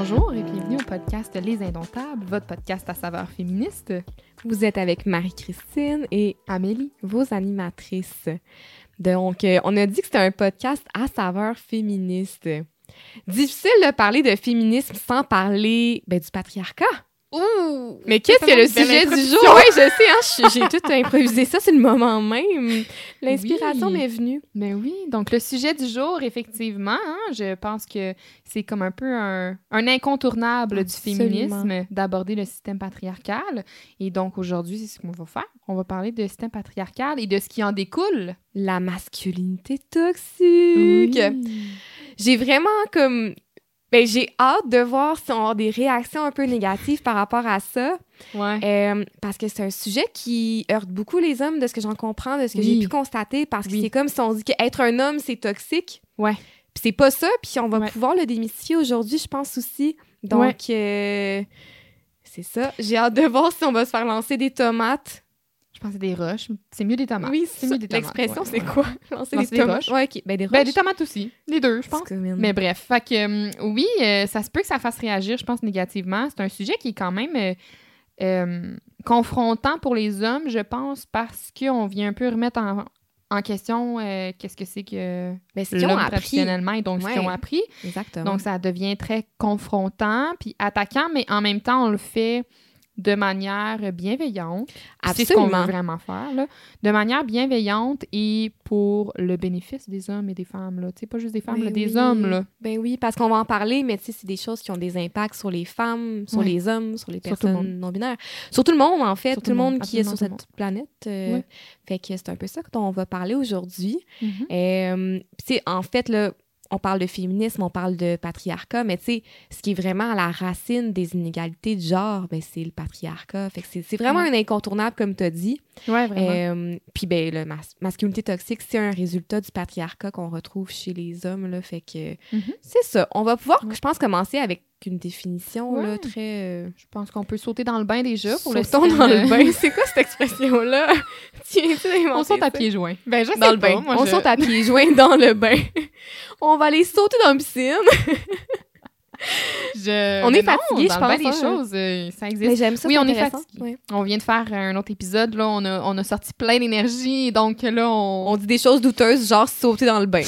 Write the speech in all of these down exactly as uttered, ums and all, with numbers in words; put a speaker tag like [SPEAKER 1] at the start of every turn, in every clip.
[SPEAKER 1] Bonjour et bienvenue au podcast Les Indomptables, votre podcast à saveur féministe.
[SPEAKER 2] Vous êtes avec Marie-Christine et
[SPEAKER 1] Amélie,
[SPEAKER 2] vos animatrices. Donc, euh, on a dit que c'était un podcast à saveur féministe. Difficile de parler de féminisme sans parler ben, du patriarcat.
[SPEAKER 1] Ouh!
[SPEAKER 2] Mais qu'est-ce que le sujet du jour? Oui, je sais, hein, j'ai tout improvisé ça, c'est le moment même. L'inspiration
[SPEAKER 1] Oui.
[SPEAKER 2] m'est venue.
[SPEAKER 1] Ben oui, donc le sujet du jour, effectivement, hein, je pense que c'est comme un peu un, un incontournable
[SPEAKER 2] Absolument.
[SPEAKER 1] du féminisme d'aborder le système patriarcal. Et donc aujourd'hui, c'est ce qu'on va faire. On va parler de système patriarcal et de ce qui en découle.
[SPEAKER 2] La masculinité toxique.
[SPEAKER 1] Oui.
[SPEAKER 2] J'ai vraiment comme... Ben, j'ai hâte de voir si on va avoir des réactions un peu négatives par rapport à ça.
[SPEAKER 1] Ouais.
[SPEAKER 2] Euh, parce que c'est un sujet qui heurte beaucoup les hommes, de ce que j'en comprends, de ce que
[SPEAKER 1] Oui.
[SPEAKER 2] j'ai pu constater, parce que
[SPEAKER 1] Oui.
[SPEAKER 2] c'est comme si on dit qu'être un homme, c'est toxique.
[SPEAKER 1] Ouais.
[SPEAKER 2] Puis c'est pas ça, puis on va
[SPEAKER 1] Ouais.
[SPEAKER 2] pouvoir le démystifier aujourd'hui, je pense aussi. Donc, euh, c'est ça. J'ai hâte de voir si on va se faire lancer des tomates.
[SPEAKER 1] Je pense que c'est des roches. C'est mieux des tomates.
[SPEAKER 2] Oui,
[SPEAKER 1] c'est
[SPEAKER 2] ça,
[SPEAKER 1] mieux des tomates.
[SPEAKER 2] l'expression,
[SPEAKER 1] Ouais,
[SPEAKER 2] c'est
[SPEAKER 1] ouais.
[SPEAKER 2] quoi? Lancer
[SPEAKER 1] Lancer
[SPEAKER 2] des
[SPEAKER 1] des
[SPEAKER 2] tomates.
[SPEAKER 1] roches.
[SPEAKER 2] Ouais, OK. Ben, des roches.
[SPEAKER 1] Ben, des tomates aussi. Les deux, je pense.
[SPEAKER 2] C'est comme une-
[SPEAKER 1] Mais bref, fait que euh, oui, euh, ça se peut que ça fasse réagir, je pense, négativement. C'est un sujet qui est quand même euh, euh, confrontant pour les hommes, je pense, parce qu'on vient un peu remettre en, en question euh, qu'est-ce que c'est que
[SPEAKER 2] Ben, ce qu'ils ont
[SPEAKER 1] l'homme
[SPEAKER 2] appris.
[SPEAKER 1] traditionnellement et donc ce qu'ils
[SPEAKER 2] Ouais.
[SPEAKER 1] ont appris.
[SPEAKER 2] Exactement.
[SPEAKER 1] Donc, ça devient très confrontant puis attaquant, mais en même temps, on le fait de manière bienveillante. Puis c'est ce qu'on veut
[SPEAKER 2] Absolument.
[SPEAKER 1] vraiment faire, là. De manière bienveillante et pour le bénéfice des hommes et des femmes, là. Tu sais, pas juste des femmes,
[SPEAKER 2] Ben
[SPEAKER 1] là, des
[SPEAKER 2] oui.
[SPEAKER 1] hommes, là.
[SPEAKER 2] Ben oui, parce qu'on va en parler, mais tu sais, c'est des choses qui ont des impacts sur les femmes, sur
[SPEAKER 1] Ouais.
[SPEAKER 2] les hommes, sur les
[SPEAKER 1] Sur tout le
[SPEAKER 2] personnes non-binaires. Sur tout le monde, en fait.
[SPEAKER 1] Sur
[SPEAKER 2] Tout le monde qui est sur
[SPEAKER 1] absolument
[SPEAKER 2] cette
[SPEAKER 1] tout
[SPEAKER 2] planète. euh,
[SPEAKER 1] Ouais.
[SPEAKER 2] Fait que c'est un peu ça dont on va parler aujourd'hui.
[SPEAKER 1] Mhm.
[SPEAKER 2] Euh, puis tu sais, en fait, là, on parle de féminisme, on parle de patriarcat, mais tu sais, ce qui est vraiment à la racine des inégalités de genre, ben, c'est le patriarcat. Fait que c'est, c'est vraiment
[SPEAKER 1] Ouais.
[SPEAKER 2] un incontournable, comme tu as dit.
[SPEAKER 1] Ouais, vraiment.
[SPEAKER 2] Euh, Puis, ben, la mas- masculinité toxique, c'est un résultat du patriarcat qu'on retrouve chez les hommes, là. Fait que
[SPEAKER 1] Mhm.
[SPEAKER 2] c'est ça. On va pouvoir,
[SPEAKER 1] Ouais.
[SPEAKER 2] je pense, commencer avec une définition, là,
[SPEAKER 1] Ouais.
[SPEAKER 2] très... euh,
[SPEAKER 1] Je pense qu'on peut sauter dans le bain déjà pour le
[SPEAKER 2] sautons
[SPEAKER 1] système,
[SPEAKER 2] dans
[SPEAKER 1] euh,
[SPEAKER 2] le bain. C'est quoi cette expression-là? Tiens-tu d'inventer
[SPEAKER 1] On saute à
[SPEAKER 2] ça?
[SPEAKER 1] pieds joints. Ben, je sais
[SPEAKER 2] Dans le
[SPEAKER 1] pas,
[SPEAKER 2] bain.
[SPEAKER 1] moi,
[SPEAKER 2] On
[SPEAKER 1] je-
[SPEAKER 2] saute à pieds joints dans le bain. On va aller sauter dans la piscine.
[SPEAKER 1] je-
[SPEAKER 2] On
[SPEAKER 1] mais
[SPEAKER 2] est
[SPEAKER 1] non,
[SPEAKER 2] fatigué,
[SPEAKER 1] dans
[SPEAKER 2] je
[SPEAKER 1] le bain
[SPEAKER 2] pense,
[SPEAKER 1] des
[SPEAKER 2] hein.
[SPEAKER 1] choses, euh, ça existe.
[SPEAKER 2] Mais j'aime ça,
[SPEAKER 1] Oui,
[SPEAKER 2] c'est
[SPEAKER 1] on est
[SPEAKER 2] intéressant.
[SPEAKER 1] fatigué.
[SPEAKER 2] Ouais.
[SPEAKER 1] On vient de faire un autre épisode, là, on a, on a sorti plein d'énergie, donc là, on...
[SPEAKER 2] On dit des choses douteuses, genre sauter dans le bain.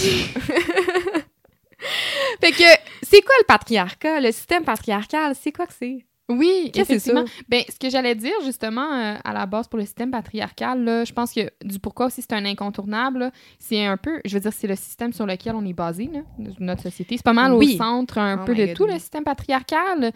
[SPEAKER 2] Fait que, c'est quoi le patriarcat? Le système patriarcal, c'est quoi que c'est?
[SPEAKER 1] Oui,
[SPEAKER 2] Qu'est-ce que c'est
[SPEAKER 1] effectivement. Ben, ce que j'allais dire, justement, euh, à la base pour le système patriarcal, là, je pense que du pourquoi aussi c'est un incontournable, là, c'est un peu, je veux dire, c'est le système sur lequel on est basé, là, de notre société. C'est pas mal
[SPEAKER 2] Oui.
[SPEAKER 1] au centre un
[SPEAKER 2] Oh
[SPEAKER 1] peu
[SPEAKER 2] my
[SPEAKER 1] de
[SPEAKER 2] God,
[SPEAKER 1] tout,
[SPEAKER 2] oui.
[SPEAKER 1] le système patriarcal.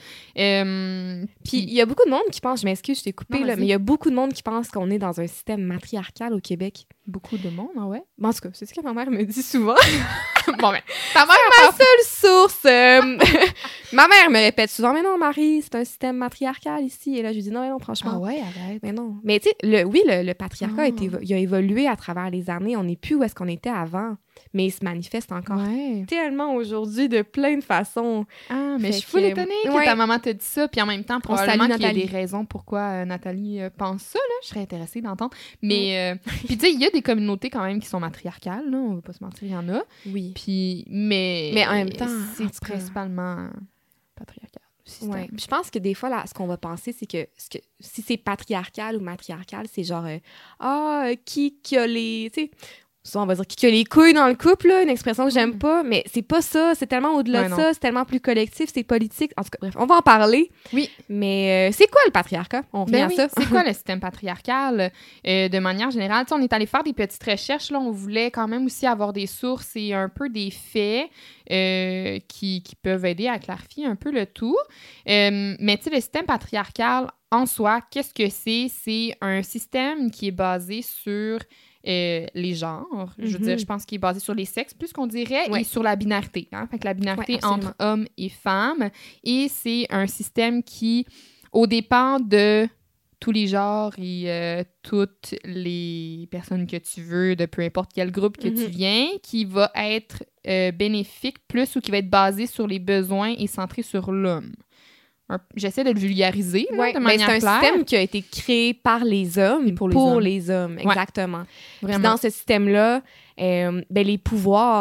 [SPEAKER 1] Euh,
[SPEAKER 2] Puis il y a beaucoup de monde qui pense, je m'excuse, je t'ai coupé,
[SPEAKER 1] Non,
[SPEAKER 2] là,
[SPEAKER 1] vas-y.
[SPEAKER 2] mais il y a beaucoup de monde qui pense qu'on est dans un système matriarcal au Québec.
[SPEAKER 1] beaucoup de monde, ah ouais.
[SPEAKER 2] Bon, en tout cas, c'est ce que ma mère me dit souvent.
[SPEAKER 1] Bon, ben, ta mère,
[SPEAKER 2] Ma seule source! euh, ma mère me répète souvent, mais non, Marie, c'est un système matriarcal ici. Et là, je lui dis, non, non, franchement.
[SPEAKER 1] ah ouais, arrête.
[SPEAKER 2] Mais non. Mais tu sais, le, oui, le, le patriarcat
[SPEAKER 1] Ah.
[SPEAKER 2] a, été, évo- il a évolué à travers les années. On n'est plus où est-ce qu'on était avant. Mais il se manifeste encore
[SPEAKER 1] Ouais.
[SPEAKER 2] tellement aujourd'hui de plein de façons.
[SPEAKER 1] Ah, mais
[SPEAKER 2] Fait
[SPEAKER 1] je suis full
[SPEAKER 2] que,
[SPEAKER 1] étonnée que
[SPEAKER 2] ouais.
[SPEAKER 1] ta maman te dise ça, puis en même temps, probablement
[SPEAKER 2] salue
[SPEAKER 1] qu'il y a
[SPEAKER 2] Nathalie.
[SPEAKER 1] des raisons pourquoi euh, Nathalie euh, pense ça, là. Je serais intéressée d'entendre. Mais, euh, puis tu sais, il y a des communautés quand même qui sont matriarcales, là, on va pas se mentir, il y en a.
[SPEAKER 2] Oui.
[SPEAKER 1] Puis, mais...
[SPEAKER 2] Mais en même temps, en
[SPEAKER 1] c'est
[SPEAKER 2] tout cas.
[SPEAKER 1] principalement patriarcal, le système.
[SPEAKER 2] Ouais. Je pense que des fois, là, ce qu'on va penser, c'est que, ce que si c'est patriarcal ou matriarcal, c'est genre, euh, ah, euh, qui, qui a les. Tu sais, souvent, on va dire qui a les couilles dans le couple, là, une expression que j'aime
[SPEAKER 1] Mm.
[SPEAKER 2] pas, mais c'est pas ça. C'est tellement au-delà
[SPEAKER 1] Ouais,
[SPEAKER 2] de
[SPEAKER 1] non.
[SPEAKER 2] ça, c'est tellement plus collectif, c'est politique. En tout cas, bref, on va en parler.
[SPEAKER 1] Oui.
[SPEAKER 2] Mais euh, c'est quoi le patriarcat? On revient
[SPEAKER 1] Ben
[SPEAKER 2] à
[SPEAKER 1] oui,
[SPEAKER 2] ça.
[SPEAKER 1] c'est quoi le système patriarcal euh, de manière générale? Tu sais, on est allé faire des petites recherches, là, on voulait quand même aussi avoir des sources et un peu des faits euh, qui, qui peuvent aider à clarifier un peu le tout. Euh, mais tu sais, le système patriarcal, en soi, qu'est-ce que c'est? C'est un système qui est basé sur euh, les genres. Je veux
[SPEAKER 2] Mhm.
[SPEAKER 1] dire, je pense qu'il est basé sur les sexes, plus qu'on dirait,
[SPEAKER 2] Ouais.
[SPEAKER 1] et sur la binarité. Hein? Fait que la binarité
[SPEAKER 2] Ouais, absolument.
[SPEAKER 1] entre hommes et femmes. Et c'est un système qui, au dépend de tous les genres et euh, toutes les personnes que tu veux, de peu importe quel groupe que tu
[SPEAKER 2] Mhm.
[SPEAKER 1] viens, qui va être euh, bénéfique plus ou qui va être basé sur les besoins et centré sur l'homme. Un- J'essaie de le vulgariser là,
[SPEAKER 2] Ouais,
[SPEAKER 1] de
[SPEAKER 2] ben,
[SPEAKER 1] manière
[SPEAKER 2] c'est un
[SPEAKER 1] claire.
[SPEAKER 2] système qui a été créé par les hommes
[SPEAKER 1] Et pour les hommes.
[SPEAKER 2] les hommes, exactement. Puis
[SPEAKER 1] Vraiment.
[SPEAKER 2] dans ce système-là, euh, ben, les pouvoirs,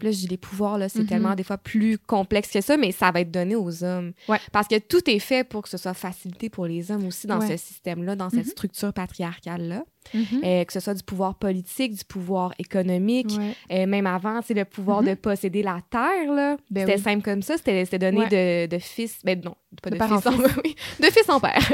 [SPEAKER 2] Puis là, je dis les pouvoirs, là, c'est
[SPEAKER 1] Mm-hmm.
[SPEAKER 2] tellement des fois plus complexe que ça, mais ça va être donné aux hommes.
[SPEAKER 1] Ouais.
[SPEAKER 2] Parce que tout est fait pour que ce soit facilité pour les hommes aussi dans
[SPEAKER 1] Ouais.
[SPEAKER 2] ce système-là, dans cette
[SPEAKER 1] Mm-hmm.
[SPEAKER 2] structure patriarcale-là.
[SPEAKER 1] Mm-hmm.
[SPEAKER 2] Euh, que ce soit du pouvoir politique, du pouvoir économique,
[SPEAKER 1] Ouais.
[SPEAKER 2] euh, même avant, tu sais, le pouvoir
[SPEAKER 1] Mm-hmm.
[SPEAKER 2] de posséder la terre, là.
[SPEAKER 1] Ben
[SPEAKER 2] c'était
[SPEAKER 1] oui.
[SPEAKER 2] simple comme ça, c'était, c'était donné
[SPEAKER 1] Ouais.
[SPEAKER 2] de, de fils... Ben non, pas
[SPEAKER 1] De
[SPEAKER 2] de,
[SPEAKER 1] père en
[SPEAKER 2] fils, en... oui, de fils en père.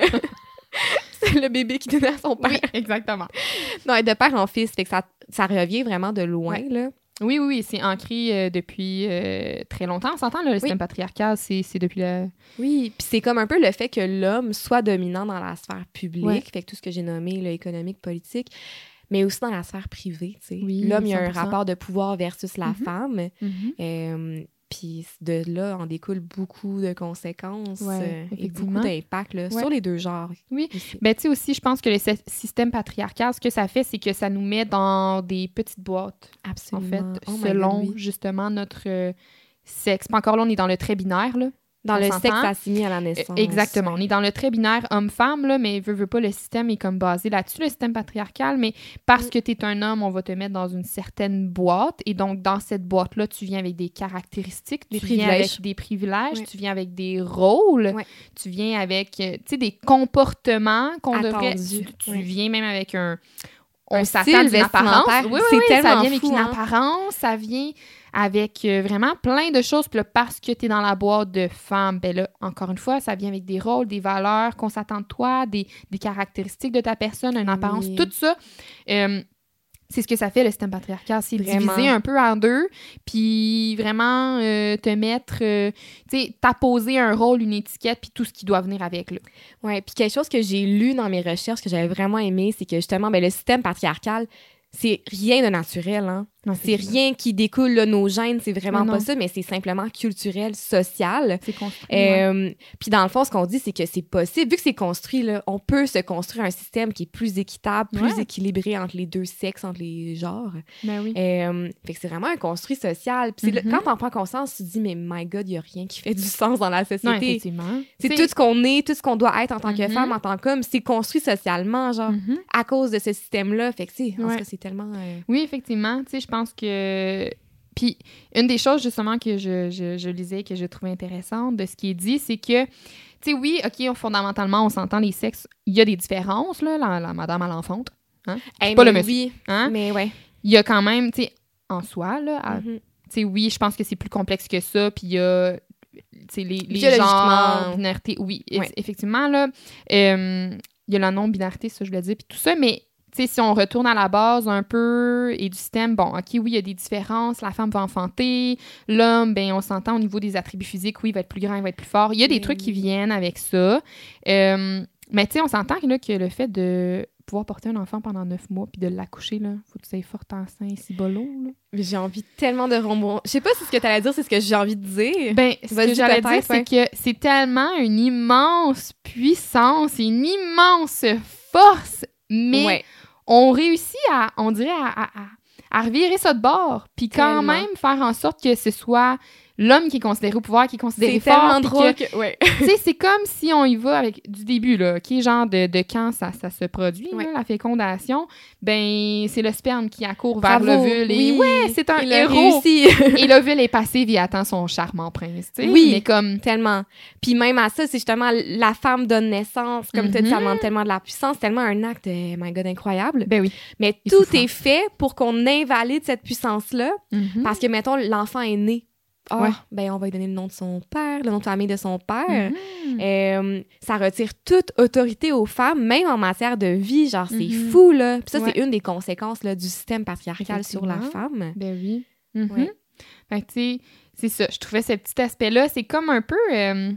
[SPEAKER 2] C'est le bébé qui donnait à son père.
[SPEAKER 1] Oui, exactement.
[SPEAKER 2] Non, de père en fils, fait que ça, ça revient vraiment de loin,
[SPEAKER 1] Ouais.
[SPEAKER 2] là.
[SPEAKER 1] Oui, oui, oui, c'est ancré euh, depuis euh, très longtemps. On s'entend, là, le système patriarcal, c'est, c'est depuis le...
[SPEAKER 2] Oui, puis c'est comme un peu le fait que l'homme soit dominant dans la sphère publique,
[SPEAKER 1] Ouais.
[SPEAKER 2] fait que tout ce que j'ai nommé, là, économique, politique, mais aussi dans la sphère privée, tu sais.
[SPEAKER 1] Oui,
[SPEAKER 2] L'homme, il y a un
[SPEAKER 1] cent pour cent.
[SPEAKER 2] rapport de pouvoir versus la
[SPEAKER 1] Mhm.
[SPEAKER 2] femme.
[SPEAKER 1] Mm-hmm.
[SPEAKER 2] Euh, puis de là en découle beaucoup de conséquences
[SPEAKER 1] Ouais,
[SPEAKER 2] euh, et
[SPEAKER 1] effectivement.
[SPEAKER 2] beaucoup d'impact là,
[SPEAKER 1] Ouais.
[SPEAKER 2] sur les deux genres.
[SPEAKER 1] Oui.
[SPEAKER 2] Aussi.
[SPEAKER 1] Ben, tu sais aussi, je pense que le sy- système patriarcal, ce que ça fait, c'est que ça nous met dans des petites boîtes,
[SPEAKER 2] Absolument.
[SPEAKER 1] en fait,
[SPEAKER 2] Oh my
[SPEAKER 1] selon
[SPEAKER 2] God, oui.
[SPEAKER 1] justement notre euh, sexe. Puis encore là, on est dans le très binaire, là.
[SPEAKER 2] Dans
[SPEAKER 1] on
[SPEAKER 2] le
[SPEAKER 1] s'entend.
[SPEAKER 2] sexe assigné à la
[SPEAKER 1] Euh,
[SPEAKER 2] naissance.
[SPEAKER 1] Exactement. On est dans le très binaire homme-femme, là, mais veut, veut pas, le système est comme basé là-dessus, le système patriarcal, mais parce
[SPEAKER 2] Mm.
[SPEAKER 1] que tu es un homme, on va te mettre dans une certaine boîte, et donc dans cette boîte-là, tu viens avec des caractéristiques,
[SPEAKER 2] Des
[SPEAKER 1] tu viens
[SPEAKER 2] privilèges.
[SPEAKER 1] avec des privilèges,
[SPEAKER 2] Ouais.
[SPEAKER 1] tu viens avec des rôles,
[SPEAKER 2] Ouais.
[SPEAKER 1] tu viens avec, euh, tu sais, des comportements qu'on devrait...
[SPEAKER 2] Attendus.
[SPEAKER 1] Tu, tu
[SPEAKER 2] Ouais.
[SPEAKER 1] viens même avec un... On
[SPEAKER 2] Un
[SPEAKER 1] s'attend
[SPEAKER 2] style
[SPEAKER 1] d'une apparence.
[SPEAKER 2] vestimentaire.
[SPEAKER 1] Oui, oui,
[SPEAKER 2] C'est
[SPEAKER 1] oui, ça
[SPEAKER 2] tellement
[SPEAKER 1] vient avec
[SPEAKER 2] fou,
[SPEAKER 1] une
[SPEAKER 2] hein.
[SPEAKER 1] apparence, ça vient avec euh, vraiment plein de choses. Puis là, parce que tu es dans la boîte de femme, ben là, encore une fois, ça vient avec des rôles, des valeurs qu'on s'attend de toi, des, des caractéristiques de ta personne, une apparence,
[SPEAKER 2] Oui.
[SPEAKER 1] tout ça. Euh, c'est ce que ça fait, le système patriarcal. C'est
[SPEAKER 2] Vraiment.
[SPEAKER 1] diviser un peu en deux, puis vraiment euh, te mettre, euh, tu sais, t'apposer un rôle, une étiquette, puis tout ce qui doit venir avec, là.
[SPEAKER 2] Ouais, puis quelque chose que j'ai lu dans mes recherches que j'avais vraiment aimé, c'est que justement, ben, le système patriarcal, c'est rien de naturel, hein.
[SPEAKER 1] Non,
[SPEAKER 2] C'est rien qui découle, là, nos gènes, c'est vraiment
[SPEAKER 1] Non, non.
[SPEAKER 2] pas ça, mais c'est simplement culturel, social.
[SPEAKER 1] C'est construit. ouais.
[SPEAKER 2] Euh, Puis dans le fond, ce qu'on dit, c'est que c'est possible. Vu que c'est construit, là, on peut se construire un système qui est plus équitable, plus
[SPEAKER 1] Ouais.
[SPEAKER 2] équilibré entre les deux sexes, entre les genres.
[SPEAKER 1] Ben oui.
[SPEAKER 2] Euh, fait que c'est vraiment un construit social. Puis c'est là-
[SPEAKER 1] Mhm.
[SPEAKER 2] quand t'en prends conscience, tu te dis, mais my God, il y a rien qui fait du sens dans la
[SPEAKER 1] Non,
[SPEAKER 2] société.
[SPEAKER 1] effectivement.
[SPEAKER 2] C'est
[SPEAKER 1] T'sais,
[SPEAKER 2] tout ce qu'on est, tout ce qu'on doit être en tant que
[SPEAKER 1] Mhm.
[SPEAKER 2] femme, en tant qu'homme, c'est construit socialement, genre,
[SPEAKER 1] mhm.
[SPEAKER 2] à cause de ce système-là. Fait que, tu sais, en
[SPEAKER 1] Ouais.
[SPEAKER 2] tout cas, c'est tellement... euh,
[SPEAKER 1] Oui, effectivement. Tu sais, je pense que... Puis, une des choses, justement, que je, je, je lisais, que je trouvais intéressante de ce qui est dit, c'est que, tu sais, oui, OK, on- fondamentalement, on s'entend les sexes. Il y a des différences, là, la, la madame à l'enfante.
[SPEAKER 2] hey,
[SPEAKER 1] pas
[SPEAKER 2] mais
[SPEAKER 1] le monsieur.
[SPEAKER 2] oui,
[SPEAKER 1] Hein?
[SPEAKER 2] mais ouais.
[SPEAKER 1] Il y a quand même, tu sais, en soi, là, à- tu
[SPEAKER 2] Mhm.
[SPEAKER 1] sais, oui, je pense que c'est plus complexe que ça. Puis, il y a, tu sais, les, les
[SPEAKER 2] Biologiquement.
[SPEAKER 1] genres, binarité. Oui,
[SPEAKER 2] Ouais.
[SPEAKER 1] eff- effectivement, là, euh, il y a la non-binarité, ça, je le dis, puis tout ça, mais... Tu sais, si on retourne à la base un peu et du système, bon, OK, oui, il y a des différences. La femme va enfanter. L'homme, ben on s'entend au niveau des attributs physiques. Oui, il va être plus grand, il va être plus fort. Il y a des
[SPEAKER 2] Oui.
[SPEAKER 1] trucs qui viennent avec ça. Euh, mais tu sais, on s'entend que, là, que le fait de pouvoir porter un enfant pendant neuf mois puis de l'accoucher, là, faut que tu sois forte enceinte, si bolo, là.
[SPEAKER 2] Mais j'ai envie tellement de rebondir. Je sais pas si ce que t'allais dire, c'est ce que j'ai envie de dire.
[SPEAKER 1] Ben, ce
[SPEAKER 2] Vas-y,
[SPEAKER 1] que j'allais dire,
[SPEAKER 2] peut-être,
[SPEAKER 1] c'est
[SPEAKER 2] ouais.
[SPEAKER 1] que c'est tellement une immense puissance, une immense force, mais
[SPEAKER 2] Ouais.
[SPEAKER 1] on réussit à, on dirait, à, à, à, à revirer ça de bord, puis quand
[SPEAKER 2] Tellement.
[SPEAKER 1] même faire en sorte que ce soit l'homme qui est considéré au pouvoir, qui est considéré
[SPEAKER 2] C'est
[SPEAKER 1] fort.
[SPEAKER 2] tellement
[SPEAKER 1] puis
[SPEAKER 2] drôle
[SPEAKER 1] que-
[SPEAKER 2] que... Ouais.
[SPEAKER 1] tu sais, c'est comme si on y va avec du début, là, OK, genre de, de quand ça, ça se produit,
[SPEAKER 2] Ouais.
[SPEAKER 1] là, la fécondation, ben c'est le sperme qui accourt vers
[SPEAKER 2] Bravo.
[SPEAKER 1] l'ovule.
[SPEAKER 2] Oui.
[SPEAKER 1] Et ouais, c'est un
[SPEAKER 2] Il a
[SPEAKER 1] héros.
[SPEAKER 2] réussi.
[SPEAKER 1] Et l'ovule est passive, il attend son charmant prince, tu sais.
[SPEAKER 2] Oui.
[SPEAKER 1] Mais comme...
[SPEAKER 2] Tellement. Puis même à ça, c'est justement la femme donne naissance. Comme tu as dit, ça
[SPEAKER 1] Mhm.
[SPEAKER 2] demande tellement de la puissance, tellement un acte, euh, my God, incroyable.
[SPEAKER 1] Ben oui.
[SPEAKER 2] Mais
[SPEAKER 1] Et
[SPEAKER 2] tout
[SPEAKER 1] souffrant.
[SPEAKER 2] est fait pour qu'on invalide cette puissance-là.
[SPEAKER 1] Mhm.
[SPEAKER 2] Parce que, mettons, l'enfant est né. Ah,
[SPEAKER 1] Ouais.
[SPEAKER 2] ben on va lui donner le nom de son père, le nom de famille de son père.
[SPEAKER 1] Mhm.
[SPEAKER 2] Euh, ça retire toute autorité aux femmes, même en matière de vie. Genre, c'est
[SPEAKER 1] Mhm.
[SPEAKER 2] fou, là. Puis ça,
[SPEAKER 1] Ouais.
[SPEAKER 2] c'est une des conséquences là, du système patriarcal sur la
[SPEAKER 1] Effectivement.
[SPEAKER 2] femme.
[SPEAKER 1] Ben oui. Mhm.
[SPEAKER 2] Ouais.
[SPEAKER 1] Fait que, tu sais, c'est ça. Je trouvais ce petit aspect-là, c'est comme un peu... euh,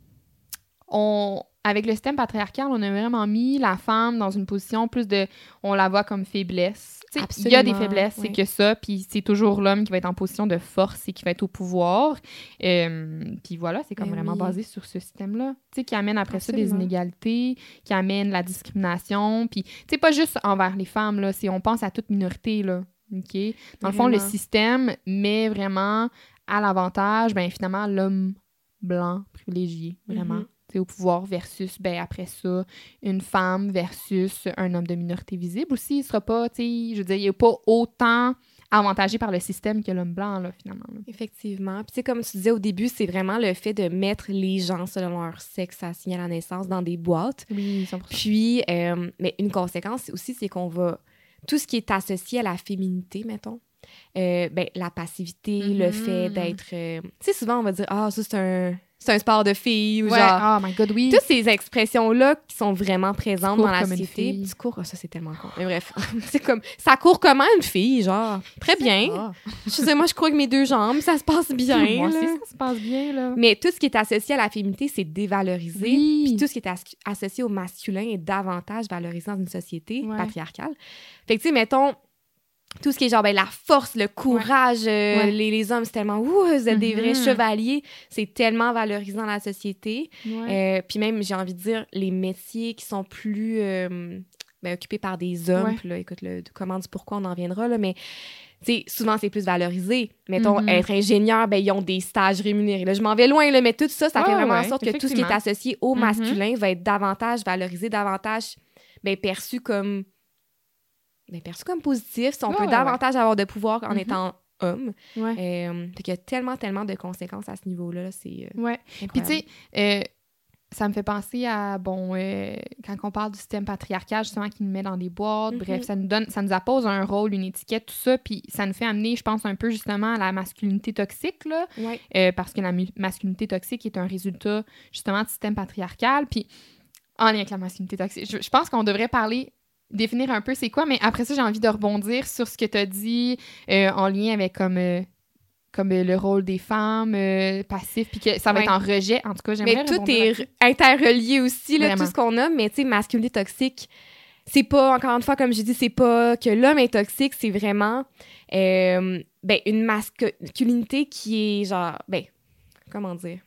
[SPEAKER 1] on, avec le système patriarcal, on a vraiment mis la femme dans une position plus de... On la voit comme faiblesse. Tu sais, il y a des
[SPEAKER 2] Absolument,
[SPEAKER 1] faiblesses,
[SPEAKER 2] ouais.
[SPEAKER 1] c'est que ça, puis c'est toujours l'homme qui va être en position de force et qui va être au pouvoir. Euh, puis voilà, c'est comme
[SPEAKER 2] Ben
[SPEAKER 1] vraiment
[SPEAKER 2] oui.
[SPEAKER 1] basé sur ce système-là, tu sais, qui amène après ça des
[SPEAKER 2] Absolument.
[SPEAKER 1] inégalités, qui amène la discrimination, puis, tu sais, pas juste envers les femmes, là, c'est on pense à toute minorité, là, OK? Dans le fond, le
[SPEAKER 2] Vraiment.
[SPEAKER 1] système met vraiment à l'avantage, ben finalement, l'homme blanc privilégié, vraiment.
[SPEAKER 2] Mhm.
[SPEAKER 1] Tu sais, au pouvoir versus, ben après ça, une femme versus un homme de minorité visible aussi. Il sera pas, tu sais, je veux dire, il n'y a pas autant avantagés par le système que l'homme blanc, là, finalement. Là.
[SPEAKER 2] Effectivement. Puis, tu sais, comme tu disais au début, c'est vraiment le fait de mettre les gens selon leur sexe assigné à la naissance dans des boîtes.
[SPEAKER 1] Oui, cent pour cent.
[SPEAKER 2] Puis, euh, mais une conséquence aussi, c'est qu'on va... Tout ce qui est associé à la féminité, mettons, euh, ben, la passivité, mm-hmm. le fait d'être... Euh, tu sais, souvent, on va dire « Ah, ça, c'est un... » c'est un sport de filles ou
[SPEAKER 1] ouais,
[SPEAKER 2] genre...
[SPEAKER 1] oh my God, oui.
[SPEAKER 2] Toutes ces expressions-là qui sont vraiment présentes dans la
[SPEAKER 1] comme
[SPEAKER 2] société. Tu cours, oh, ça, c'est tellement con. Mais bref, c'est comme... Ça court comment une fille, genre? Très bien. Ah. Je sais, moi, je cours avec mes deux jambes, ça se passe bien.
[SPEAKER 1] Moi
[SPEAKER 2] là.
[SPEAKER 1] aussi, ça se passe bien, là.
[SPEAKER 2] Mais tout ce qui est associé à la féminité, c'est dévalorisé.
[SPEAKER 1] Oui.
[SPEAKER 2] Puis tout ce qui est as- associé au masculin est davantage valorisé dans une société ouais. patriarcale. Fait que, tu sais, mettons... Tout ce qui est genre, ben, la force, le courage, ouais. Euh, ouais. Les, les hommes, c'est tellement, ouh, vous êtes mm-hmm. des vrais chevaliers. C'est tellement valorisé dans la société. Ouais. Euh, puis même, j'ai envie de dire, les métiers qui sont plus euh, ben, occupés par des hommes. Ouais. Puis là, écoute, le, comment du pourquoi, on en viendra, là, mais tu sais, souvent, c'est plus valorisé. Mettons, mm-hmm. être ingénieur, ben, ils ont des stages rémunérés. Là, je m'en vais loin, là, mais tout ça, ça oh, fait vraiment ouais, en sorte que tout ce qui est associé au mm-hmm. masculin va être davantage valorisé, davantage ben, perçu comme... Ben, perçu comme positif, si on oh, peut ouais, davantage ouais. avoir de pouvoir en mm-hmm. étant homme. Ouais. Euh, fait qu'il y a tellement, tellement de conséquences à ce niveau-là. Là, c'est euh,
[SPEAKER 1] ouais. Puis tu sais, euh, ça me fait penser à, bon, euh, quand on parle du système patriarcal, justement, qui nous met dans des boîtes, mm-hmm. bref, ça nous donne, ça nous appose un rôle, une étiquette, tout ça, puis ça nous fait amener, je pense, un peu justement à la masculinité toxique, là,
[SPEAKER 2] ouais.
[SPEAKER 1] euh, parce que la mu- masculinité toxique est un résultat, justement, du système patriarcal, puis en lien avec la masculinité toxique, je, je pense qu'on devrait parler définir un peu c'est quoi, mais après ça, j'ai envie de rebondir sur ce que tu as dit euh, en lien avec comme, euh, comme euh, le rôle des femmes euh, passif, puis que ça va ouais. être en rejet. En tout cas, j'aimerais
[SPEAKER 2] mais tout est r- interrelié aussi, là, tout ce qu'on a, mais tu sais, masculinité toxique, c'est pas, encore une fois, comme j'ai dit, c'est pas que l'homme est toxique, c'est vraiment euh, ben, une masculinité qui est genre, ben, comment dire?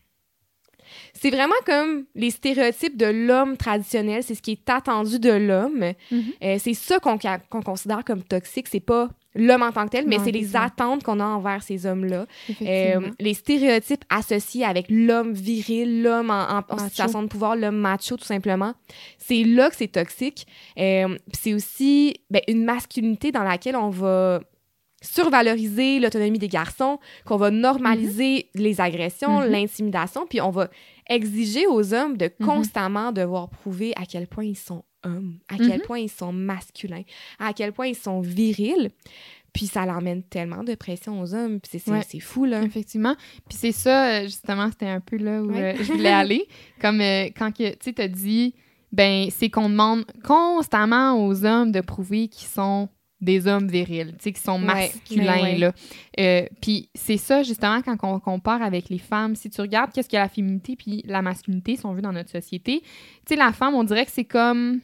[SPEAKER 2] C'est vraiment comme les stéréotypes de l'homme traditionnel, c'est ce qui est attendu de l'homme. Mm-hmm. Euh, c'est ça qu'on, qu'on considère comme toxique, c'est pas l'homme en tant que tel, mais non, c'est les ça. attentes qu'on a envers ces hommes-là. Euh, les stéréotypes associés avec l'homme viril, l'homme en, en, en situation de pouvoir, l'homme macho, tout simplement. C'est là que c'est toxique. Euh, c'est aussi ben, une masculinité dans laquelle on va... survaloriser l'autonomie des garçons, qu'on va normaliser mm-hmm. les agressions, mm-hmm. l'intimidation, puis on va exiger aux hommes de mm-hmm. constamment devoir prouver à quel point ils sont hommes, à quel mm-hmm. point ils sont masculins, à quel point ils sont virils. Puis ça l'emmène tellement de pression aux hommes, puis c'est, c'est,
[SPEAKER 1] ouais.
[SPEAKER 2] c'est fou, là.
[SPEAKER 1] Effectivement. Puis c'est ça, justement, c'était un peu là où ouais. euh, je voulais aller. Comme euh, quand, tu sais, t'as dit, ben c'est qu'on demande constamment aux hommes de prouver qu'ils sont des hommes virils, tu sais, qui sont masculins, ouais, ouais. là. Euh, puis c'est ça, justement, quand on compare avec les femmes. Si tu regardes qu'est-ce que la féminité puis la masculinité sont vues dans notre société, tu sais, la femme, on dirait que c'est comme...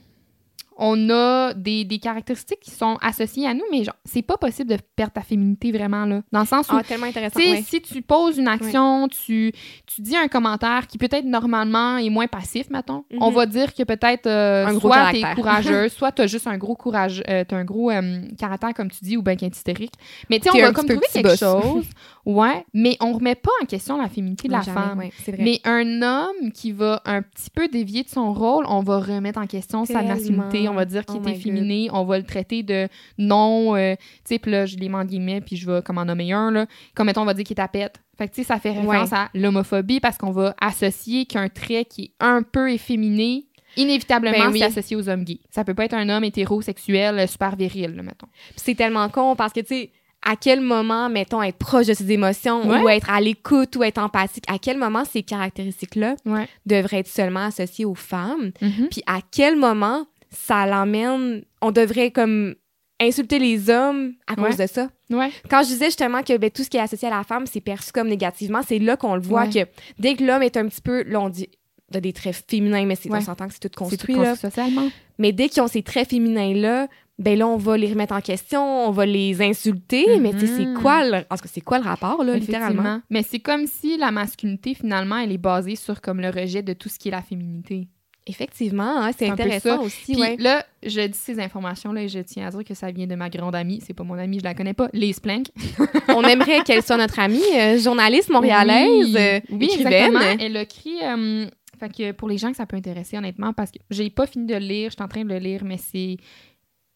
[SPEAKER 1] On a des, des caractéristiques qui sont associées à nous, mais genre, c'est pas possible de perdre ta féminité vraiment, là. Dans le sens où,
[SPEAKER 2] ah, tellement intéressant,
[SPEAKER 1] tu sais,
[SPEAKER 2] ouais.
[SPEAKER 1] si tu poses une action, ouais. tu, tu dis un commentaire qui peut-être normalement est moins passif, mettons, mm-hmm. on va dire que peut-être euh,
[SPEAKER 2] un
[SPEAKER 1] soit t'es courageuse, soit t'as juste un gros courage, euh, t'as un gros euh, caractère, comme tu dis, ou bien qu'un hystérique. Mais tu sais, on va comme trouver quelque boss. chose, ouais, mais on remet pas en question la féminité de
[SPEAKER 2] non,
[SPEAKER 1] la
[SPEAKER 2] jamais,
[SPEAKER 1] femme.
[SPEAKER 2] Ouais, c'est vrai.
[SPEAKER 1] Mais un homme qui va un petit peu dévier de son rôle, on va remettre en question tellement. sa masculinité, on va dire qu'il oh est féminé, on va le traiter de non, euh, tu sais, puis là, je les mets en guillemets, puis je vais comme en nommer un, là. Comme, mettons, on va dire qu'il est tapette. Fait que, tu sais, ça fait référence ouais. à l'homophobie parce qu'on va associer qu'un trait qui est un peu efféminé, inévitablement, ben oui. c'est associé aux hommes gays. Ça peut pas être un homme hétérosexuel super viril, là, mettons. Puis
[SPEAKER 2] c'est tellement con parce que, tu sais, à quel moment, mettons, être proche de ses émotions ouais. ou être à l'écoute ou être empathique, à quel moment ces caractéristiques-là ouais. devraient être seulement associées aux femmes? Mm-hmm. Puis à quel moment ça l'emmène... On devrait comme insulter les hommes à cause
[SPEAKER 1] ouais.
[SPEAKER 2] de ça.
[SPEAKER 1] Ouais.
[SPEAKER 2] Quand je disais justement que ben, tout ce qui est associé à la femme, c'est perçu comme négativement, c'est là qu'on le voit ouais. que dès que l'homme est un petit peu... Là, on dit... de des traits féminins, mais c'est, ouais. on s'entend que c'est tout construit.
[SPEAKER 1] C'est tout
[SPEAKER 2] construit
[SPEAKER 1] là. Socialement.
[SPEAKER 2] Mais dès qu'ils ont ces traits féminins-là, ben là, on va les remettre en question, on va les insulter, mm-hmm. mais tu sais, c'est quoi le... En tout cas, c'est quoi le rapport, là, littéralement?
[SPEAKER 1] Mais c'est comme si la masculinité, finalement, elle est basée sur comme le rejet de tout ce qui est la féminité.
[SPEAKER 2] Effectivement, hein, c'est, c'est intéressant aussi.
[SPEAKER 1] Puis
[SPEAKER 2] ouais.
[SPEAKER 1] là, je dis ces informations-là et je tiens à dire que ça vient de ma grande amie. C'est pas mon amie, je la connais pas, Lise Plank.
[SPEAKER 2] On aimerait qu'elle soit notre amie, euh, journaliste montréalaise,
[SPEAKER 1] oui,
[SPEAKER 2] euh,
[SPEAKER 1] oui
[SPEAKER 2] écrivaine.
[SPEAKER 1] Exactement. Elle a écrit... Euh, fait que pour les gens que ça peut intéresser, honnêtement, parce que j'ai pas fini de le lire, je suis en train de le lire, mais c'est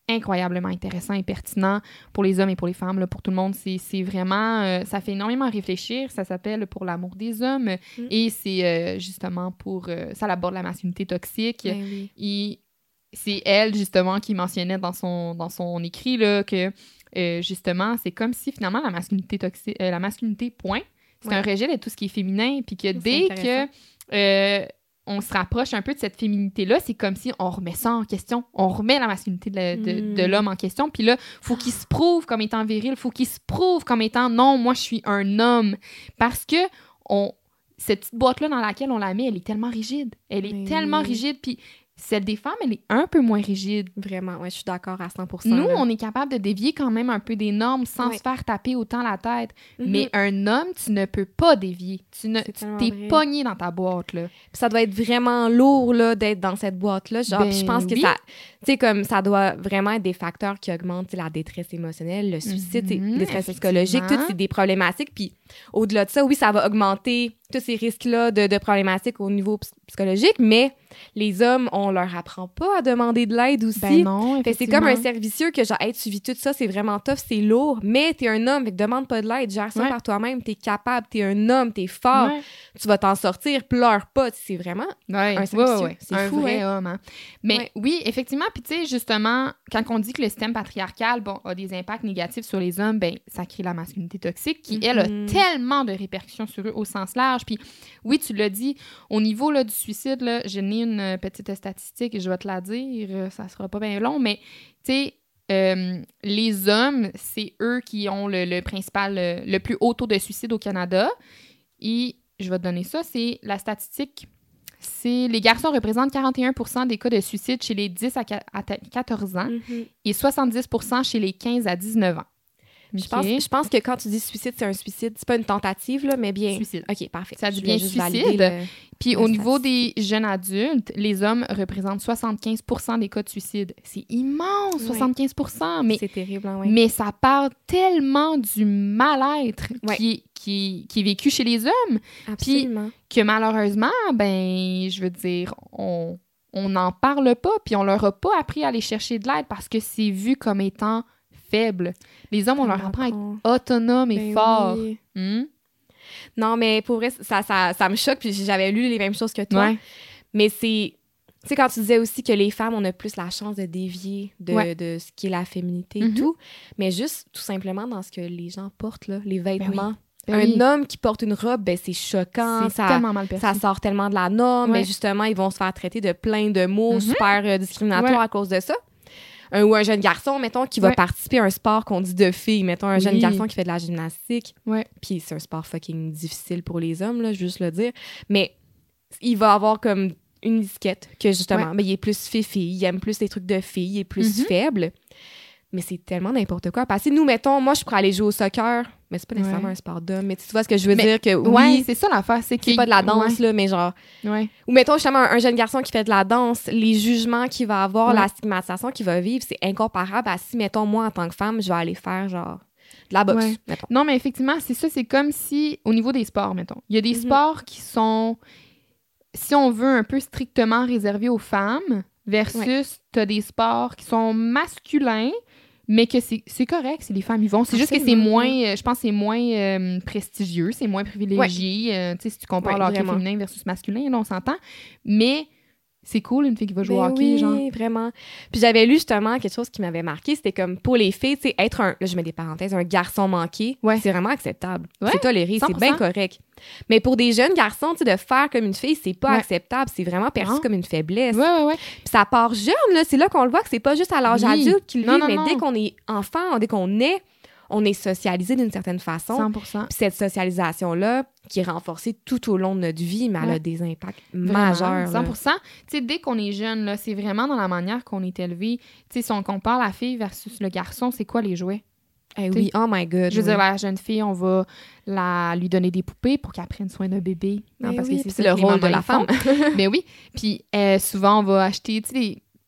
[SPEAKER 1] incroyablement intéressant et pertinent pour les hommes et pour les femmes, là, pour tout le monde. C'est, c'est vraiment... Euh, ça fait énormément réfléchir. Ça s'appelle « Pour l'amour des hommes mm. » et c'est euh, justement pour... Euh, ça aborde la masculinité toxique.
[SPEAKER 2] Ben oui.
[SPEAKER 1] Et c'est elle, justement, qui mentionnait dans son, dans son écrit là, que, euh, justement, c'est comme si, finalement, la masculinité toxique... Euh, la masculinité, point, c'est ouais. un rejet de tout ce qui est féminin, puis que c'est dès que... Euh, on se rapproche un peu de cette féminité-là, c'est comme si on remet ça en question. On remet la masculinité de, la, de, mm. de l'homme en question. Puis là, il faut qu'il se prouve comme étant viril. Il faut qu'il se prouve comme étant « Non, moi, je suis un homme. » Parce que on, cette petite boîte-là dans laquelle on la met, elle est tellement rigide. Elle est oui. tellement rigide. Puis celle des femmes, elle est un peu moins rigide.
[SPEAKER 2] Vraiment, ouais, je suis d'accord à cent pour cent.
[SPEAKER 1] Nous,
[SPEAKER 2] là.
[SPEAKER 1] on est capable de dévier quand même un peu des normes sans ouais. se faire taper autant la tête. Mm-hmm. Mais un homme, tu ne peux pas dévier. Tu ne, tu t'es vrai. pogné dans ta boîte, là.
[SPEAKER 2] Puis ça doit être vraiment lourd, là, d'être dans cette boîte-là. Genre, ben, je pense que oui. ça... Tu sais, comme ça doit vraiment être des facteurs qui augmentent la détresse émotionnelle, le suicide, mm-hmm. la détresse psychologique, toutes c'est des problématiques. Puis au-delà de ça, oui, ça va augmenter tous ces risques-là de, de problématiques au niveau psychologique, mais les hommes, on leur apprend pas à demander de l'aide aussi.
[SPEAKER 1] Ben non,
[SPEAKER 2] fait, c'est comme un servicieux que genre, hey, tu vis tout ça, c'est vraiment tough, c'est lourd, mais t'es un homme, fait que demande pas de l'aide, gère ça ouais. par toi-même, t'es capable, t'es un homme, t'es fort, ouais. tu vas t'en sortir, pleure pas, c'est vraiment
[SPEAKER 1] ouais.
[SPEAKER 2] un servicieux.
[SPEAKER 1] Ouais, ouais. C'est un fou, vrai hein. homme. Hein. Mais ouais. oui, effectivement, puis tu sais, justement, quand on dit que le système patriarcal bon, a des impacts négatifs sur les hommes, ben ça crée la masculinité toxique qui, mm-hmm. elle, a tellement de répercussions sur eux au sens large. Puis oui, tu l'as dit, au niveau là, du suicide, là, j'ai né une petite statistique et je vais te la dire, ça sera pas bien long, mais tu sais, euh, les hommes, c'est eux qui ont le, le principal, le, le plus haut taux de suicide au Canada. Et je vais te donner ça, c'est la statistique, c'est les garçons représentent quarante et un pour cent des cas de suicide chez les dix à quatorze ans mm-hmm. et soixante-dix pour cent chez les quinze à dix-neuf ans.
[SPEAKER 2] Okay. Je, pense, je pense que quand tu dis suicide, c'est un suicide. C'est pas une tentative, là, mais bien...
[SPEAKER 1] Suicide.
[SPEAKER 2] OK, parfait.
[SPEAKER 1] Ça dit bien suicide. Le... Puis au niveau des jeunes adultes, les hommes représentent soixante-quinze pour cent des cas de suicide. C'est immense, ouais. soixante-quinze pour cent. Mais,
[SPEAKER 2] c'est terrible, hein, ouais.
[SPEAKER 1] mais ça part tellement du mal-être ouais. qui, qui, qui est vécu chez les hommes.
[SPEAKER 2] Absolument.
[SPEAKER 1] Puis que malheureusement, ben, je veux dire, on on n'en parle pas, puis on leur a pas appris à aller chercher de l'aide parce que c'est vu comme étant faible. Les hommes, on leur apprend à être autonomes et
[SPEAKER 2] ben
[SPEAKER 1] forts.
[SPEAKER 2] Oui.
[SPEAKER 1] Hmm?
[SPEAKER 2] Non, mais pour vrai, ça, ça, ça me choque, puis j'avais lu les mêmes choses que toi.
[SPEAKER 1] Ouais.
[SPEAKER 2] Mais c'est... Tu sais, quand tu disais aussi que les femmes, on a plus la chance de dévier de, ouais. de ce qui est la féminité mm-hmm. et tout, mais juste, tout simplement, dans ce que les gens portent, là, les vêtements. Ben oui. Ben un oui. homme qui porte une robe, ben c'est choquant.
[SPEAKER 1] C'est
[SPEAKER 2] ça,
[SPEAKER 1] tellement mal perçu.
[SPEAKER 2] Ça sort tellement de la norme. Ouais. Mais justement, ils vont se faire traiter de plein de mots mm-hmm. super euh, discriminatoires ouais. à cause de ça. Un, ou un jeune garçon, mettons, qui va ouais. participer à un sport qu'on dit de filles. Mettons, un oui. jeune garçon qui fait de la gymnastique.
[SPEAKER 1] Ouais.
[SPEAKER 2] Puis c'est un sport fucking difficile pour les hommes, là, juste le dire. Mais il va avoir comme une étiquette que, justement, ouais. ben, il est plus fifi, il aime plus les trucs de filles, il est plus mm-hmm. faible. Mais c'est tellement n'importe quoi. Parce que nous, mettons, moi, je pourrais aller jouer au soccer, mais c'est pas nécessairement ouais. un sport d'homme. Mais tu vois ce que je veux
[SPEAKER 1] mais,
[SPEAKER 2] dire? Que oui,
[SPEAKER 1] ouais, c'est ça l'affaire. C'est,
[SPEAKER 2] c'est pas de la danse,
[SPEAKER 1] ouais.
[SPEAKER 2] là, mais genre...
[SPEAKER 1] Ouais.
[SPEAKER 2] Ou mettons, justement, un, un jeune garçon qui fait de la danse, les jugements qu'il va avoir, ouais. la stigmatisation qu'il va vivre, c'est incomparable à si, mettons, moi, en tant que femme, je vais aller faire, genre, de la boxe,
[SPEAKER 1] ouais.
[SPEAKER 2] mettons.
[SPEAKER 1] Non, mais effectivement, c'est ça. C'est comme si, au niveau des sports, mettons, il y a des mm-hmm. sports qui sont, si on veut, un peu strictement réservés aux femmes, versus ouais. t'as des sports qui sont masculins, mais que c'est, c'est correct si les femmes y vont. C'est Absolument. Juste que c'est moins, euh, je pense que c'est moins euh, prestigieux, c'est moins privilégié. Ouais. Euh, tu sais, si tu compares ouais, le hockey féminin versus masculin, là, on s'entend. Mais c'est cool, une fille qui va jouer
[SPEAKER 2] ben
[SPEAKER 1] au hockey,
[SPEAKER 2] oui,
[SPEAKER 1] genre.
[SPEAKER 2] Oui, vraiment. Puis j'avais lu justement quelque chose qui m'avait marqué, c'était comme pour les filles, tu sais, être un, là je mets des parenthèses, un garçon manqué,
[SPEAKER 1] ouais.
[SPEAKER 2] c'est vraiment acceptable.
[SPEAKER 1] Ouais,
[SPEAKER 2] c'est toléré,
[SPEAKER 1] cent pour cent.
[SPEAKER 2] C'est bien correct. Mais pour des jeunes garçons, tu sais, de faire comme une fille, c'est pas
[SPEAKER 1] ouais.
[SPEAKER 2] acceptable, c'est vraiment perçu
[SPEAKER 1] non.
[SPEAKER 2] comme une faiblesse.
[SPEAKER 1] Ouais, ouais, ouais.
[SPEAKER 2] Puis ça part jeune, là, c'est là qu'on le voit que c'est pas juste à l'âge
[SPEAKER 1] oui.
[SPEAKER 2] adulte qu'il
[SPEAKER 1] non,
[SPEAKER 2] vit,
[SPEAKER 1] non,
[SPEAKER 2] mais
[SPEAKER 1] non.
[SPEAKER 2] dès qu'on est enfant, dès qu'on naît, on est socialisé d'une certaine façon.
[SPEAKER 1] cent pour cent.
[SPEAKER 2] Puis cette socialisation-là, qui est renforcée tout au long de notre vie, mais elle ouais. a des impacts
[SPEAKER 1] vraiment,
[SPEAKER 2] majeurs.
[SPEAKER 1] cent pour cent. Tu sais, dès qu'on est jeune, là, c'est vraiment dans la manière qu'on est élevé. Tu sais, si on compare la fille versus le garçon, c'est quoi les jouets?
[SPEAKER 2] Eh oui, oh my God.
[SPEAKER 1] Je veux
[SPEAKER 2] oui.
[SPEAKER 1] dire, la jeune fille, on va la, lui donner des poupées pour qu'elle prenne soin d'un bébé. Non, parce
[SPEAKER 2] oui,
[SPEAKER 1] que c'est,
[SPEAKER 2] c'est le rôle de la femme.
[SPEAKER 1] Mais oui. Puis euh, souvent, on va acheter, tu sais, des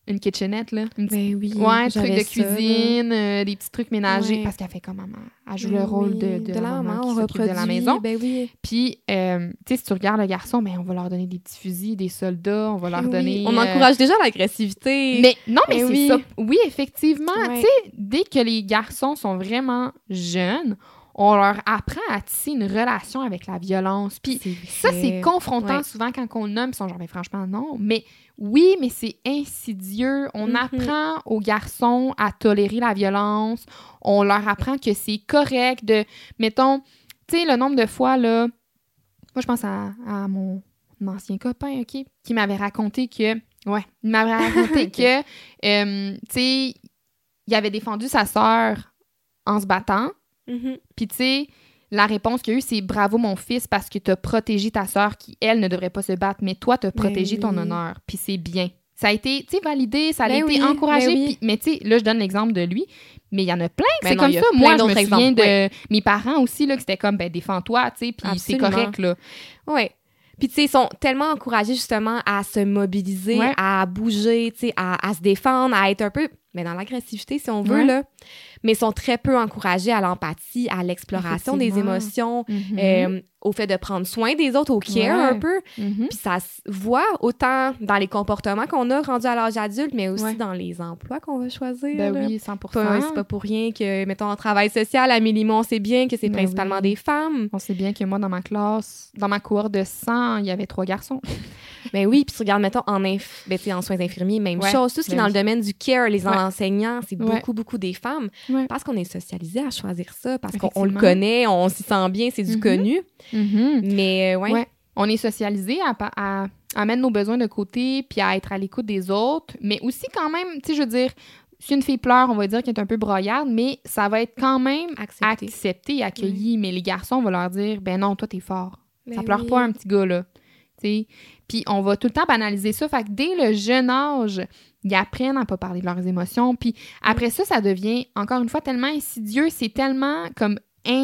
[SPEAKER 1] une kitchenette, là. Une
[SPEAKER 2] ben oui,
[SPEAKER 1] ouais, truc de
[SPEAKER 2] ça,
[SPEAKER 1] cuisine, euh, des petits trucs ménagers,
[SPEAKER 2] ouais.
[SPEAKER 1] parce qu'elle fait comme maman. Elle joue
[SPEAKER 2] ben
[SPEAKER 1] le rôle
[SPEAKER 2] oui.
[SPEAKER 1] de, de,
[SPEAKER 2] de
[SPEAKER 1] la,
[SPEAKER 2] la
[SPEAKER 1] maman,
[SPEAKER 2] maman,
[SPEAKER 1] qui
[SPEAKER 2] on
[SPEAKER 1] s'occupe
[SPEAKER 2] reproduit,
[SPEAKER 1] de la maison.
[SPEAKER 2] ben oui.
[SPEAKER 1] Puis, euh, tu sais, si tu regardes le garçon, ben on va leur donner des petits fusils, des soldats, on va leur
[SPEAKER 2] Ben
[SPEAKER 1] donner...
[SPEAKER 2] oui. On
[SPEAKER 1] euh,
[SPEAKER 2] encourage déjà l'agressivité.
[SPEAKER 1] Mais non, mais
[SPEAKER 2] Ben
[SPEAKER 1] c'est
[SPEAKER 2] oui.
[SPEAKER 1] ça. Oui, effectivement,
[SPEAKER 2] Ouais.
[SPEAKER 1] tu sais, dès que les garçons sont vraiment jeunes, on leur apprend à tisser une relation avec la violence. Puis
[SPEAKER 2] C'est
[SPEAKER 1] ça, c'est
[SPEAKER 2] vrai.
[SPEAKER 1] confrontant
[SPEAKER 2] Ouais.
[SPEAKER 1] souvent quand on le nomme, ils sont genre, mais franchement, non. Mais oui, mais c'est insidieux. On
[SPEAKER 2] Mhm.
[SPEAKER 1] apprend aux garçons à tolérer la violence. On leur apprend que c'est correct de, mettons, tu sais, le nombre de fois, là, moi, je pense à, à mon ancien copain, OK, qui m'avait raconté que, ouais, il m'avait raconté que, euh, tu sais, il avait défendu sa sœur en se battant.
[SPEAKER 2] Mhm.
[SPEAKER 1] Puis, tu sais, la réponse qu'il y a eu, c'est « Bravo, mon fils, parce que t'as protégé ta sœur qui, elle, ne devrait pas se battre, mais toi, t'as protégé
[SPEAKER 2] oui.
[SPEAKER 1] ton honneur. Puis c'est bien. » Ça a été, tu sais, validé, ça a
[SPEAKER 2] Ben
[SPEAKER 1] été
[SPEAKER 2] oui,
[SPEAKER 1] encouragé.
[SPEAKER 2] ben oui.
[SPEAKER 1] puis- mais, tu sais, là, je donne l'exemple de lui, mais il y en a plein que
[SPEAKER 2] Ben
[SPEAKER 1] c'est
[SPEAKER 2] non,
[SPEAKER 1] comme
[SPEAKER 2] il y a
[SPEAKER 1] ça.
[SPEAKER 2] plein
[SPEAKER 1] Moi, je me
[SPEAKER 2] d'autres
[SPEAKER 1] souviens
[SPEAKER 2] exemples,
[SPEAKER 1] de mes parents aussi, là, que c'était comme « Ben, défends-toi, tu sais, puis c'est
[SPEAKER 2] Absolument.
[SPEAKER 1] correct, là. »
[SPEAKER 2] Oui. Puis, tu sais, ils sont tellement encouragés, justement, à se mobiliser,
[SPEAKER 1] Ouais.
[SPEAKER 2] à bouger, tu sais, à, à se défendre, à être un peu, mais dans l'agressivité, si on veut,
[SPEAKER 1] Ouais.
[SPEAKER 2] là. Mais ils sont très peu encouragés à l'empathie, à l'exploration des
[SPEAKER 1] Effectivement.
[SPEAKER 2] émotions,
[SPEAKER 1] Mhm.
[SPEAKER 2] euh, au fait de prendre soin des autres, au care
[SPEAKER 1] Ouais.
[SPEAKER 2] un peu.
[SPEAKER 1] Mhm.
[SPEAKER 2] Puis ça se voit autant dans les comportements qu'on a rendus à l'âge adulte, mais aussi
[SPEAKER 1] Ouais.
[SPEAKER 2] dans les emplois qu'on va choisir.
[SPEAKER 1] Ben
[SPEAKER 2] là.
[SPEAKER 1] oui, cent pour
[SPEAKER 2] Pas-
[SPEAKER 1] cent.
[SPEAKER 2] C'est pas pour rien que, mettons, en travail social, à Amélie, on sait bien que c'est
[SPEAKER 1] Ben
[SPEAKER 2] principalement
[SPEAKER 1] oui.
[SPEAKER 2] des femmes.
[SPEAKER 1] On sait bien que moi, dans ma classe, dans ma cohorte de cent, il y avait trois garçons.
[SPEAKER 2] Mais oui, puis tu regardes, mettons, en, inf... ben, tu sais, en soins infirmiers, même
[SPEAKER 1] Ouais.
[SPEAKER 2] chose. Tout ce qui est
[SPEAKER 1] Ben
[SPEAKER 2] dans
[SPEAKER 1] oui.
[SPEAKER 2] le domaine du care, les
[SPEAKER 1] Ouais.
[SPEAKER 2] enseignants, c'est
[SPEAKER 1] Ouais.
[SPEAKER 2] beaucoup, beaucoup des femmes.
[SPEAKER 1] Ouais.
[SPEAKER 2] Parce qu'on est socialisé à choisir ça, parce qu'on on le
[SPEAKER 1] Effectivement.
[SPEAKER 2] connaît, on s'y sent bien, c'est du
[SPEAKER 1] Mhm.
[SPEAKER 2] connu.
[SPEAKER 1] Mhm.
[SPEAKER 2] Mais euh, ouais.
[SPEAKER 1] Ouais. On est socialisé à, pa- à, à mettre nos besoins de côté puis à être à l'écoute des autres, mais aussi quand même, tu sais, je veux dire, si une fille pleure, on va dire qu'elle est un peu broyarde, mais ça va être quand même
[SPEAKER 2] Accepté.
[SPEAKER 1] accepté et accueilli. Mais les garçons, on va leur dire, ben non, toi, t'es fort.
[SPEAKER 2] Ben
[SPEAKER 1] ça pleure
[SPEAKER 2] oui.
[SPEAKER 1] pas un petit gars, là. Tu sais. Puis on va tout le temps banaliser ça. Fait que dès le jeune âge, ils apprennent à pas parler de leurs émotions. Puis après ça, ça devient, encore une fois, tellement insidieux, c'est tellement comme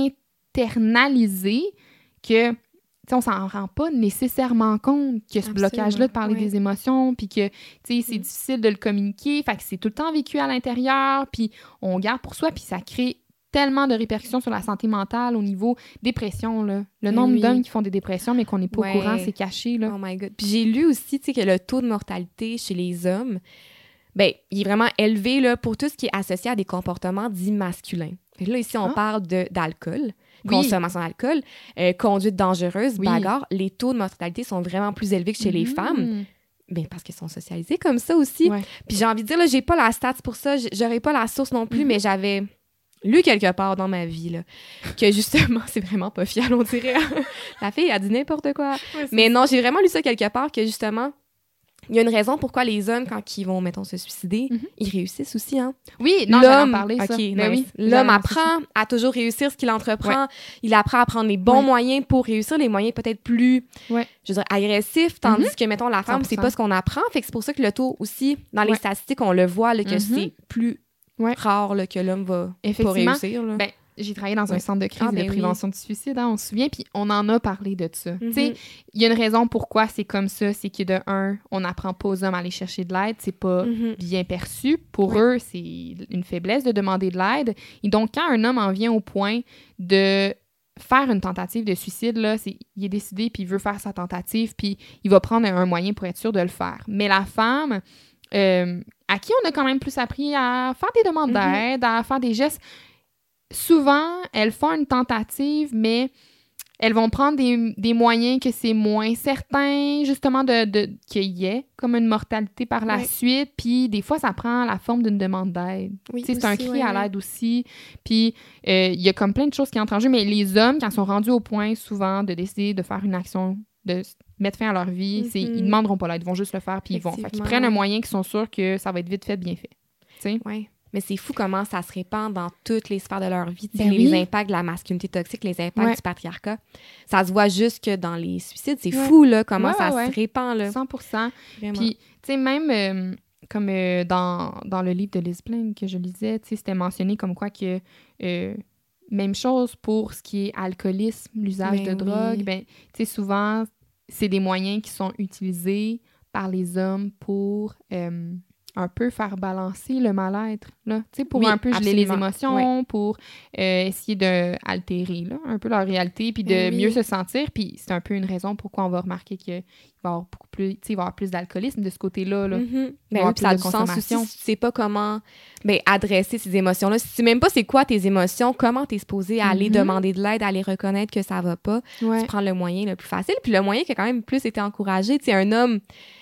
[SPEAKER 1] internalisé que, tu sais, on s'en rend pas nécessairement compte que ce
[SPEAKER 2] Absolument,
[SPEAKER 1] blocage-là de parler
[SPEAKER 2] ouais.
[SPEAKER 1] des émotions, puis que, tu sais, c'est
[SPEAKER 2] Mm.
[SPEAKER 1] difficile de le communiquer, fait que c'est tout le temps vécu à l'intérieur, puis on garde pour soi, puis ça crée tellement de répercussions sur la santé mentale au niveau dépression, là. Le
[SPEAKER 2] Ben
[SPEAKER 1] nombre
[SPEAKER 2] oui.
[SPEAKER 1] d'hommes qui font des dépressions, mais qu'on n'est pas
[SPEAKER 2] Ouais.
[SPEAKER 1] au courant, c'est caché, là.
[SPEAKER 2] Oh my God. Puis j'ai lu aussi, tu sais, que le taux de mortalité chez les hommes, ben, il est vraiment élevé, là, pour tout ce qui est associé à des comportements dits masculins. Fait que là, ici, on
[SPEAKER 1] Ah.
[SPEAKER 2] parle de, d'alcool,
[SPEAKER 1] Oui.
[SPEAKER 2] consommation d'alcool, euh, conduite dangereuse,
[SPEAKER 1] Oui.
[SPEAKER 2] bagarre. Les taux de mortalité sont vraiment plus élevés que chez les
[SPEAKER 1] Mhm.
[SPEAKER 2] femmes. Ben, parce qu'elles sont socialisées comme ça aussi.
[SPEAKER 1] Ouais.
[SPEAKER 2] Puis j'ai envie de dire, là, j'ai pas la stats pour ça, j- j'aurais pas la source non plus,
[SPEAKER 1] Mhm.
[SPEAKER 2] mais j'avais lu quelque part dans ma vie, là, que justement, c'est vraiment pas fiable, on dirait. La fille a dit n'importe quoi. Mais non, j'ai vraiment lu ça quelque part, que justement, il y a une raison pourquoi les hommes, quand ils vont, mettons, se suicider,
[SPEAKER 1] Mhm.
[SPEAKER 2] ils réussissent aussi, hein.
[SPEAKER 1] Oui, non, j'allais en
[SPEAKER 2] L'homme,
[SPEAKER 1] parler, ça.
[SPEAKER 2] OK,
[SPEAKER 1] Ben
[SPEAKER 2] nice.
[SPEAKER 1] oui,
[SPEAKER 2] L'homme
[SPEAKER 1] j'allais
[SPEAKER 2] apprend à toujours réussir ce qu'il entreprend. Il apprend à prendre les bons
[SPEAKER 1] Ouais.
[SPEAKER 2] moyens pour réussir, les moyens peut-être plus,
[SPEAKER 1] Ouais.
[SPEAKER 2] je veux dire, agressifs, tandis
[SPEAKER 1] Mhm.
[SPEAKER 2] que, mettons, la femme,
[SPEAKER 1] cent pour
[SPEAKER 2] c'est
[SPEAKER 1] cent.
[SPEAKER 2] pas ce qu'on apprend. Fait que c'est pour ça que le taux aussi, dans les
[SPEAKER 1] Ouais.
[SPEAKER 2] statistiques, on le voit, là, que
[SPEAKER 1] Mhm.
[SPEAKER 2] c'est plus
[SPEAKER 1] Ouais.
[SPEAKER 2] rare là, que l'homme va pas
[SPEAKER 1] Effectivement.
[SPEAKER 2] réussir. Là.
[SPEAKER 1] Ben, j'ai travaillé dans un
[SPEAKER 2] Ouais.
[SPEAKER 1] centre de crise
[SPEAKER 2] Ah,
[SPEAKER 1] et
[SPEAKER 2] ben
[SPEAKER 1] de
[SPEAKER 2] oui.
[SPEAKER 1] prévention du suicide, hein, on se souvient, puis on en a parlé de ça.
[SPEAKER 2] Mhm.
[SPEAKER 1] Tu sais, il y a une raison pourquoi c'est comme ça, c'est que de un, on n'apprend pas aux hommes à aller chercher de l'aide, c'est pas
[SPEAKER 2] Mhm.
[SPEAKER 1] bien perçu. Pour
[SPEAKER 2] Ouais.
[SPEAKER 1] eux, c'est une faiblesse de demander de l'aide. Et donc, quand un homme en vient au point de faire une tentative de suicide, là, c'est, il est décidé, puis il veut faire sa tentative, puis il va prendre un moyen pour être sûr de le faire. Mais la femme, euh, à qui on a quand même plus appris à faire des demandes
[SPEAKER 2] Mhm.
[SPEAKER 1] d'aide, à faire des gestes, souvent, elles font une tentative, mais elles vont prendre des, des moyens que c'est moins certain, justement, de, de, qu'il y ait comme une mortalité par la
[SPEAKER 2] Ouais.
[SPEAKER 1] suite. Puis des fois, ça prend la forme d'une demande d'aide.
[SPEAKER 2] Oui,
[SPEAKER 1] Tu sais, c'est un
[SPEAKER 2] aussi,
[SPEAKER 1] cri
[SPEAKER 2] ouais,
[SPEAKER 1] à
[SPEAKER 2] ouais.
[SPEAKER 1] l'aide aussi. Puis euh, il y a comme plein de choses qui entrent en jeu, mais les hommes, quand ils sont rendus au point, souvent, de décider de faire une action, de s- mettre fin à leur vie, c'est,
[SPEAKER 2] Mhm.
[SPEAKER 1] ils demanderont pas l'aide, ils vont juste le faire, puis ils vont. Fait qu'ils
[SPEAKER 2] Effectivement,
[SPEAKER 1] prennent un
[SPEAKER 2] ouais.
[SPEAKER 1] moyen qu'ils sont sûrs que ça va être vite fait, bien fait. Tu sais?
[SPEAKER 2] Ouais. Mais c'est fou comment ça se répand dans toutes les sphères de leur vie. Tu sais,
[SPEAKER 1] Ben
[SPEAKER 2] les
[SPEAKER 1] oui.
[SPEAKER 2] impacts de la masculinité toxique, les impacts
[SPEAKER 1] Ouais.
[SPEAKER 2] du patriarcat. Ça se voit juste que dans les suicides. C'est
[SPEAKER 1] Ouais.
[SPEAKER 2] fou, là, comment
[SPEAKER 1] Ouais,
[SPEAKER 2] ça
[SPEAKER 1] ouais, ouais.
[SPEAKER 2] se répand, là.
[SPEAKER 1] cent pour cent.
[SPEAKER 2] Vraiment.
[SPEAKER 1] Puis, tu sais, même euh, comme euh, dans, dans le livre de Liz Blaine que je lisais, tu sais, c'était mentionné comme quoi que euh, même chose pour ce qui est alcoolisme, l'usage
[SPEAKER 2] Ben
[SPEAKER 1] de
[SPEAKER 2] oui.
[SPEAKER 1] drogue, ben, tu sais, souvent, c'est des moyens qui sont utilisés par les hommes pour euh, un peu faire balancer le mal-être, là, tu sais, pour
[SPEAKER 2] oui,
[SPEAKER 1] un peu geler
[SPEAKER 2] absolument.
[SPEAKER 1] les émotions,
[SPEAKER 2] ouais.
[SPEAKER 1] pour euh, essayer d'altérer, là, un peu leur réalité, puis de
[SPEAKER 2] Ben oui.
[SPEAKER 1] mieux se sentir, puis c'est un peu une raison pourquoi on va remarquer qu'il va y avoir beaucoup plus, tu sais, il va y avoir plus d'alcoolisme de ce côté-là, là.
[SPEAKER 2] Mm-hmm.
[SPEAKER 1] Il va y
[SPEAKER 2] Ben
[SPEAKER 1] avoir
[SPEAKER 2] oui,
[SPEAKER 1] plus
[SPEAKER 2] ça a
[SPEAKER 1] de
[SPEAKER 2] du sens aussi
[SPEAKER 1] consommation.
[SPEAKER 2] si tu sais pas comment ben, adresser ces émotions-là. Si tu sais même pas c'est quoi tes émotions, comment t'es supposé aller
[SPEAKER 1] Mhm.
[SPEAKER 2] demander de l'aide, aller reconnaître que ça va pas,
[SPEAKER 1] Ouais.
[SPEAKER 2] tu prends le moyen le plus facile. Puis le moyen qui a quand même plus été encouragé, tu sais, un homme,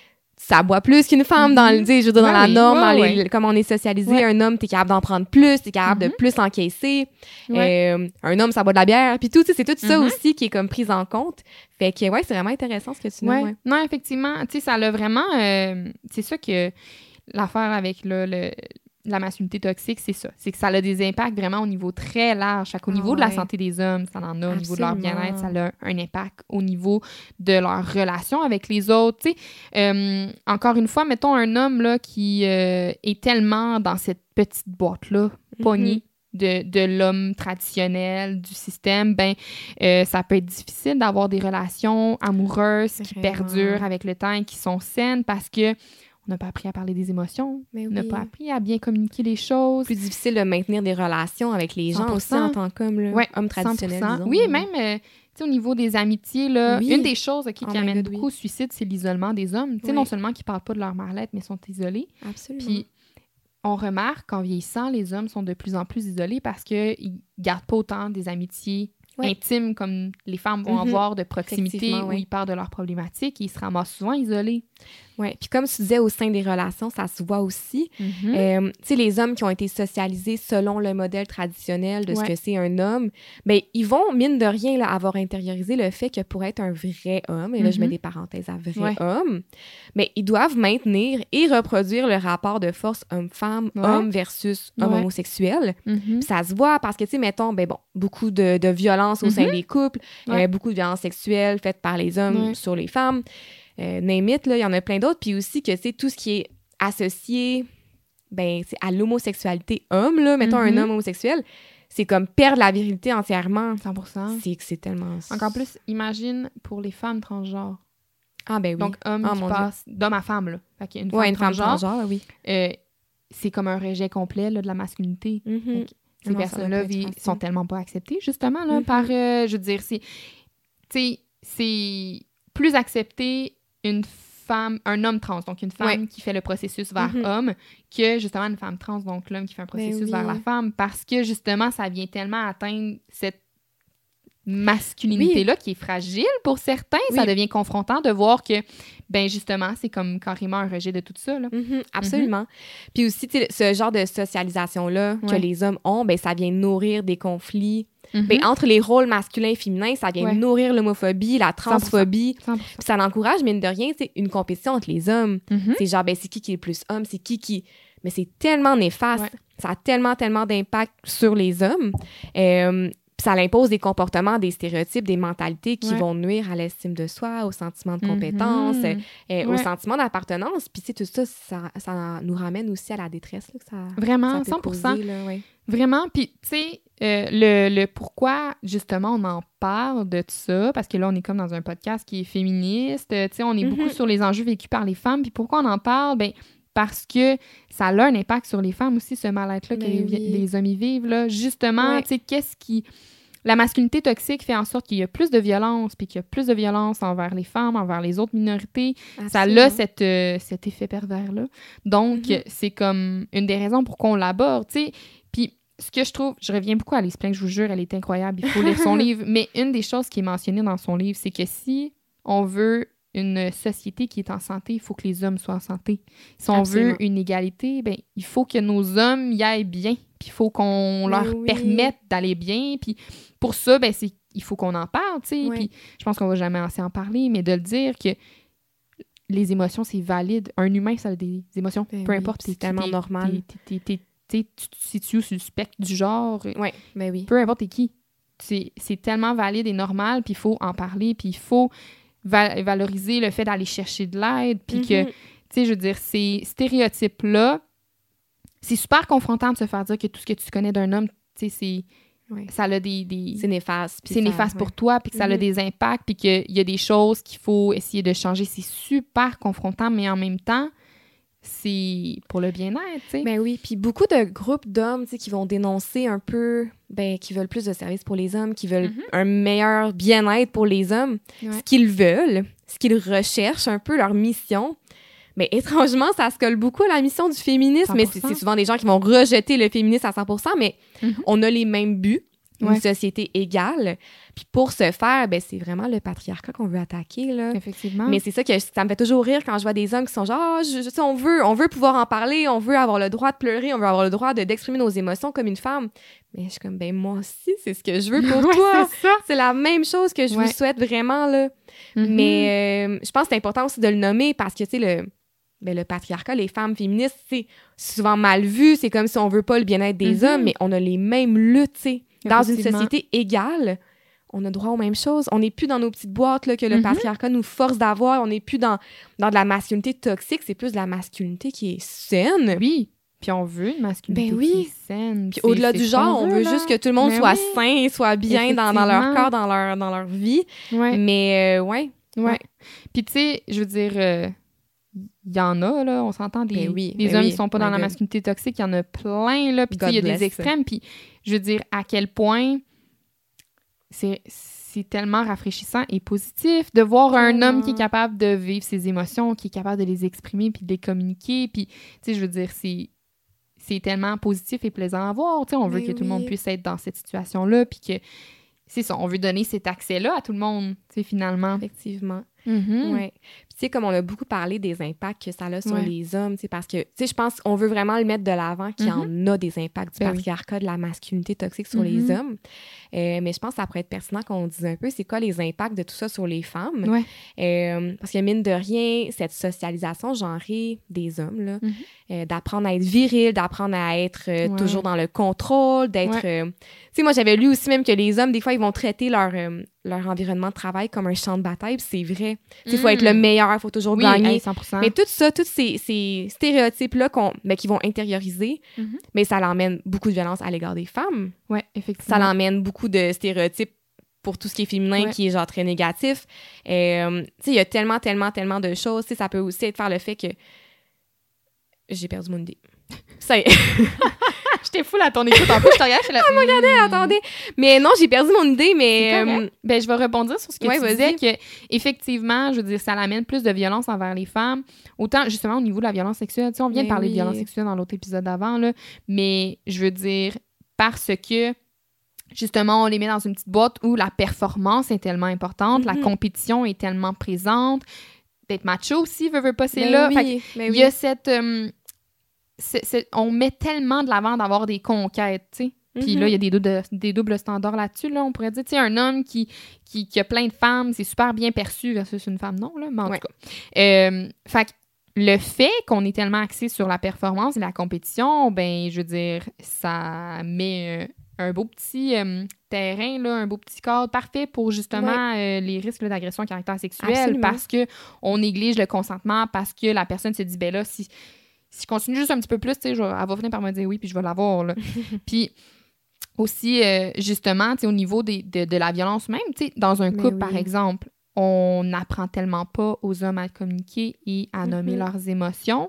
[SPEAKER 2] ça boit plus qu'une femme
[SPEAKER 1] Mhm.
[SPEAKER 2] dans le, tu sais, je veux dire,
[SPEAKER 1] Ben
[SPEAKER 2] dans la
[SPEAKER 1] oui,
[SPEAKER 2] norme,
[SPEAKER 1] ouais,
[SPEAKER 2] dans les,
[SPEAKER 1] ouais.
[SPEAKER 2] comme on est socialisé,
[SPEAKER 1] Ouais.
[SPEAKER 2] un homme, t'es capable d'en prendre plus, t'es capable
[SPEAKER 1] Mhm.
[SPEAKER 2] de plus encaisser.
[SPEAKER 1] Ouais.
[SPEAKER 2] Euh, un homme, ça boit de la bière. Puis tout, tu sais, c'est tout ça
[SPEAKER 1] Mhm.
[SPEAKER 2] aussi qui est comme pris en compte. Fait que, ouais, c'est vraiment intéressant ce que tu nommes,
[SPEAKER 1] Ouais.
[SPEAKER 2] ouais.
[SPEAKER 1] Non, effectivement, tu sais, ça l'a vraiment... euh, c'est ça que l'affaire avec là, le, la masculinité toxique, c'est ça. C'est que ça a des impacts vraiment au niveau très large. Fait qu'au
[SPEAKER 2] Ah
[SPEAKER 1] niveau de la
[SPEAKER 2] ouais.
[SPEAKER 1] santé des hommes, ça en a. Au niveau de leur
[SPEAKER 2] Absolument.
[SPEAKER 1] bien-être, ça a un impact au niveau de leur relation avec les autres. Tu sais, euh, encore une fois, mettons un homme là, qui euh, est tellement dans cette petite boîte-là, pognée, de, de l'homme traditionnel, du système, ben euh, ça peut être difficile d'avoir des relations amoureuses qui
[SPEAKER 2] Vraiment.
[SPEAKER 1] perdurent avec le temps et qui sont saines parce que on n'a pas appris à parler des émotions,
[SPEAKER 2] Mais
[SPEAKER 1] on n'a
[SPEAKER 2] oui.
[SPEAKER 1] pas appris à bien communiquer les choses.
[SPEAKER 2] Plus difficile de maintenir des relations avec les gens aussi en tant qu'homme, là,
[SPEAKER 1] Ouais,
[SPEAKER 2] homme traditionnel,
[SPEAKER 1] cent pour cent.
[SPEAKER 2] disons.
[SPEAKER 1] Oui,
[SPEAKER 2] là.
[SPEAKER 1] même euh, tu sais, au niveau des amitiés, là,
[SPEAKER 2] Oui.
[SPEAKER 1] une des choses okay,
[SPEAKER 2] Oh
[SPEAKER 1] qui
[SPEAKER 2] my
[SPEAKER 1] amène
[SPEAKER 2] God,
[SPEAKER 1] beaucoup
[SPEAKER 2] oui.
[SPEAKER 1] au suicide, c'est l'isolement des hommes. Tu sais,
[SPEAKER 2] Oui.
[SPEAKER 1] non seulement qu'ils ne parlent pas de leur mal-être, mais sont isolés.
[SPEAKER 2] Absolument.
[SPEAKER 1] Puis on remarque qu'en vieillissant, les hommes sont de plus en plus isolés parce qu'ils ne gardent pas autant des amitiés
[SPEAKER 2] Ouais.
[SPEAKER 1] intimes comme les femmes vont
[SPEAKER 2] Mm-hmm.
[SPEAKER 1] avoir de proximité
[SPEAKER 2] Effectivement,
[SPEAKER 1] où
[SPEAKER 2] ouais.
[SPEAKER 1] ils parlent de leurs problématiques et ils se ramassent souvent isolés.
[SPEAKER 2] Oui, puis comme tu disais, au sein des relations, ça se voit aussi.
[SPEAKER 1] Mm-hmm.
[SPEAKER 2] Euh, tu sais, les hommes qui ont été socialisés selon le modèle traditionnel de
[SPEAKER 1] Ouais.
[SPEAKER 2] ce que c'est un homme, bien, ils vont, mine de rien, là, avoir intériorisé le fait que pour être un vrai homme, et là,
[SPEAKER 1] Mm-hmm.
[SPEAKER 2] je mets des parenthèses à vrai
[SPEAKER 1] Ouais.
[SPEAKER 2] homme, mais ils doivent maintenir et reproduire le rapport de force homme-femme,
[SPEAKER 1] Ouais.
[SPEAKER 2] homme versus homme
[SPEAKER 1] Ouais.
[SPEAKER 2] homosexuel.
[SPEAKER 1] Mm-hmm.
[SPEAKER 2] Puis ça se voit parce que, tu sais, mettons, ben bon, beaucoup de, de violence au sein
[SPEAKER 1] Mm-hmm.
[SPEAKER 2] des couples,
[SPEAKER 1] Ouais.
[SPEAKER 2] euh, beaucoup de violences sexuelles faites par les hommes
[SPEAKER 1] Ouais.
[SPEAKER 2] sur les femmes. Euh, name it, là, il y en a plein d'autres. Puis aussi que, c'est tout ce qui est associé ben, à l'homosexualité homme, là, mettons
[SPEAKER 1] Mm-hmm.
[SPEAKER 2] un homme homosexuel, c'est comme perdre la virilité entièrement.
[SPEAKER 1] cent pour cent.
[SPEAKER 2] C'est que c'est tellement...
[SPEAKER 1] Encore plus, imagine pour les femmes transgenres.
[SPEAKER 2] Ah ben oui.
[SPEAKER 1] Donc, homme
[SPEAKER 2] Oh,
[SPEAKER 1] qui
[SPEAKER 2] mon Dieu.
[SPEAKER 1] passe d'homme à femme, là. Fait qu'il y a une femme
[SPEAKER 2] Ouais, une femme
[SPEAKER 1] transgenre,
[SPEAKER 2] transgenre, oui.
[SPEAKER 1] euh, c'est comme un rejet complet là, de la masculinité.
[SPEAKER 2] Mhm.
[SPEAKER 1] Fait que ces
[SPEAKER 2] Non, ça
[SPEAKER 1] personnes-là
[SPEAKER 2] doit pas être
[SPEAKER 1] vivent-
[SPEAKER 2] facile.
[SPEAKER 1] sont tellement pas acceptées, justement, là,
[SPEAKER 2] Mhm.
[SPEAKER 1] par... euh, je veux dire, c'est... Tu sais, c'est plus accepter une femme, un homme trans, donc une femme
[SPEAKER 2] Ouais.
[SPEAKER 1] qui fait le processus vers
[SPEAKER 2] Mhm.
[SPEAKER 1] homme, que justement une femme trans, donc l'homme qui fait un processus
[SPEAKER 2] oui.
[SPEAKER 1] vers la femme, parce que justement, ça vient tellement atteindre cette masculinité-là qui est fragile pour certains.
[SPEAKER 2] Oui.
[SPEAKER 1] Ça devient confrontant de voir que, ben justement, c'est comme carrément un rejet de tout ça, là.
[SPEAKER 2] Mhm, absolument. Puis aussi, tu sais, ce genre de socialisation-là que
[SPEAKER 1] Ouais.
[SPEAKER 2] les hommes ont, ben, ça vient nourrir des conflits.
[SPEAKER 1] Mhm.
[SPEAKER 2] Ben, entre les rôles masculins et féminins, ça vient
[SPEAKER 1] Ouais.
[SPEAKER 2] nourrir l'homophobie, la transphobie.
[SPEAKER 1] cent pour cent.
[SPEAKER 2] Puis ça encourage, mine de rien, c'est une compétition entre les hommes.
[SPEAKER 1] Mhm.
[SPEAKER 2] C'est genre, ben, c'est qui qui est le plus homme, c'est qui qui... Mais c'est tellement néfaste.
[SPEAKER 1] Ouais.
[SPEAKER 2] Ça a tellement, tellement d'impact sur les hommes. Euh, puis ça impose des comportements, des stéréotypes, des mentalités qui
[SPEAKER 1] Ouais.
[SPEAKER 2] vont nuire à l'estime de soi, au sentiment de
[SPEAKER 1] Mhm.
[SPEAKER 2] compétence, euh, euh, au
[SPEAKER 1] Ouais.
[SPEAKER 2] sentiment d'appartenance. Puis, tu sais, tout ça, ça, ça nous ramène aussi à la détresse, là, que ça,
[SPEAKER 1] Vraiment,
[SPEAKER 2] ça peut
[SPEAKER 1] cent pour cent.
[SPEAKER 2] causer, là, ouais.
[SPEAKER 1] Vraiment, puis tu sais, euh, le, le pourquoi, justement, on en parle de ça, parce que là, on est comme dans un podcast qui est féministe, euh, tu sais, on est
[SPEAKER 2] Mhm.
[SPEAKER 1] beaucoup sur les enjeux vécus par les femmes, puis pourquoi on en parle? Ben parce que ça a un impact sur les femmes aussi, ce mal-être-là que
[SPEAKER 2] Ben
[SPEAKER 1] les, vi-
[SPEAKER 2] oui.
[SPEAKER 1] les hommes y vivent, là. Justement,
[SPEAKER 2] Ouais.
[SPEAKER 1] tu sais, qu'est-ce qui... La masculinité toxique fait en sorte qu'il y a plus de violence, puis qu'il y a plus de violence envers les femmes, envers les autres minorités. Ça a
[SPEAKER 2] Absolument.
[SPEAKER 1] cette, euh, cet effet pervers-là. Donc,
[SPEAKER 2] Mhm.
[SPEAKER 1] c'est comme une des raisons pour qu'on l'aborde, tu sais. Puis, ce que je trouve, je reviens beaucoup à Alice Plank, je vous jure, elle est incroyable, il faut lire son livre. Mais une des choses qui est mentionnée dans son livre, c'est que si on veut une société qui est en santé, il faut que les hommes soient en santé. Si on
[SPEAKER 2] Absolument.
[SPEAKER 1] veut une égalité, ben il faut que nos hommes y aillent bien. Puis il faut qu'on
[SPEAKER 2] Mais
[SPEAKER 1] leur
[SPEAKER 2] oui.
[SPEAKER 1] permette d'aller bien. Puis pour ça, ben c'est il faut qu'on en parle, tu sais.
[SPEAKER 2] Ouais.
[SPEAKER 1] Puis je pense qu'on va jamais assez en parler, mais de le dire que les émotions, c'est valide. Un humain, ça a des émotions.
[SPEAKER 2] Ben
[SPEAKER 1] peu
[SPEAKER 2] oui,
[SPEAKER 1] importe.
[SPEAKER 2] c'est
[SPEAKER 1] t'es-
[SPEAKER 2] tellement
[SPEAKER 1] t'es-
[SPEAKER 2] normal.
[SPEAKER 1] t'es- t'es- t'es- t'es- t'es- Tu te situes sur le spectre du genre.
[SPEAKER 2] Oui, ben oui.
[SPEAKER 1] Peu importe t'es qui. C'est c'est tellement valide et normal, puis il faut en parler, puis il faut va- valoriser le fait d'aller chercher de l'aide, puis que,
[SPEAKER 2] Mhm.
[SPEAKER 1] tu sais, je veux dire, ces stéréotypes-là, c'est super confrontant de se faire dire que tout ce que tu connais d'un homme, tu sais, c'est...
[SPEAKER 2] Ouais.
[SPEAKER 1] Ça a des... des
[SPEAKER 2] C'est néfaste. puis
[SPEAKER 1] c'est
[SPEAKER 2] ça-
[SPEAKER 1] néfaste pour
[SPEAKER 2] ouais.
[SPEAKER 1] toi, puis que ça a
[SPEAKER 2] Mhm.
[SPEAKER 1] des impacts, puis qu'il y a des choses qu'il faut essayer de changer. C'est super confrontant, mais en même temps, c'est pour le bien-être, tu sais.
[SPEAKER 2] Ben oui, puis beaucoup de groupes d'hommes, tu sais, qui vont dénoncer un peu, ben, qui veulent plus de services pour les hommes, qui veulent mm-hmm. un meilleur bien-être pour les hommes, ouais. ce qu'ils veulent, ce qu'ils recherchent, un peu leur mission. Mais étrangement, ça se colle beaucoup à la mission du féminisme, cent pour cent. Mais c'est, c'est souvent des gens qui vont rejeter le féminisme à cent pour cent, mais mm-hmm. on a les mêmes buts. Une ouais. société égale. Puis pour ce faire, ben c'est vraiment le patriarcat qu'on veut attaquer, là.
[SPEAKER 1] Effectivement.
[SPEAKER 2] Mais c'est ça que ça me fait toujours rire quand je vois des hommes qui sont genre ah, je, je, on veut on veut pouvoir en parler, on veut avoir le droit de pleurer, on veut avoir le droit de, d'exprimer nos émotions comme une femme. Mais je suis comme ben moi aussi, c'est ce que je veux pour
[SPEAKER 1] ouais,
[SPEAKER 2] toi.
[SPEAKER 1] C'est, ça.
[SPEAKER 2] C'est la même chose que je ouais. vous souhaite vraiment, là. Mm-hmm. Mais euh, je pense que c'est important aussi de le nommer parce que, tu sais, le ben, le patriarcat, les femmes féministes, c'est souvent mal vu. C'est comme si on veut pas le bien-être des mm-hmm. hommes, mais on a les mêmes luttes, tu sais. Dans une société égale, on a droit aux mêmes choses. On n'est plus dans nos petites boîtes là, que le mm-hmm. patriarcat nous force d'avoir. On n'est plus dans, dans de la masculinité toxique. C'est plus de la masculinité qui est saine.
[SPEAKER 1] Oui. Puis on veut une masculinité ben oui. qui est saine.
[SPEAKER 2] Puis au-delà du genre, on veut, on veut juste que tout le monde ben soit oui. sain, soit bien dans, dans leur corps, dans leur, dans leur vie. Ouais. Mais euh, ouais.
[SPEAKER 1] ouais. Ouais. Puis tu sais, je veux dire... Euh... il y en a, là, on s'entend, des, ben oui, des ben hommes oui, qui sont pas dans la masculinité toxique, il y en a plein, là, puis il y a des extrêmes, puis je veux dire, à quel point c'est, c'est tellement rafraîchissant et positif de voir tellement. Un homme qui est capable de vivre ses émotions, qui est capable de les exprimer, puis de les communiquer, puis, tu sais, je veux dire, c'est, c'est tellement positif et plaisant à voir, tu sais, on veut ben que oui. tout le monde puisse être dans cette situation-là, puis que, c'est ça, on veut donner cet accès-là à tout le monde, tu sais, finalement.
[SPEAKER 2] Effectivement.
[SPEAKER 1] Mm-hmm.
[SPEAKER 2] Ouais. Puis tu sais, comme on a beaucoup parlé des impacts que ça a sur ouais. les hommes, tu sais, parce que, tu sais, je pense qu'on veut vraiment le mettre de l'avant qu'il mm-hmm. y en a des impacts du ben patriarcat, oui. de la masculinité toxique sur mm-hmm. les hommes. Euh, mais je pense que ça pourrait être pertinent qu'on dise un peu c'est quoi les impacts de tout ça sur les femmes.
[SPEAKER 1] Ouais.
[SPEAKER 2] Euh, parce que mine de rien, cette socialisation genrée des hommes, là, mm-hmm. euh, d'apprendre à être viril, d'apprendre à être euh, ouais. toujours dans le contrôle, d'être... Ouais. Euh, tu sais, moi, j'avais lu aussi même que les hommes, des fois, ils vont traiter leur... Euh, leur environnement de travail comme un champ de bataille, puis c'est vrai. Il mm. faut être le meilleur, il faut toujours
[SPEAKER 1] oui,
[SPEAKER 2] gagner.
[SPEAKER 1] Hey, cent pour cent.
[SPEAKER 2] Mais tout ça, tous ces, ces stéréotypes-là qu'on, ben, qu'ils vont intérioriser, mm-hmm. mais ça l'emmène beaucoup de violence à l'égard des femmes.
[SPEAKER 1] Oui, effectivement.
[SPEAKER 2] Ça l'emmène beaucoup de stéréotypes pour tout ce qui est féminin, ouais. qui est genre très négatif. Euh, tu sais, il y a tellement, tellement, tellement de choses. Ça peut aussi être faire le fait que... J'ai perdu mon idée. Ça y est.
[SPEAKER 1] J'étais full à ton écoute en plus, je te regarde, je suis là...
[SPEAKER 2] Ah, me regardez, mm. attendez. Mais non, j'ai perdu mon idée, mais...
[SPEAKER 1] Euh... Ben, je vais rebondir sur ce que ouais, tu vas-y. disais, que effectivement, je veux dire, ça l'amène plus de violence envers les femmes. Autant, justement, au niveau de la violence sexuelle. Tu sais, on vient mais de parler oui. de violence sexuelle dans l'autre épisode d'avant, là. Mais je veux dire, parce que, justement, on les met dans une petite boîte où la performance est tellement importante, mm-hmm. la compétition est tellement présente. D'être macho aussi, veut, veut pas, c'est mais là.
[SPEAKER 2] Oui,
[SPEAKER 1] fait il
[SPEAKER 2] oui.
[SPEAKER 1] y a cette... Euh, C'est, c'est, on met tellement de l'avant d'avoir des conquêtes, tu sais. Puis mm-hmm. là, il y a des, dou- des doubles standards là-dessus, là. On pourrait dire, tu sais, un homme qui, qui, qui a plein de femmes, c'est super bien perçu versus une femme, non, là. Mais en ouais. tout cas. Euh, fait que le fait qu'on est tellement axé sur la performance et la compétition, ben, je veux dire, ça met un, un beau petit euh, terrain, là, un beau petit cadre parfait pour justement ouais. euh, les risques là, d'agression à caractère sexuel. Absolument. Parce qu'on néglige le consentement, parce que la personne se dit, ben là, si... Si je continue juste un petit peu plus, tu sais, elle va finir par me dire oui, puis je vais l'avoir, là. Puis aussi, euh, justement, tu sais, au niveau des, de, de la violence même, tu sais, dans un couple, oui. par exemple, on n'apprend tellement pas aux hommes à communiquer et à nommer mm-hmm. leurs émotions.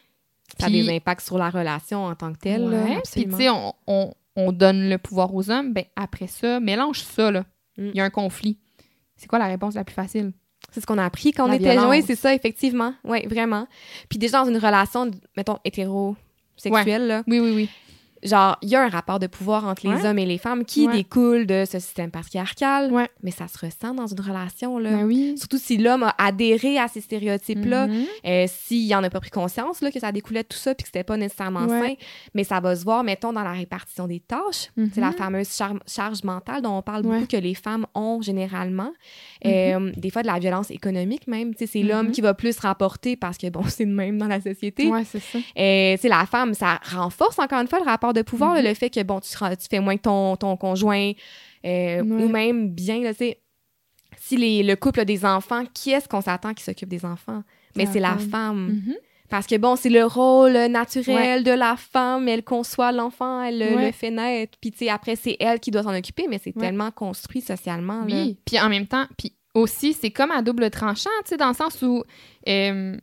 [SPEAKER 2] Ça puis, a des impacts sur la relation en tant que telle, ouais, là,
[SPEAKER 1] puis, tu sais, on, on, on donne le pouvoir aux hommes, ben après ça, mélange ça, là. Il mm. y a un conflit. C'est quoi la réponse la plus facile?
[SPEAKER 2] C'est ce qu'on a appris quand la on était jeunes. Oui, c'est ça, effectivement. Oui, vraiment. Puis déjà, dans une relation, mettons, hétérosexuelle,
[SPEAKER 1] ouais.
[SPEAKER 2] là.
[SPEAKER 1] Oui, oui, oui.
[SPEAKER 2] Genre, il y a un rapport de pouvoir entre les ouais. hommes et les femmes qui ouais. découle de ce système patriarcal,
[SPEAKER 1] ouais.
[SPEAKER 2] mais ça se ressent dans une relation, là.
[SPEAKER 1] Ben oui.
[SPEAKER 2] Surtout si l'homme a adhéré à ces stéréotypes-là,
[SPEAKER 1] mm-hmm.
[SPEAKER 2] euh, s'il n'en a pas pris conscience, là, que ça découlait de tout ça puis que c'était pas nécessairement ouais. sain, mais ça va se voir, mettons, dans la répartition des tâches. Mm-hmm. C'est la fameuse char- charge mentale dont on parle ouais. beaucoup que les femmes ont généralement. Mm-hmm. Euh, des fois, de la violence économique même. Tu sais, c'est mm-hmm. l'homme qui va plus rapporter parce que, bon, c'est le même dans la société.
[SPEAKER 1] Ouais, c'est ça.
[SPEAKER 2] Euh, tu sais, la femme, ça renforce encore une fois le rapport de pouvoir, mm-hmm. là, le fait que, bon, tu, tu fais moins que ton, ton conjoint, euh, ouais. ou même bien, tu sais, si les, le couple a des enfants, qui est-ce qu'on s'attend qui s'occupe des enfants? Mais c'est la femme. Mm-hmm. Parce que, bon, c'est le rôle naturel ouais. de la femme, elle conçoit l'enfant, elle ouais. le fait naître, puis, tu sais, après, c'est elle qui doit s'en occuper, mais c'est ouais. tellement construit socialement.
[SPEAKER 1] Oui, là. Puis en même temps, puis aussi, c'est comme à double tranchant, tu sais, dans le sens où... Euh,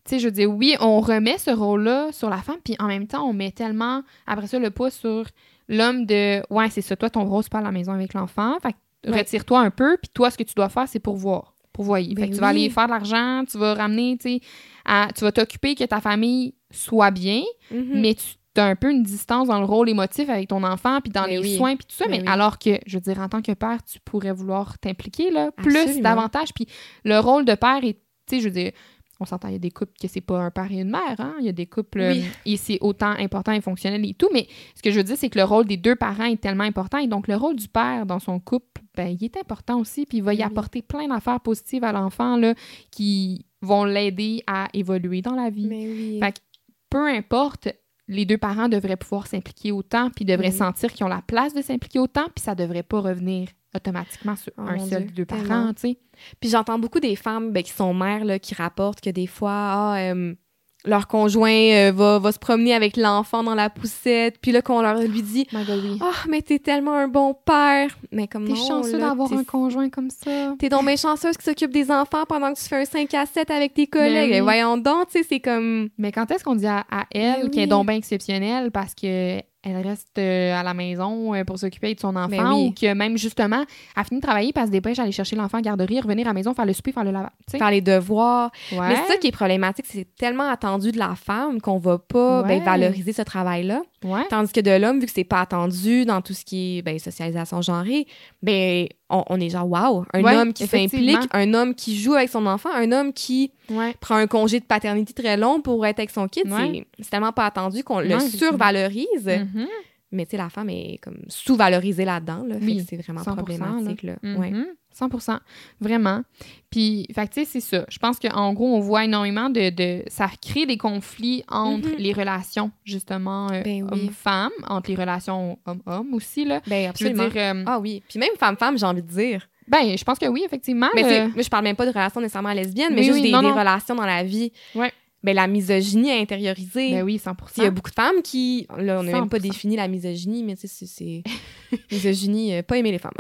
[SPEAKER 1] sais, je veux dire, oui, on remet ce rôle-là sur la femme, puis en même temps, on met tellement, après ça, le poids sur l'homme de « Ouais, c'est ça, toi, ton rôle, c'est pas à la maison avec l'enfant. Fait que ouais. retire-toi un peu, puis toi, ce que tu dois faire, c'est pourvoir. Pourvoyer. Ben fait que oui. tu vas aller faire de l'argent, tu vas ramener, tu sais, à, tu vas t'occuper que ta famille soit bien, mm-hmm. mais tu as un peu une distance dans le rôle émotif avec ton enfant, puis dans mais les oui. soins, puis tout ça. Mais, mais oui. alors que, je veux dire, en tant que père, tu pourrais vouloir t'impliquer, là, plus, Absolument. davantage. Puis le rôle de père est, tu sais, je veux dire, on s'entend, il y a des couples que c'est pas un père et une mère, hein? Il y a des couples oui. euh, et c'est autant important et fonctionnel et tout, mais ce que je veux dire, c'est que le rôle des deux parents est tellement important et donc le rôle du père dans son couple, ben, il est important aussi, puis il va oui. y apporter plein d'affaires positives à l'enfant, là, qui vont l'aider à évoluer dans la vie.
[SPEAKER 2] Mais oui.
[SPEAKER 1] Fait que, peu importe, les deux parents devraient pouvoir s'impliquer autant, puis devraient oui. sentir qu'ils ont la place de s'impliquer autant, puis ça devrait pas revenir automatiquement sur oh un seul des deux parents, tu sais.
[SPEAKER 2] Puis j'entends beaucoup des femmes ben, qui sont mères, là, qui rapportent que des fois, ah, euh, leur conjoint euh, va, va se promener avec l'enfant dans la poussette, puis là, qu'on leur lui dit « Ah, oh, mais t'es tellement un bon père! » Mais comme
[SPEAKER 1] t'es
[SPEAKER 2] non,
[SPEAKER 1] chanceux
[SPEAKER 2] là,
[SPEAKER 1] d'avoir un conjoint comme ça.
[SPEAKER 2] T'es donc bien chanceuse qui s'occupe des enfants pendant que tu fais un cinq à sept avec tes collègues. Mais oui. Voyons donc, tu sais, c'est comme...
[SPEAKER 1] Mais quand est-ce qu'on dit à, à elle, oui. qui est donc bien exceptionnelle parce que elle reste euh, à la maison euh, pour s'occuper de son enfant oui. ou que même, justement, elle finit de travailler parce qu'elle se dépêche aller chercher l'enfant à la garderie, revenir à la maison, faire le souper, faire le lavage. T'sais.
[SPEAKER 2] Faire les devoirs.
[SPEAKER 1] Ouais.
[SPEAKER 2] Mais c'est ça qui est problématique, c'est tellement attendu de la femme qu'on va pas ouais. ben, valoriser ce travail-là.
[SPEAKER 1] Ouais.
[SPEAKER 2] Tandis que de l'homme, vu que c'est pas attendu dans tout ce qui est ben, socialisation genrée, ben on, on est genre, wow, un
[SPEAKER 1] ouais,
[SPEAKER 2] homme qui s'implique, un homme qui joue avec son enfant, un homme qui
[SPEAKER 1] ouais.
[SPEAKER 2] prend un congé de paternité très long pour être avec son kid,
[SPEAKER 1] ouais.
[SPEAKER 2] c'est, c'est tellement pas attendu qu'on
[SPEAKER 1] ouais,
[SPEAKER 2] le survalorise.
[SPEAKER 1] Mm-hmm.
[SPEAKER 2] Mais tu sais, la femme est comme sous-valorisée là-dedans. Là,
[SPEAKER 1] oui,
[SPEAKER 2] fait que c'est vraiment problématique. Là.
[SPEAKER 1] Là. Mm-hmm.
[SPEAKER 2] Ouais.
[SPEAKER 1] cent pour cent. Vraiment. Puis, fait que tu sais, c'est ça. Je pense qu'en gros, on voit énormément de... de ça crée des conflits entre mm-hmm. les relations, justement, euh,
[SPEAKER 2] ben oui.
[SPEAKER 1] hommes-femmes, entre les relations hommes-hommes aussi, là.
[SPEAKER 2] Ben absolument.
[SPEAKER 1] Je veux dire, euh,
[SPEAKER 2] ah oui. Puis même femme-femme, j'ai envie de dire.
[SPEAKER 1] Ben, je pense que oui, effectivement.
[SPEAKER 2] Mais
[SPEAKER 1] euh...
[SPEAKER 2] je parle même pas de relations nécessairement lesbiennes, mais
[SPEAKER 1] oui,
[SPEAKER 2] juste
[SPEAKER 1] oui,
[SPEAKER 2] des,
[SPEAKER 1] non,
[SPEAKER 2] des
[SPEAKER 1] non.
[SPEAKER 2] relations dans la vie.
[SPEAKER 1] Ouais.
[SPEAKER 2] Ben, la misogynie est intériorisée.
[SPEAKER 1] Ben oui, cent pour cent.
[SPEAKER 2] Il y a beaucoup de femmes qui... Là, on n'a même pas défini la misogynie, mais tu sais, c'est... c'est... misogynie, euh, pas aimer les femmes.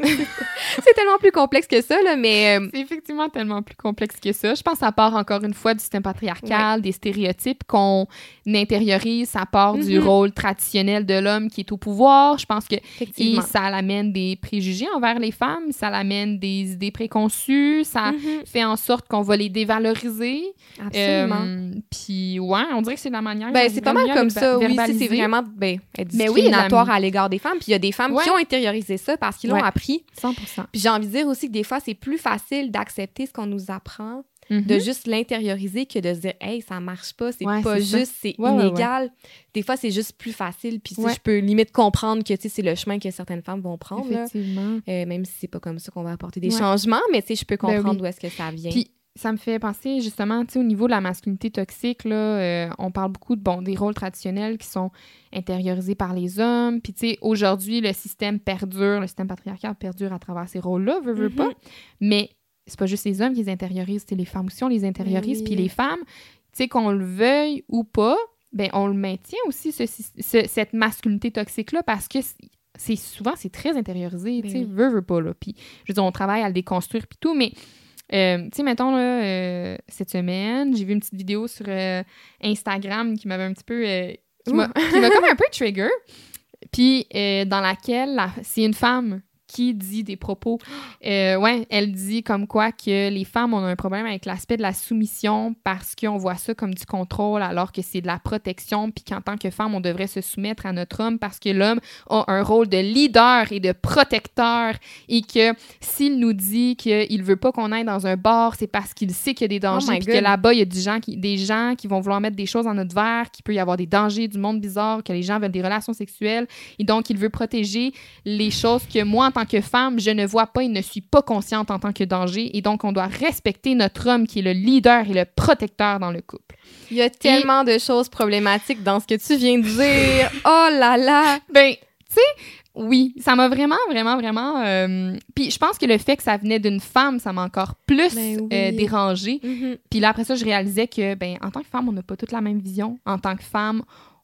[SPEAKER 2] C'est tellement plus complexe que ça, là, mais... Euh...
[SPEAKER 1] C'est effectivement tellement plus complexe que ça. Je pense que ça part encore une fois du système patriarcal, ouais. des stéréotypes qu'on intériorise. Ça part mm-hmm. du rôle traditionnel de l'homme qui est au pouvoir. Je pense que et ça l'amène des préjugés envers les femmes, ça l'amène des idées préconçues, ça mm-hmm. fait en sorte qu'on va les dévaloriser.
[SPEAKER 2] Absolument. Euh,
[SPEAKER 1] Puis, ouais, on dirait que c'est la manière...
[SPEAKER 2] Ben, c'est pas mal comme ça, oui. C'est vraiment ben, discriminatoire oui, à l'égard des femmes. Puis il y a des femmes ouais. qui ont intériorisé ça parce qu'ils ouais. l'ont appris.
[SPEAKER 1] cent pour cent.
[SPEAKER 2] Puis j'ai envie de dire aussi que des fois, c'est plus facile d'accepter ce qu'on nous apprend, mm-hmm. de juste l'intérioriser que de se dire « Hey, ça marche pas, c'est ouais, pas c'est juste, ça. c'est ouais, inégal. Ouais, ouais. » Des fois, c'est juste plus facile. Puis ouais. je peux limite comprendre que c'est le chemin que certaines femmes vont prendre.
[SPEAKER 1] Effectivement.
[SPEAKER 2] Euh, même si c'est pas comme ça qu'on va apporter des ouais. changements, mais je peux comprendre ben oui. d'où est-ce que ça vient.
[SPEAKER 1] Puis, ça me fait penser, justement, tu sais, au niveau de la masculinité toxique, là, euh, on parle beaucoup de, bon, des rôles traditionnels qui sont intériorisés par les hommes. Puis, tu sais, aujourd'hui, le système perdure, le système patriarcal perdure à travers ces rôles-là, veut, veut mm-hmm. pas. Mais c'est pas juste les hommes qui les intériorisent, c'est les femmes aussi, on les intériorise. Oui. Puis les femmes, tu sais, qu'on le veuille ou pas, ben on le maintient aussi, ce, ce, cette masculinité toxique-là, parce que c'est souvent, c'est très intériorisé, tu sais, oui. veut, veut pas, là. Puis, je veux dire, on travaille à le déconstruire, puis tout, mais... Euh, tu sais, mettons, là, euh, cette semaine, j'ai vu une petite vidéo sur euh, Instagram qui m'avait un petit peu... Euh, qui, m'a, qui m'a comme un peu trigger. Puis, euh, dans laquelle, la, c'est une femme qui dit des propos... Euh, ouais, elle dit comme quoi que les femmes, on a un problème avec l'aspect de la soumission parce qu'on voit ça comme du contrôle alors que c'est de la protection, puis qu'en tant que femme, on devrait se soumettre à notre homme parce que l'homme a un rôle de leader et de protecteur et que s'il nous dit qu'il veut pas qu'on aille dans un bar, c'est parce qu'il sait qu'il y a des dangers, oh puis que là-bas, il y a du gens qui, des gens qui vont vouloir mettre des choses dans notre verre, qu'il peut y avoir des dangers, du monde bizarre, que les gens veulent des relations sexuelles et donc il veut protéger les choses que moi, en tant que femme, je ne vois pas et ne suis pas consciente en tant que danger. Et donc, on doit respecter notre homme qui est le leader et le protecteur dans le couple.
[SPEAKER 2] Il y a tellement et... de choses problématiques dans ce que tu viens de dire. Oh là là!
[SPEAKER 1] Ben, tu sais, oui, ça m'a vraiment, vraiment, vraiment... Euh... Puis je pense que le fait que ça venait d'une femme, ça m'a encore plus ben oui. euh, dérangée. Mm-hmm. Puis là, après ça, je réalisais que, ben, en tant que femme, on n'a pas toute la même vision. En tant que femme,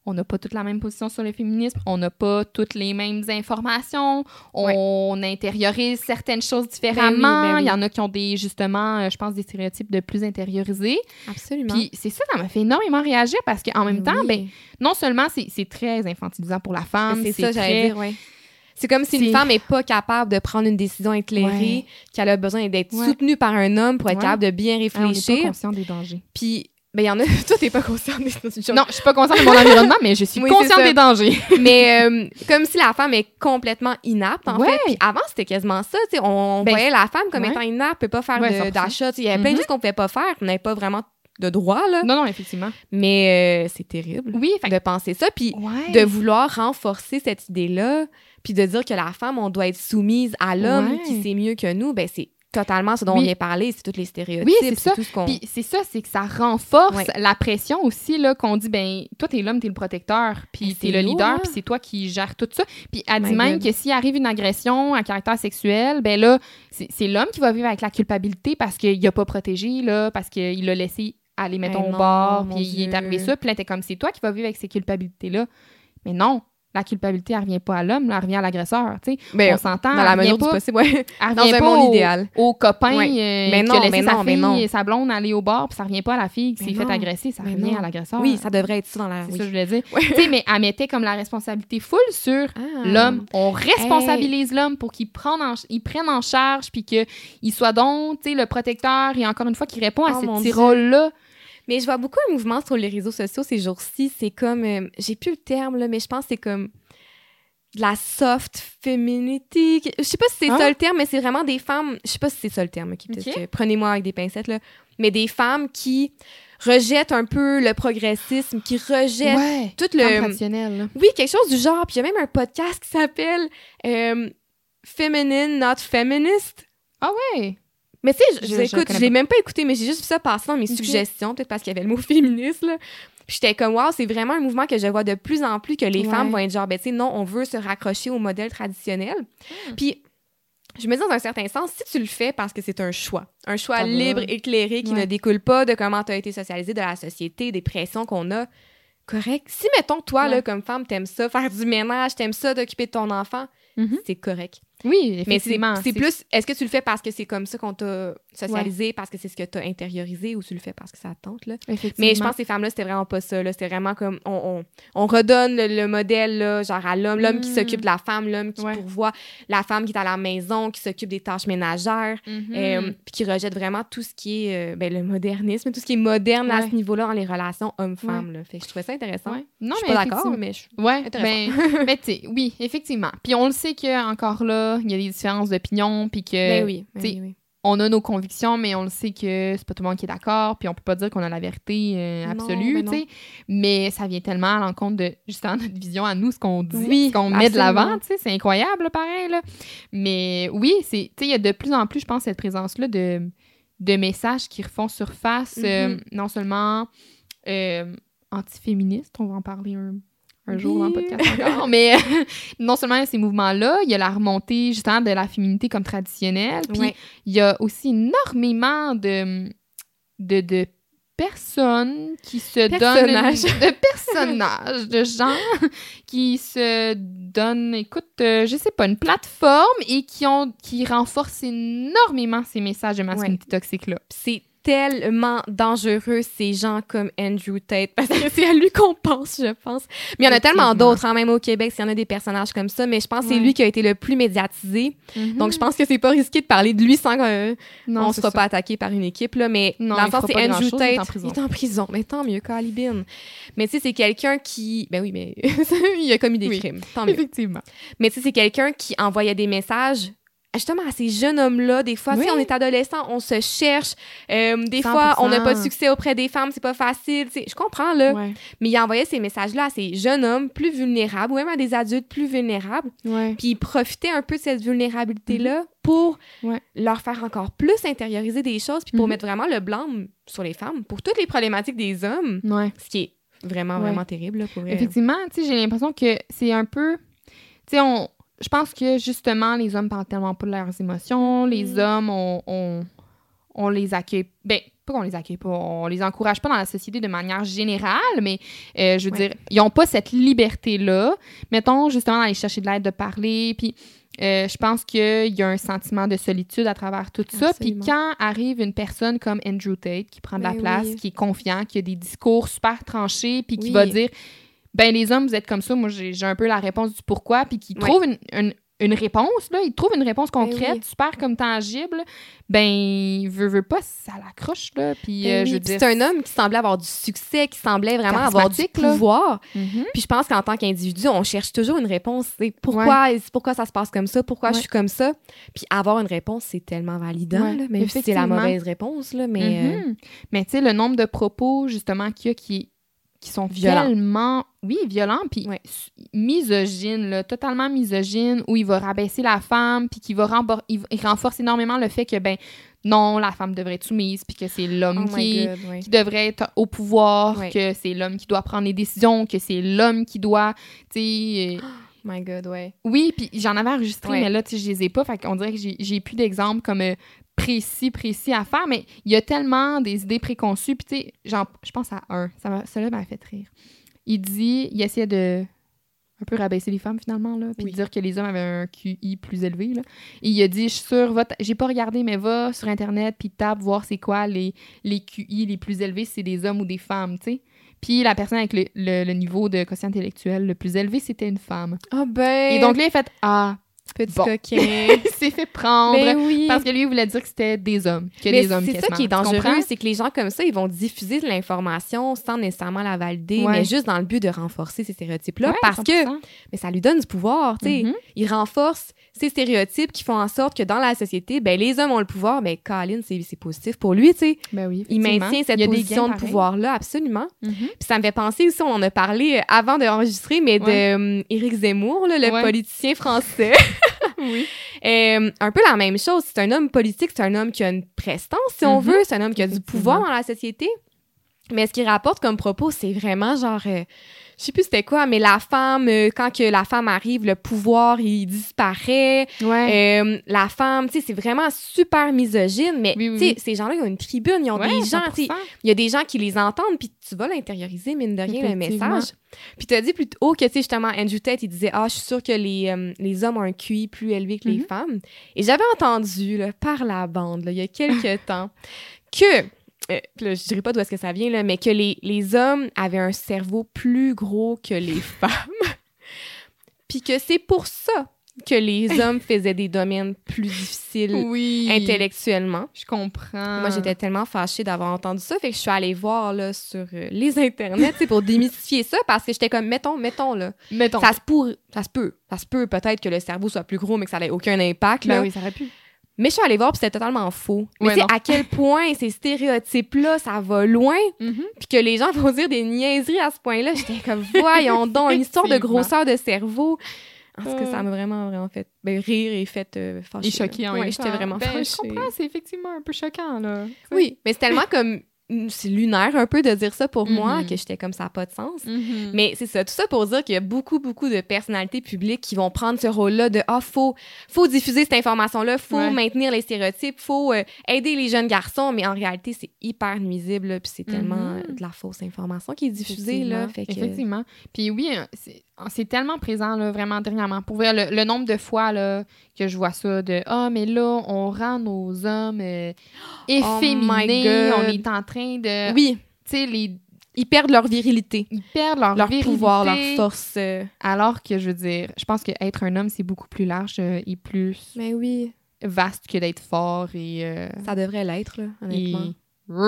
[SPEAKER 1] on n'a pas toutes la même position sur le féminisme, on n'a pas toutes les mêmes informations, on ouais. intériorise certaines choses différemment. Ben oui, ben oui. Il y en a qui ont des, justement, euh, je pense, des stéréotypes de plus intériorisés.
[SPEAKER 2] Absolument.
[SPEAKER 1] Puis c'est ça, ça m'a fait énormément réagir parce qu'en même oui. temps, ben, non seulement c'est, c'est très infantilisant pour la femme,
[SPEAKER 2] c'est,
[SPEAKER 1] c'est
[SPEAKER 2] ça,
[SPEAKER 1] très...
[SPEAKER 2] j'allais dire, ouais. C'est comme si c'est... une femme n'est pas capable de prendre une décision éclairée, ouais. qu'elle a besoin d'être ouais. soutenue par un homme pour être ouais. capable de bien réfléchir.
[SPEAKER 1] Ah, on n'est pas conscient des dangers.
[SPEAKER 2] Puis, ben, il y en a... Toi, t'es pas consciente des dangers.
[SPEAKER 1] Non, je suis pas consciente de mon environnement, mais je suis oui, consciente des dangers.
[SPEAKER 2] Mais euh, comme si la femme est complètement inapte, en
[SPEAKER 1] ouais.
[SPEAKER 2] fait. Puis avant, c'était quasiment ça. Tu sais, on ben, voyait la femme comme ouais. étant inapte, peut pas faire ouais, de, d'achat. Il y avait mm-hmm. plein de choses qu'on pouvait pas faire. On n'avait pas vraiment de droit, là.
[SPEAKER 1] Non, non, effectivement.
[SPEAKER 2] Mais euh, c'est terrible
[SPEAKER 1] oui,
[SPEAKER 2] de penser ça. Puis
[SPEAKER 1] ouais.
[SPEAKER 2] de vouloir renforcer cette idée-là, puis de dire que la femme, on doit être soumise à l'homme ouais. qui sait mieux que nous, ben c'est totalement ce dont oui. on vient parler, c'est tous les stéréotypes.
[SPEAKER 1] Oui, c'est, c'est ça.
[SPEAKER 2] Tout ce qu'on...
[SPEAKER 1] Puis c'est ça, c'est que ça renforce ouais. la pression aussi, là, qu'on dit, ben toi, t'es l'homme, t'es le protecteur, puis t'es le lourd, leader, hein? Puis c'est toi qui gères tout ça. Puis elle dit My même God. Que s'il arrive une agression à caractère sexuel, ben là, c'est, c'est l'homme qui va vivre avec la culpabilité parce qu'il a pas protégé, là, parce qu'il l'a laissé aller, mettons, hey non, au bord, puis il est arrivé ça, puis là, t'es comme, c'est toi qui vas vivre avec ces culpabilités-là. Mais non! La culpabilité, elle revient pas à l'homme, là, elle revient à l'agresseur, tu sais.
[SPEAKER 2] Ben,
[SPEAKER 1] on s'entend.
[SPEAKER 2] Dans la mesure du possible, ouais.
[SPEAKER 1] Elle
[SPEAKER 2] dans
[SPEAKER 1] revient
[SPEAKER 2] un
[SPEAKER 1] pas
[SPEAKER 2] monde
[SPEAKER 1] au,
[SPEAKER 2] idéal.
[SPEAKER 1] au copain
[SPEAKER 2] ouais.
[SPEAKER 1] euh,
[SPEAKER 2] mais non,
[SPEAKER 1] qui a laissé
[SPEAKER 2] mais
[SPEAKER 1] sa
[SPEAKER 2] non,
[SPEAKER 1] fille
[SPEAKER 2] non.
[SPEAKER 1] et sa blonde aller au bar, puis ça revient pas à la fille qui
[SPEAKER 2] mais
[SPEAKER 1] s'est
[SPEAKER 2] non.
[SPEAKER 1] fait agresser, ça
[SPEAKER 2] mais
[SPEAKER 1] revient
[SPEAKER 2] non.
[SPEAKER 1] à l'agresseur.
[SPEAKER 2] Oui, ça devrait être ça dans la...
[SPEAKER 1] C'est
[SPEAKER 2] oui.
[SPEAKER 1] ça que je voulais dire.
[SPEAKER 2] Ouais.
[SPEAKER 1] Tu sais, mais elle mettait comme la responsabilité full sur ah. l'homme. On responsabilise hey. l'homme pour qu'il prenne en, il prenne en charge, puis qu'il soit donc, tu sais, le protecteur, et encore une fois, qu'il répond à
[SPEAKER 2] oh,
[SPEAKER 1] ce petit rôle-là.
[SPEAKER 2] Mais je vois beaucoup un mouvement sur les réseaux sociaux ces jours-ci. C'est comme... Euh, j'ai plus le terme, là, mais je pense que c'est comme... de la soft femininity. Je sais pas si c'est ah. ça le terme, mais c'est vraiment des femmes... Je sais pas si c'est ça le terme. Okay, okay. Que, prenez-moi avec des pincettes, là. Mais des femmes qui rejettent un peu le progressisme, qui rejettent
[SPEAKER 1] ouais,
[SPEAKER 2] tout le...
[SPEAKER 1] traditionnel. Là.
[SPEAKER 2] Oui, quelque chose du genre. Puis il y a même un podcast qui s'appelle euh, Feminine, Not Feminist.
[SPEAKER 1] Ah ouais?
[SPEAKER 2] Mais tu sais, je, je, écoute, je, je l'ai même pas écouté, mais j'ai juste vu ça passer dans mes okay. suggestions, peut-être parce qu'il y avait le mot féministe, là. Puis j'étais comme, wow, c'est vraiment un mouvement que je vois de plus en plus, que les ouais. femmes vont être genre, ben tu sais, non, on veut se raccrocher au modèle traditionnel. Mm. Puis je me dis, dans un certain sens, si tu le fais parce que c'est un choix, un choix ça libre, va. éclairé, qui ouais. ne découle pas de comment tu as été socialisé, de la société, des pressions qu'on a, correct. Si, mettons, toi, ouais. là, comme femme, t'aimes ça, faire du ménage, t'aimes ça, d'occuper de ton enfant, mm-hmm. c'est correct.
[SPEAKER 1] Oui, effectivement.
[SPEAKER 2] Mais c'est, c'est, c'est plus, est-ce que tu le fais parce que c'est comme ça qu'on t'a socialisé, ouais. parce que c'est ce que t'as intériorisé, ou tu le fais parce que ça te tente, là? Mais je pense que ces femmes-là, c'était vraiment pas ça, là. C'était vraiment comme, on, on, on redonne le, le modèle, là, genre à l'homme, l'homme mmh. qui s'occupe de la femme, l'homme qui ouais. pourvoit, la femme qui est à la maison, qui s'occupe des tâches ménagères, mmh. euh, puis qui rejette vraiment tout ce qui est, euh, ben, le modernisme, tout ce qui est moderne ouais. à ce niveau-là dans les relations homme-femme, ouais. là. Fait que je trouvais ça intéressant. Ouais. Non, je suis pas d'accord, mais je suis
[SPEAKER 1] ouais,
[SPEAKER 2] intéressant.
[SPEAKER 1] Ben, mais tu sais, oui, effectivement. Puis on le sait qu'encore là, il y a des différences d'opinion, puis que,
[SPEAKER 2] ben oui, ben oui, oui.
[SPEAKER 1] on a nos convictions, mais on le sait que c'est pas tout le monde qui est d'accord, puis on peut pas dire qu'on a la vérité euh, absolue, tu sais. Mais ça vient tellement à l'encontre de, justement, notre vision à nous, ce qu'on dit, oui, ce qu'on absolument. met de l'avant, tu sais. C'est incroyable, là, pareil, là. Mais oui, c'est, tu sais, il y a de plus en plus, je pense, cette présence-là de, de messages qui refont surface, mm-hmm. euh, non seulement euh, antiféministes, on va en parler un un jour dans le podcast encore, mais non seulement il y a ces mouvements-là, il y a la remontée justement de la féminité comme traditionnelle, puis ouais. il y a aussi énormément de, de, de personnes qui se
[SPEAKER 2] personnages.
[SPEAKER 1] donnent... de personnages, de gens qui se donnent, écoute, euh, je sais pas, une plateforme et qui, ont, qui renforcent énormément ces messages de masculinité ouais. toxique-là.
[SPEAKER 2] C'est tellement dangereux, ces gens comme Andrew Tate, parce que c'est à lui qu'on pense, je pense. Mais il y en a tellement d'autres, hein, même au Québec, s'il y en a des personnages comme ça, mais je pense que c'est ouais. lui qui a été le plus médiatisé. Mm-hmm. Donc, je pense que c'est pas risqué de parler de lui sans qu'on euh, ne soit pas attaqué par une équipe, là, mais non, dans le sens, c'est Andrew Tate, il est en prison. Il est en prison, mais tant mieux, Calibine. Mais tu sais, c'est quelqu'un qui... Ben oui, mais il a commis des oui, crimes, tant mieux.
[SPEAKER 1] Effectivement.
[SPEAKER 2] Mais tu sais, c'est quelqu'un qui envoyait des messages justement à ces jeunes hommes-là, des fois, oui. tu sais, on est adolescent, on se cherche, euh, des cent pour cent. Fois, on n'a pas de succès auprès des femmes, c'est pas facile, tu sais, je comprends, là. Ouais. Mais il envoyait ces messages-là à ces jeunes hommes plus vulnérables, ou même à des adultes plus vulnérables,
[SPEAKER 1] ouais.
[SPEAKER 2] puis il profitait un peu de cette vulnérabilité-là mm-hmm. pour
[SPEAKER 1] ouais.
[SPEAKER 2] leur faire encore plus intérioriser des choses, puis pour mm-hmm. mettre vraiment le blâme sur les femmes, pour toutes les problématiques des hommes,
[SPEAKER 1] ouais.
[SPEAKER 2] ce qui est vraiment, ouais. vraiment terrible, là, pour eux.
[SPEAKER 1] Effectivement, tu sais, j'ai l'impression que c'est un peu, tu sais, on... Je pense que, justement, les hommes parlent tellement pas de leurs émotions. Les mmh. hommes, on, on, on les accueille... Ben, pas qu'on les accueille pas, on les encourage pas dans la société de manière générale, mais euh, je veux
[SPEAKER 2] ouais.
[SPEAKER 1] dire, ils ont pas cette liberté-là. Mettons, justement, d'aller chercher de l'aide, de parler, puis euh, je pense qu'il y a un sentiment de solitude à travers tout ça. Puis quand arrive une personne comme Andrew Tate, qui prend de
[SPEAKER 2] ben
[SPEAKER 1] la place,
[SPEAKER 2] oui.
[SPEAKER 1] qui est confiant, qui a des discours super tranchés, puis qui
[SPEAKER 2] oui.
[SPEAKER 1] va dire, ben les hommes, vous êtes comme ça, moi j'ai, j'ai un peu la réponse du pourquoi, puis qui ouais. trouve une, une une réponse, là, il trouve une réponse concrète, ben oui. super comme tangible, ben, veut, veut pas, ça l'accroche, là, puis ben euh, oui. je veux dire...
[SPEAKER 2] C'est un homme qui semblait avoir du succès, qui semblait vraiment avoir du pouvoir, mm-hmm. puis je pense qu'en tant qu'individu, on cherche toujours une réponse, c'est pourquoi, ouais. pourquoi ça se passe comme ça, pourquoi ouais. je suis comme ça, puis avoir une réponse, c'est tellement validant, ouais. là, même si c'est la mauvaise réponse, là, mais...
[SPEAKER 1] Mm-hmm. Euh... Mais tu sais, le nombre de propos, justement, qu'il y a qui qui sont
[SPEAKER 2] violents.
[SPEAKER 1] tellement, oui, violents, puis ouais. misogynes, là, totalement misogynes, où il va rabaisser la femme, puis qu'il va rembor- il, il renforce énormément le fait que, ben, non, la femme devrait être soumise, puis que c'est l'homme
[SPEAKER 2] oh
[SPEAKER 1] qui,
[SPEAKER 2] God, ouais.
[SPEAKER 1] qui devrait être au pouvoir,
[SPEAKER 2] ouais.
[SPEAKER 1] que c'est l'homme qui doit prendre les décisions, que c'est l'homme qui doit, tu sais...
[SPEAKER 2] Oh my God, ouais.
[SPEAKER 1] Oui, puis j'en avais enregistré,
[SPEAKER 2] ouais.
[SPEAKER 1] mais là, tu sais, je les ai pas, fait qu'on dirait que j'ai, j'ai plus d'exemples comme... Euh, précis, précis à faire, mais il y a tellement des idées préconçues, puis tu sais, genre, je pense à un, ça m'a, celui-là m'a fait rire. Il dit, il essayait de un peu rabaisser les femmes, finalement, là, puis oui. dire que les hommes avaient un Q I plus élevé, là. Et il a dit, je suis sûre, va t- j'ai pas regardé, mais va sur Internet, puis tape, voir c'est quoi les, les Q I les plus élevés, si c'est des hommes ou des femmes, tu sais. Puis la personne avec le, le, le niveau de quotient intellectuel le plus élevé, c'était une femme.
[SPEAKER 2] Ah ben!
[SPEAKER 1] Et donc là, il a fait, ah...
[SPEAKER 2] Petit
[SPEAKER 1] bon.
[SPEAKER 2] coquin.
[SPEAKER 1] Il s'est fait prendre.
[SPEAKER 2] Ben oui.
[SPEAKER 1] Parce que lui, il voulait dire que c'était des hommes. Que
[SPEAKER 2] mais
[SPEAKER 1] des hommes
[SPEAKER 2] c'est
[SPEAKER 1] quasiment.
[SPEAKER 2] ça qui est dangereux, c'est que les gens comme ça, ils vont diffuser de l'information sans nécessairement la valider, ouais. mais juste dans le but de renforcer ces stéréotypes-là. Ouais, parce cent pour cent. Que mais ça lui donne du pouvoir. Tu sais. Mm-hmm. Il renforce ces stéréotypes qui font en sorte que dans la société, ben, les hommes ont le pouvoir, mais Colin, c'est, c'est positif pour lui. Tu sais.
[SPEAKER 1] Ben oui,
[SPEAKER 2] il maintient cette position de pouvoir-là, absolument.
[SPEAKER 1] Mm-hmm.
[SPEAKER 2] Puis ça me fait penser aussi, on en a parlé avant d'enregistrer, mais ouais. de um, Éric Zemmour, là, le ouais. politicien français.
[SPEAKER 1] Oui.
[SPEAKER 2] Euh, un peu la même chose. C'est un homme politique, c'est un homme qui a une prestance, si mm-hmm. on veut. C'est un homme qui a du pouvoir dans la société. Mais ce qu'il rapporte comme propos, c'est vraiment genre... Euh, je sais plus c'était quoi, mais la femme, euh, quand que la femme arrive, le pouvoir, il disparaît.
[SPEAKER 1] Ouais.
[SPEAKER 2] Euh, la femme, tu sais, c'est vraiment super misogyne. Mais,
[SPEAKER 1] oui, oui,
[SPEAKER 2] tu sais,
[SPEAKER 1] oui.
[SPEAKER 2] ces gens-là, ils ont une tribune, ils ont
[SPEAKER 1] ouais,
[SPEAKER 2] des gens, tu sais, il y a des gens qui les entendent, puis tu vas l'intérioriser, mine de rien, le message. Puis tu as dit plus haut que, tu sais, justement, Andrew Tate, il disait « Ah, je suis sûre que les, euh, les hommes ont un Q I plus élevé que mm-hmm. les femmes. » Et j'avais entendu, là, par la bande, là, il y a quelques temps, que... Euh, là, je dirais pas d'où est-ce que ça vient, là, mais que les, les hommes avaient un cerveau plus gros que les femmes. Puis que c'est pour ça que les hommes faisaient des domaines plus difficiles
[SPEAKER 1] oui,
[SPEAKER 2] intellectuellement.
[SPEAKER 1] Je comprends.
[SPEAKER 2] Moi, j'étais tellement fâchée d'avoir entendu ça, fait que je suis allée voir là, sur euh, les internets pour démystifier ça, parce que j'étais comme, mettons, mettons, là.
[SPEAKER 1] Mettons.
[SPEAKER 2] Ça se, pour, ça se peut. Ça se peut peut-être que le cerveau soit plus gros, mais que ça n'ait aucun impact.
[SPEAKER 1] Ben
[SPEAKER 2] là.
[SPEAKER 1] oui, ça aurait pu.
[SPEAKER 2] Mais je suis allée voir, puis c'était totalement faux. Mais ouais, tu sais, à quel point ces stéréotypes-là, ça va loin,
[SPEAKER 1] mm-hmm.
[SPEAKER 2] puis que les gens vont dire des niaiseries à ce point-là. J'étais comme, voyons donc, une histoire de grosseur de cerveau. En tout cas, ça m'a vraiment, vraiment fait ben, rire et fait euh, fâcher.
[SPEAKER 1] Et choqué en
[SPEAKER 2] ouais,
[SPEAKER 1] même
[SPEAKER 2] j'étais
[SPEAKER 1] temps.
[SPEAKER 2] vraiment
[SPEAKER 1] ben,
[SPEAKER 2] fâchée.
[SPEAKER 1] Je comprends, c'est effectivement un peu choquant, là.
[SPEAKER 2] Oui, mais c'est tellement comme... C'est lunaire un peu de dire ça pour mm-hmm. moi, que j'étais comme ça n'a pas de sens.
[SPEAKER 1] Mm-hmm.
[SPEAKER 2] Mais c'est ça, tout ça pour dire qu'il y a beaucoup, beaucoup de personnalités publiques qui vont prendre ce rôle-là de « Ah, faut, faut diffuser cette information-là, faut ouais. maintenir les stéréotypes, faut euh, aider les jeunes garçons. » Mais en réalité, c'est hyper nuisible, là, puis c'est mm-hmm. tellement euh, de la fausse information qui est diffusée. Là, fait que...
[SPEAKER 1] Effectivement. Puis oui, c'est, c'est tellement présent, là, vraiment, dernièrement. Pour voir le, le nombre de fois là, que je vois ça de « Ah, mais là, on rend nos hommes euh, efféminés, oh on est en train de... »
[SPEAKER 2] Oui.
[SPEAKER 1] Tu sais, les...
[SPEAKER 2] Ils perdent leur virilité.
[SPEAKER 1] Ils perdent leur,
[SPEAKER 2] leur
[SPEAKER 1] virilité.
[SPEAKER 2] pouvoir, leur force. Euh...
[SPEAKER 1] Alors que, je veux dire, je pense qu'être un homme, c'est beaucoup plus large euh, et plus
[SPEAKER 2] mais oui.
[SPEAKER 1] vaste que d'être fort et... Euh,
[SPEAKER 2] ça devrait l'être, là, honnêtement. Et...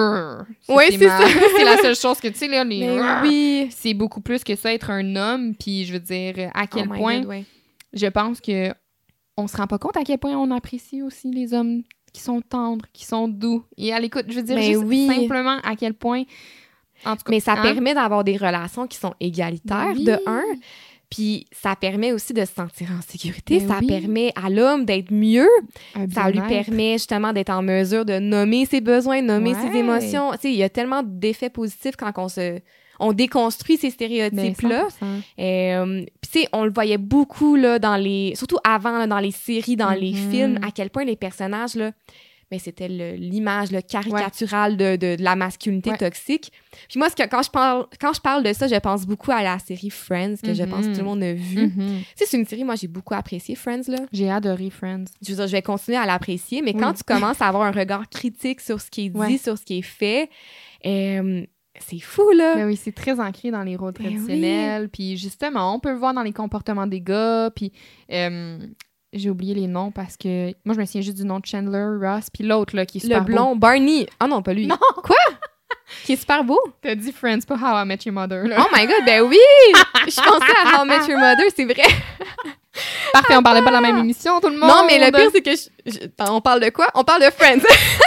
[SPEAKER 1] Oui, c'est, c'est ça. C'est la seule chose que, tu sais, là, les...
[SPEAKER 2] oui.
[SPEAKER 1] C'est beaucoup plus que ça, être un homme. Puis, je veux dire, à quel
[SPEAKER 2] oh
[SPEAKER 1] point...
[SPEAKER 2] God, ouais.
[SPEAKER 1] Je pense que on se rend pas compte à quel point on apprécie aussi les hommes qui sont tendres, qui sont doux. Et à l'écoute, je veux dire,
[SPEAKER 2] mais
[SPEAKER 1] juste
[SPEAKER 2] oui.
[SPEAKER 1] simplement à quel point... En tout cas,
[SPEAKER 2] mais ça
[SPEAKER 1] hein?
[SPEAKER 2] permet d'avoir des relations qui sont égalitaires,
[SPEAKER 1] oui.
[SPEAKER 2] de un. Puis ça permet aussi de se sentir en sécurité.
[SPEAKER 1] Mais
[SPEAKER 2] ça
[SPEAKER 1] oui.
[SPEAKER 2] permet à l'homme d'être mieux.
[SPEAKER 1] Un
[SPEAKER 2] ça lui permet justement d'être en mesure de nommer ses besoins, de nommer ouais. ses émotions. Tu sais, il y a tellement d'effets positifs quand on se... On déconstruit ces stéréotypes-là. Euh, Puis, tu sais, on le voyait beaucoup, là, dans les... Surtout avant, là, dans les séries, dans mm-hmm. les films, à quel point les personnages, là... mais c'était le, l'image le caricaturale ouais. de, de, de la masculinité ouais. toxique. Puis moi, ce que, quand, je parle, quand je parle de ça, je pense beaucoup à la série Friends, que mm-hmm. je pense que tout le monde a vu. Mm-hmm. Tu sais, c'est une série, moi, j'ai beaucoup apprécié Friends, là.
[SPEAKER 1] J'ai adoré Friends.
[SPEAKER 2] Je veux dire, je vais continuer à l'apprécier, mais oui. quand tu commences à avoir un regard critique sur ce qui est dit, ouais. sur ce qui est fait, euh, c'est fou, là.
[SPEAKER 1] Ben oui, c'est très ancré dans les rôles ben traditionnels. Oui. Puis justement, on peut le voir dans les comportements des gars, puis... Euh, j'ai oublié les noms parce que... Moi, je me souviens juste du nom de Chandler, Ross, puis l'autre, là, qui est super beau.
[SPEAKER 2] Le blond, beau. Barney. Ah non, pas lui.
[SPEAKER 1] Non!
[SPEAKER 2] Quoi? Qui est super beau?
[SPEAKER 1] T'as dit Friends, pas How I Met Your Mother, là.
[SPEAKER 2] Oh my God, ben oui! Je pensais à How I Met Your Mother, c'est vrai.
[SPEAKER 1] Parfait, on parlait pas de la même émission, tout le monde!
[SPEAKER 2] Non, mais le pire, c'est que... Je... Je... On parle de quoi? On parle de Friends.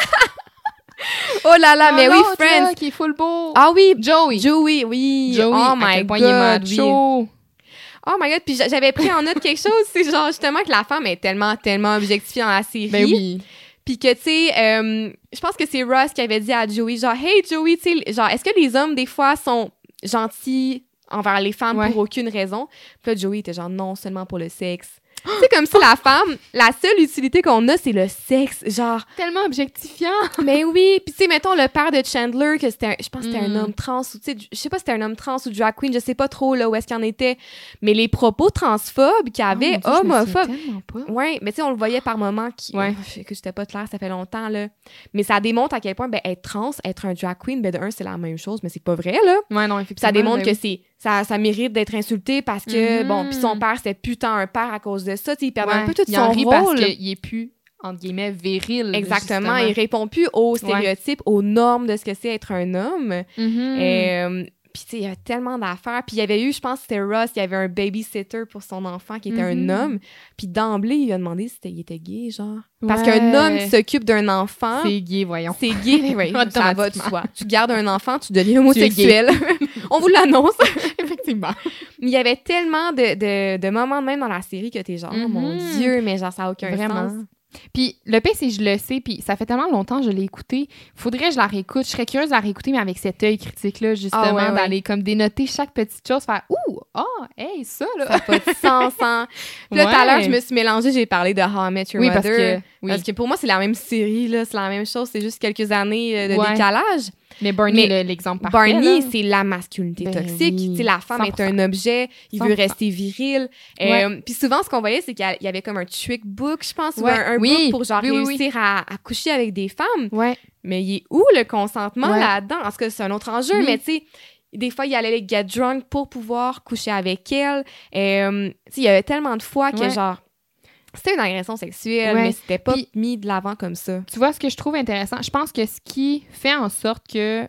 [SPEAKER 2] Oh là là, non, mais oui, Friends.
[SPEAKER 1] Là, qui est full beau.
[SPEAKER 2] Ah oui!
[SPEAKER 1] Joey.
[SPEAKER 2] Joey, oui.
[SPEAKER 1] Joey,
[SPEAKER 2] oh my God,
[SPEAKER 1] il est macho.
[SPEAKER 2] Oui. Oh my God, puis j'avais pris en note quelque chose, c'est genre justement que la femme est tellement, tellement objectifiée dans la série.
[SPEAKER 1] Ben oui.
[SPEAKER 2] Puis que, tu sais, euh, je pense que c'est Ross qui avait dit à Joey, genre, « Hey, Joey, tu sais, genre, est-ce que les hommes, des fois, sont gentils envers les femmes ouais. pour aucune raison? » Puis là, Joey était genre, « Non, seulement pour le sexe. » C'est comme si la femme, la seule utilité qu'on a, c'est le sexe, genre...
[SPEAKER 1] Tellement objectifiant!
[SPEAKER 2] Mais oui! Puis tu sais, mettons, le père de Chandler, que c'était, un, je pense que c'était mm. un homme trans, ou tu sais, je sais pas si c'était un homme trans ou drag queen, je sais pas trop, là, où est-ce qu'il en était, mais les propos transphobes qu'il y avait, oh, homophobes... Ouais, mais tu sais, on le voyait par moments, qui...
[SPEAKER 1] Ouais.
[SPEAKER 2] Oh, que j'étais pas claire, ça fait longtemps, là. Mais ça démontre à quel point, ben, être trans, être un drag queen, ben, de un, c'est la même chose, mais c'est pas vrai, là.
[SPEAKER 1] Ouais, non, effectivement.
[SPEAKER 2] Ça démontre
[SPEAKER 1] ben
[SPEAKER 2] que oui. c'est... Ça, ça mérite d'être insulté parce que, mm-hmm. bon, puis son père, c'était putain un père à cause de ça, tu sais, il perdait ouais. un peu tout
[SPEAKER 1] il
[SPEAKER 2] son
[SPEAKER 1] rit
[SPEAKER 2] rôle.
[SPEAKER 1] Parce qu'il est plus, entre guillemets, viril.
[SPEAKER 2] Exactement,
[SPEAKER 1] justement.
[SPEAKER 2] il répond plus aux stéréotypes, ouais. aux normes de ce que c'est être un homme.
[SPEAKER 1] Mm-hmm.
[SPEAKER 2] Euh, puis, tu sais, il y a tellement d'affaires. Puis, il y avait eu, je pense que c'était Ross, il y avait un babysitter pour son enfant qui était mm-hmm. un homme. Puis, d'emblée, il a demandé si il était gay, genre. Parce ouais. qu'un homme qui s'occupe d'un enfant...
[SPEAKER 1] C'est gay, voyons.
[SPEAKER 2] C'est gay, oui, ça va de soi. Tu gardes un enfant, tu deviens homosexuel. On vous l'annonce.
[SPEAKER 1] Effectivement.
[SPEAKER 2] Il y avait tellement de, de, de moments même dans la série que t'es genre, mm-hmm. oh mon Dieu, mais genre, ça n'a aucun
[SPEAKER 1] Vraiment.
[SPEAKER 2] sens.
[SPEAKER 1] Puis le pire, c'est que je le sais, puis ça fait tellement longtemps que je l'ai écouté. Faudrait que je la réécoute. Je serais curieuse de la réécouter, mais avec cet œil critique-là, justement, ah ouais, ouais. d'aller comme dénoter chaque petite chose, faire « Ouh! Ah! Oh, hey, ça, là! »
[SPEAKER 2] Ça n'a pas de sens, hein? Puis là, tout à l'heure, je me suis mélangée, j'ai parlé de How I Met Your
[SPEAKER 1] oui,
[SPEAKER 2] Mother.
[SPEAKER 1] Parce que, oui.
[SPEAKER 2] parce que pour moi, c'est la même série, là. C'est la même chose, c'est juste quelques années de ouais. décalage.
[SPEAKER 1] Mais Barney, mais le, l'exemple parfait,
[SPEAKER 2] Barney,
[SPEAKER 1] là.
[SPEAKER 2] c'est la masculinité
[SPEAKER 1] ben
[SPEAKER 2] toxique.
[SPEAKER 1] Oui.
[SPEAKER 2] Tu sais, la femme cent pour cent. Est un objet, il cent pour cent. Veut rester viril.
[SPEAKER 1] Ouais.
[SPEAKER 2] Euh, puis souvent, ce qu'on voyait, c'est qu'il y avait comme un trick book, je pense,
[SPEAKER 1] ouais.
[SPEAKER 2] ou un, un
[SPEAKER 1] oui.
[SPEAKER 2] book pour genre
[SPEAKER 1] oui,
[SPEAKER 2] réussir
[SPEAKER 1] oui, oui.
[SPEAKER 2] À, à coucher avec des femmes.
[SPEAKER 1] Ouais.
[SPEAKER 2] Mais il est où le consentement
[SPEAKER 1] ouais.
[SPEAKER 2] là-dedans? En tout cas, c'est un autre enjeu, oui. mais tu sais, des fois, il allait get drunk pour pouvoir coucher avec elle. Euh, tu sais, il y avait tellement de fois que
[SPEAKER 1] ouais.
[SPEAKER 2] genre, c'était une agression sexuelle,
[SPEAKER 1] ouais.
[SPEAKER 2] mais c'était pas
[SPEAKER 1] Puis,
[SPEAKER 2] mis de l'avant comme ça.
[SPEAKER 1] Tu vois, ce que je trouve intéressant, je pense que ce qui fait en sorte que,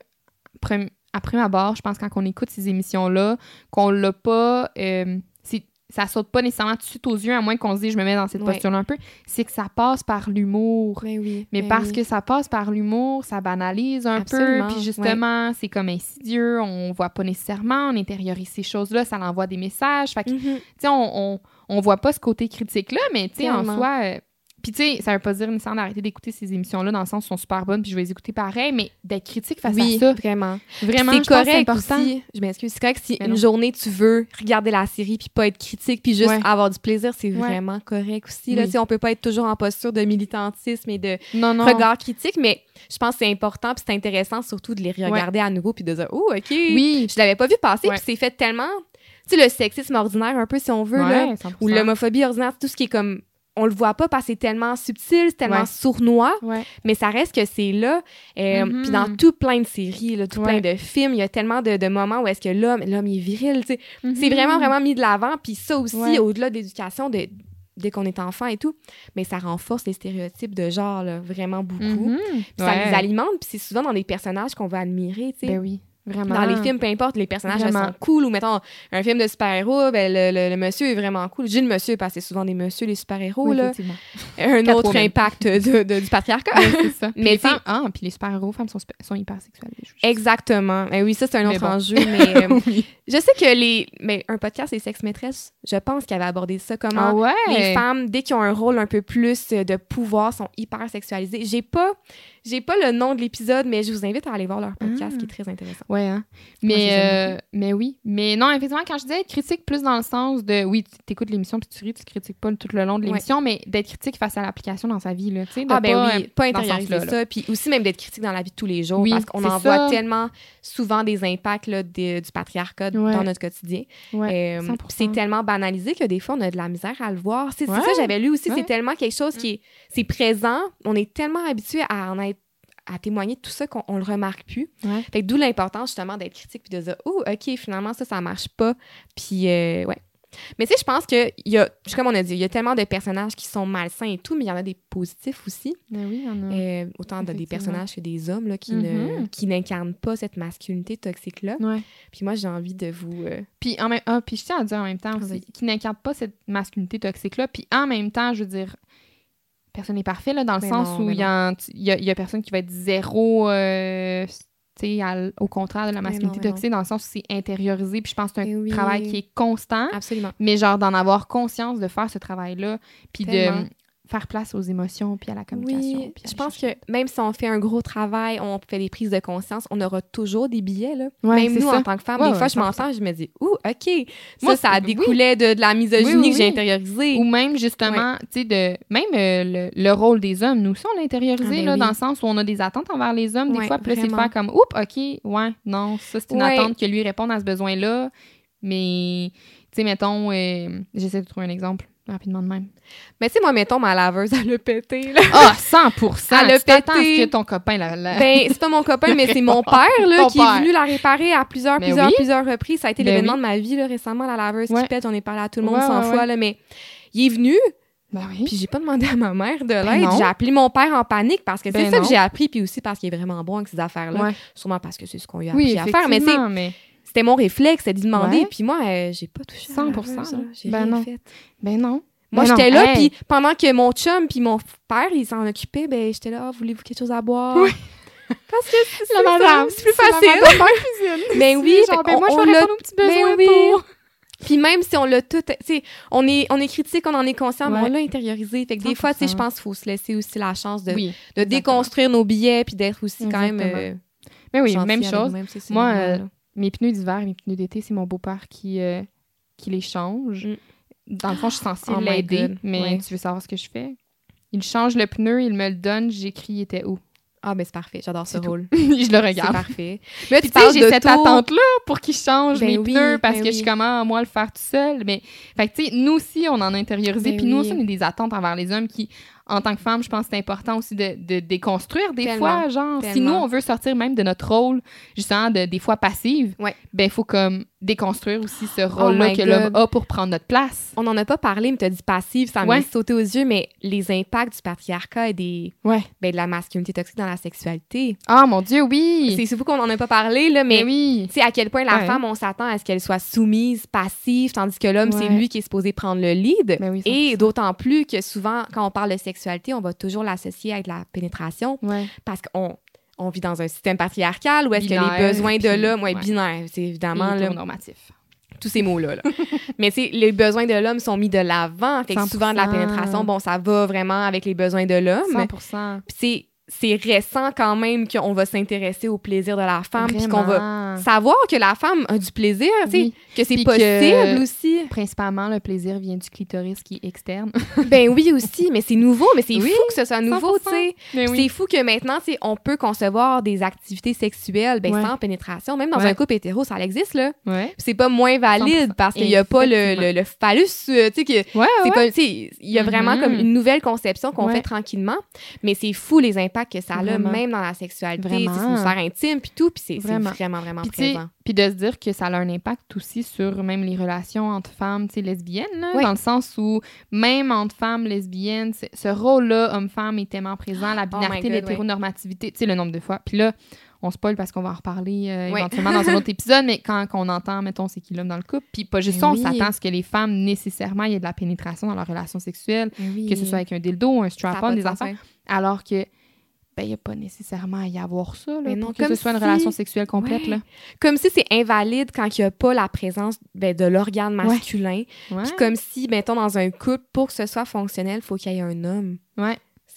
[SPEAKER 1] après ma barre, je pense quand on écoute ces émissions-là, qu'on l'a pas... Euh, c'est, ça saute pas nécessairement tout de suite aux yeux, à moins qu'on se dise, je me mets dans cette ouais. posture-là un peu, c'est que ça passe par l'humour.
[SPEAKER 2] Ben oui,
[SPEAKER 1] mais
[SPEAKER 2] ben
[SPEAKER 1] parce
[SPEAKER 2] oui.
[SPEAKER 1] que ça passe par l'humour, ça banalise un
[SPEAKER 2] Absolument,
[SPEAKER 1] peu, puis justement,
[SPEAKER 2] ouais.
[SPEAKER 1] c'est comme insidieux, on voit pas nécessairement, on intériorise ces choses-là, ça l'envoie des messages. Fait que,
[SPEAKER 2] mm-hmm.
[SPEAKER 1] tu sais, on, on, on voit pas ce côté critique-là, mais tu sais, en soi... Euh, puis, tu sais, ça veut pas dire nécessairement d'arrêter d'écouter ces émissions-là, dans le sens où elles sont super bonnes, puis je vais les écouter pareil, mais d'être critique face
[SPEAKER 2] oui,
[SPEAKER 1] à ça.
[SPEAKER 2] vraiment.
[SPEAKER 1] Vraiment,
[SPEAKER 2] c'est
[SPEAKER 1] je
[SPEAKER 2] correct
[SPEAKER 1] pense que c'est important.
[SPEAKER 2] Aussi, je m'excuse, c'est correct si
[SPEAKER 1] mais
[SPEAKER 2] une
[SPEAKER 1] non.
[SPEAKER 2] journée, tu veux regarder la série puis pas être critique puis juste
[SPEAKER 1] ouais.
[SPEAKER 2] avoir du plaisir, c'est
[SPEAKER 1] ouais.
[SPEAKER 2] vraiment correct aussi. Là,
[SPEAKER 1] oui.
[SPEAKER 2] tu sais, on peut pas être toujours en posture de militantisme et de
[SPEAKER 1] non, non.
[SPEAKER 2] regard critique, mais je pense que c'est important puis c'est intéressant surtout de les regarder ouais. à nouveau puis de dire « Oh, OK,
[SPEAKER 1] oui.
[SPEAKER 2] je l'avais pas vu passer
[SPEAKER 1] ouais.
[SPEAKER 2] puis c'est fait tellement... » Tu sais, le sexisme ordinaire un peu, si on veut,
[SPEAKER 1] ouais,
[SPEAKER 2] là,
[SPEAKER 1] cent pour cent.
[SPEAKER 2] ou l'homophobie ordinaire, tout ce qui est comme... On le voit pas parce que c'est tellement subtil, c'est tellement
[SPEAKER 1] ouais.
[SPEAKER 2] sournois,
[SPEAKER 1] ouais.
[SPEAKER 2] mais ça reste que c'est là. Euh,
[SPEAKER 1] mm-hmm.
[SPEAKER 2] Puis dans tout plein de séries, là, tout
[SPEAKER 1] ouais.
[SPEAKER 2] plein de films, il y a tellement de, de moments où est-ce que l'homme, l'homme il est viril, tu sais.
[SPEAKER 1] Mm-hmm.
[SPEAKER 2] C'est vraiment, vraiment mis de l'avant. Puis ça aussi,
[SPEAKER 1] ouais.
[SPEAKER 2] au-delà de l'éducation, de, dès qu'on est enfant et tout, mais ça renforce les stéréotypes de genre, là, vraiment beaucoup.
[SPEAKER 1] Mm-hmm.
[SPEAKER 2] Puis ça
[SPEAKER 1] ouais.
[SPEAKER 2] les alimente, puis c'est souvent dans des personnages qu'on va admirer, tu sais.
[SPEAKER 1] Ben oui. Vraiment.
[SPEAKER 2] Dans les films, peu importe, les personnages
[SPEAKER 1] vraiment.
[SPEAKER 2] sont cool. Ou mettons, un film de super-héros, ben, le, le, le monsieur est vraiment cool. J'ai le monsieur parce que c'est souvent des messieurs, les super-héros.
[SPEAKER 1] Oui,
[SPEAKER 2] là. Un
[SPEAKER 1] Quatre
[SPEAKER 2] autre impact de, de, du patriarcat.
[SPEAKER 1] Oui, c'est ça. Puis
[SPEAKER 2] mais
[SPEAKER 1] les femmes, ah, puis les super-héros femmes sont, sont hyper sexuelles.
[SPEAKER 2] Exactement. Ben oui, ça, c'est un autre
[SPEAKER 1] bon.
[SPEAKER 2] enjeu. Mais euh,
[SPEAKER 1] oui.
[SPEAKER 2] je sais que les. Mais un podcast, les sex-maîtresses, je pense qu'ils avaient abordé ça. Comment
[SPEAKER 1] ah ouais?
[SPEAKER 2] les femmes, dès qu'ils ont un rôle un peu plus de pouvoir, sont hyper sexualisées. J'ai pas. J'ai pas le nom de l'épisode, mais je vous invite à aller voir leur podcast
[SPEAKER 1] ah.
[SPEAKER 2] qui est très intéressant.
[SPEAKER 1] Ouais, Ouais, hein. Mais, ouais, euh, mais oui. Mais non, effectivement, quand je disais être critique, plus dans le sens de, oui, tu écoutes l'émission puis tu ris, tu critiques pas tout le long de l'émission, ouais. mais d'être critique face à l'application dans sa vie, là, tu sais, de
[SPEAKER 2] ah, ben
[SPEAKER 1] pas,
[SPEAKER 2] oui, pas intérioriser ça, puis aussi même d'être critique dans la vie de tous les jours, oui, parce qu'on en ça. voit tellement souvent des impacts là, de, du patriarcat ouais. dans notre quotidien. Ouais, euh, c'est tellement banalisé que des fois, on a de la misère à le voir. C'est ouais. ça, j'avais lu aussi, ouais. c'est tellement quelque chose qui est, c'est présent, on est tellement habitué à en être à témoigner de tout ça qu'on on le remarque plus. Ouais. Fait que d'où l'importance, justement, d'être critique puis de dire « Oh, OK, finalement, ça, ça marche pas. » Puis, euh, ouais. Mais tu sais, je pense que, y a, comme on a dit, il y a tellement de personnages qui sont malsains et tout, mais il y en a des positifs aussi.
[SPEAKER 1] Ben oui, il y en a.
[SPEAKER 2] Euh, autant de, des personnages que des hommes là, qui, mm-hmm. ne, qui n'incarnent pas cette masculinité toxique-là.
[SPEAKER 1] Ouais.
[SPEAKER 2] Puis moi, j'ai envie de vous... Euh...
[SPEAKER 1] Puis, en même, ah, puis je tiens à dire en même temps aussi, oui. qui n'incarnent pas cette masculinité toxique-là. Puis en même temps, je veux dire... Personne n'est parfait, là, dans le mais sens non, où il y, y, y a personne qui va être zéro, euh, tu sais, au contraire de la masculinité non, toxique, dans le sens où c'est intériorisé. Puis je pense que c'est un oui. travail qui est constant.
[SPEAKER 2] Absolument.
[SPEAKER 1] Mais genre d'en avoir conscience, de faire ce travail-là, puis de faire place aux émotions, puis à la communication.
[SPEAKER 2] Oui, je pense chercher. que même si on fait un gros travail, on fait des prises de conscience, on aura toujours des billets, là. Ouais, même nous, ça. en tant que femmes, ouais, des fois, ouais, je m'entends, je me dis, ouh, OK, Moi, ça, ça découlait oui. de, de la misogynie oui, oui, que j'ai intériorisée.
[SPEAKER 1] Ou même, justement, ouais. tu sais, de même euh, le, le rôle des hommes, nous aussi, on l'a intériorisé, ah, ben là, oui. dans le sens où on a des attentes envers les hommes, des ouais, fois, puis là, c'est de faire comme, oups, OK, ouais, non, ça, c'est une ouais. attente que lui répond à ce besoin-là, mais, tu sais, mettons, euh, j'essaie de trouver un exemple. Rapidement de même.
[SPEAKER 2] Mais tu sais, moi, mettons, ma laveuse, elle a pété, là.
[SPEAKER 1] Ah, cent pour cent! Elle a
[SPEAKER 2] tu pété.
[SPEAKER 1] À ce que ton copain la... la...
[SPEAKER 2] Ben, c'est pas mon copain, mais c'est mon père, là, qui père. est venu la réparer à plusieurs, mais plusieurs, oui. plusieurs reprises. Ça a été ben l'événement oui. de ma vie, là, récemment, la laveuse ouais. qui pète. J'en ai parlé à tout le monde ouais, cent ouais, fois, ouais. là, mais il est venu...
[SPEAKER 1] Ben oui.
[SPEAKER 2] Puis j'ai pas demandé à ma mère de l'aide. Ben j'ai appelé mon père en panique parce que ben c'est non. ça que j'ai appris, puis aussi parce qu'il est vraiment bon avec ces affaires-là. Ouais. Sûrement parce que c'est ce qu'on lui a appris
[SPEAKER 1] oui,
[SPEAKER 2] à faire. Mais c'est... Mais... C'était mon réflexe, c'est d'y demander. Ouais. Puis moi, euh, j'ai pas touché
[SPEAKER 1] cent pour cent.
[SPEAKER 2] À la j'ai
[SPEAKER 1] ben
[SPEAKER 2] rien
[SPEAKER 1] non.
[SPEAKER 2] fait.
[SPEAKER 1] Ben non.
[SPEAKER 2] Moi,
[SPEAKER 1] ben
[SPEAKER 2] j'étais
[SPEAKER 1] non.
[SPEAKER 2] là,
[SPEAKER 1] hey.
[SPEAKER 2] puis pendant que mon chum puis mon père, ils s'en occupaient, ben j'étais là, oh, voulez-vous quelque chose à boire?
[SPEAKER 1] Oui.
[SPEAKER 2] Parce que c'est,
[SPEAKER 1] la madame,
[SPEAKER 2] c'est plus facile. Mais oui,
[SPEAKER 1] genre, ben
[SPEAKER 2] on,
[SPEAKER 1] moi, je
[SPEAKER 2] on
[SPEAKER 1] ferais pas nos petits besoins
[SPEAKER 2] oui.
[SPEAKER 1] pour...
[SPEAKER 2] Puis même si on l'a tout... Tu sais, on est, on est critique, on en est conscient,
[SPEAKER 1] ouais.
[SPEAKER 2] mais on l'a intériorisé. Fait que des fois, tu sais, je pense qu'il faut se laisser aussi la chance de,
[SPEAKER 1] oui,
[SPEAKER 2] de déconstruire nos billets puis d'être aussi exactement. quand même... Euh,
[SPEAKER 1] mais oui, même chose.
[SPEAKER 2] Même, c'est, c'est
[SPEAKER 1] moi,
[SPEAKER 2] normal,
[SPEAKER 1] euh, mes pneus d'hiver, mes pneus d'été, c'est mon beau-père qui, euh, qui les change. Mm. Dans le fond, je suis censée
[SPEAKER 2] oh
[SPEAKER 1] l'aider, mais
[SPEAKER 2] ouais.
[SPEAKER 1] tu veux savoir ce que je fais? Il change le pneu, il me le donne, j'écris il était où?
[SPEAKER 2] Ah, ben c'est parfait, j'adore ce rôle.
[SPEAKER 1] Je le regarde.
[SPEAKER 2] C'est parfait. Mais là,
[SPEAKER 1] tu sais, j'ai cette attente-là pour qu'il change ben mes oui, pneus parce ben que oui. je suis comment, moi, le faire tout seul. Mais, fait que, tu sais, nous aussi, on en a intériorisé. Ben puis oui. nous aussi, on a des attentes envers les hommes qui, en tant que femme, je pense que c'est important aussi de, de déconstruire des
[SPEAKER 2] tellement,
[SPEAKER 1] fois. Genre,
[SPEAKER 2] tellement.
[SPEAKER 1] si nous, on veut sortir même de notre rôle, justement, de, des fois passive,
[SPEAKER 2] ouais.
[SPEAKER 1] ben il faut comme déconstruire aussi ce rôle-là oh que l'homme a pour prendre notre place.
[SPEAKER 2] On n'en a pas parlé, mais tu as dit passive, ça m'a ouais. sauté aux yeux, mais les impacts du patriarcat et des,
[SPEAKER 1] ouais.
[SPEAKER 2] ben, de la masculinité toxique dans la sexualité.
[SPEAKER 1] Ah, mon Dieu, oui!
[SPEAKER 2] C'est surtout qu'on n'en a pas parlé, là, mais, mais
[SPEAKER 1] oui.
[SPEAKER 2] tu sais, à quel point la
[SPEAKER 1] ouais.
[SPEAKER 2] femme, on s'attend à ce qu'elle soit soumise, passive, tandis que l'homme, ouais. c'est lui qui est supposé prendre le lead.
[SPEAKER 1] Ben oui,
[SPEAKER 2] et d'autant plus que souvent, quand on parle de sexualité, on va toujours l'associer avec la pénétration,
[SPEAKER 1] ouais.
[SPEAKER 2] parce qu'on on vit dans un système patriarcal où est-ce
[SPEAKER 1] binaire,
[SPEAKER 2] que les besoins
[SPEAKER 1] puis,
[SPEAKER 2] de l'homme, ouais,
[SPEAKER 1] ouais.
[SPEAKER 2] binaire, c'est évidemment...
[SPEAKER 1] Et
[SPEAKER 2] là,
[SPEAKER 1] normatif.
[SPEAKER 2] Tous ces mots-là. Là. Mais tu sais, les besoins de l'homme sont mis de l'avant. Fait que souvent, de la pénétration, bon, ça va vraiment avec les besoins de l'homme.
[SPEAKER 1] cent pour cent.
[SPEAKER 2] Puis c'est... c'est récent quand même qu'on va s'intéresser au plaisir de la femme, puis qu'on va savoir que la femme a du plaisir, oui. que c'est puis possible que, aussi.
[SPEAKER 1] Principalement, le plaisir vient du clitoris qui est externe.
[SPEAKER 2] Ben oui aussi, mais c'est nouveau, mais c'est
[SPEAKER 1] oui,
[SPEAKER 2] fou que ce soit nouveau, tu sais.
[SPEAKER 1] Oui.
[SPEAKER 2] C'est fou que maintenant, tu sais, on peut concevoir des activités sexuelles ben, ouais. sans pénétration. Même dans
[SPEAKER 1] ouais.
[SPEAKER 2] un couple hétéro, ça existe, là.
[SPEAKER 1] Ouais.
[SPEAKER 2] C'est pas moins valide cent pour cent. Parce qu'il y a pas le, le, le phallus, tu sais, que
[SPEAKER 1] ouais,
[SPEAKER 2] c'est
[SPEAKER 1] ouais.
[SPEAKER 2] pas, tu sais, il y a vraiment mm-hmm. comme une nouvelle conception qu'on
[SPEAKER 1] ouais.
[SPEAKER 2] fait tranquillement, mais c'est fou les impacts que ça a,
[SPEAKER 1] vraiment.
[SPEAKER 2] même dans la sexualité,
[SPEAKER 1] vraiment.
[SPEAKER 2] C'est une sphère intime, puis tout, puis c'est
[SPEAKER 1] vraiment,
[SPEAKER 2] c'est vraiment, vraiment
[SPEAKER 1] puis
[SPEAKER 2] présent.
[SPEAKER 1] Puis de se dire que ça a un impact aussi sur même les relations entre femmes, tu sais, lesbiennes, là,
[SPEAKER 2] oui.
[SPEAKER 1] dans le sens où même entre femmes lesbiennes, ce rôle-là, homme-femme, est tellement présent, la binarité, oh l'hétéronormativité, oui. tu sais, le nombre de fois. Puis là, on spoil parce qu'on va en reparler euh, oui. éventuellement dans un autre épisode, mais quand on entend, mettons, c'est qui l'homme dans le couple, puis pas juste ça, oui. on s'attend à ce que les femmes, nécessairement, il y ait de la pénétration dans leur relation sexuelle,
[SPEAKER 2] oui.
[SPEAKER 1] que ce soit avec un dildo, un strap-on, des enfants, alors que il n'y a pas nécessairement à y avoir ça, là,
[SPEAKER 2] non,
[SPEAKER 1] pour que ce soit une
[SPEAKER 2] si...
[SPEAKER 1] relation sexuelle complète.
[SPEAKER 2] Ouais.
[SPEAKER 1] Là.
[SPEAKER 2] Comme si c'est invalide quand il n'y a pas la présence ben, de l'organe masculin.
[SPEAKER 1] Ouais.
[SPEAKER 2] Puis comme si, mettons, dans un couple, pour que ce soit fonctionnel, il faut qu'il y ait un homme.
[SPEAKER 1] Ouais.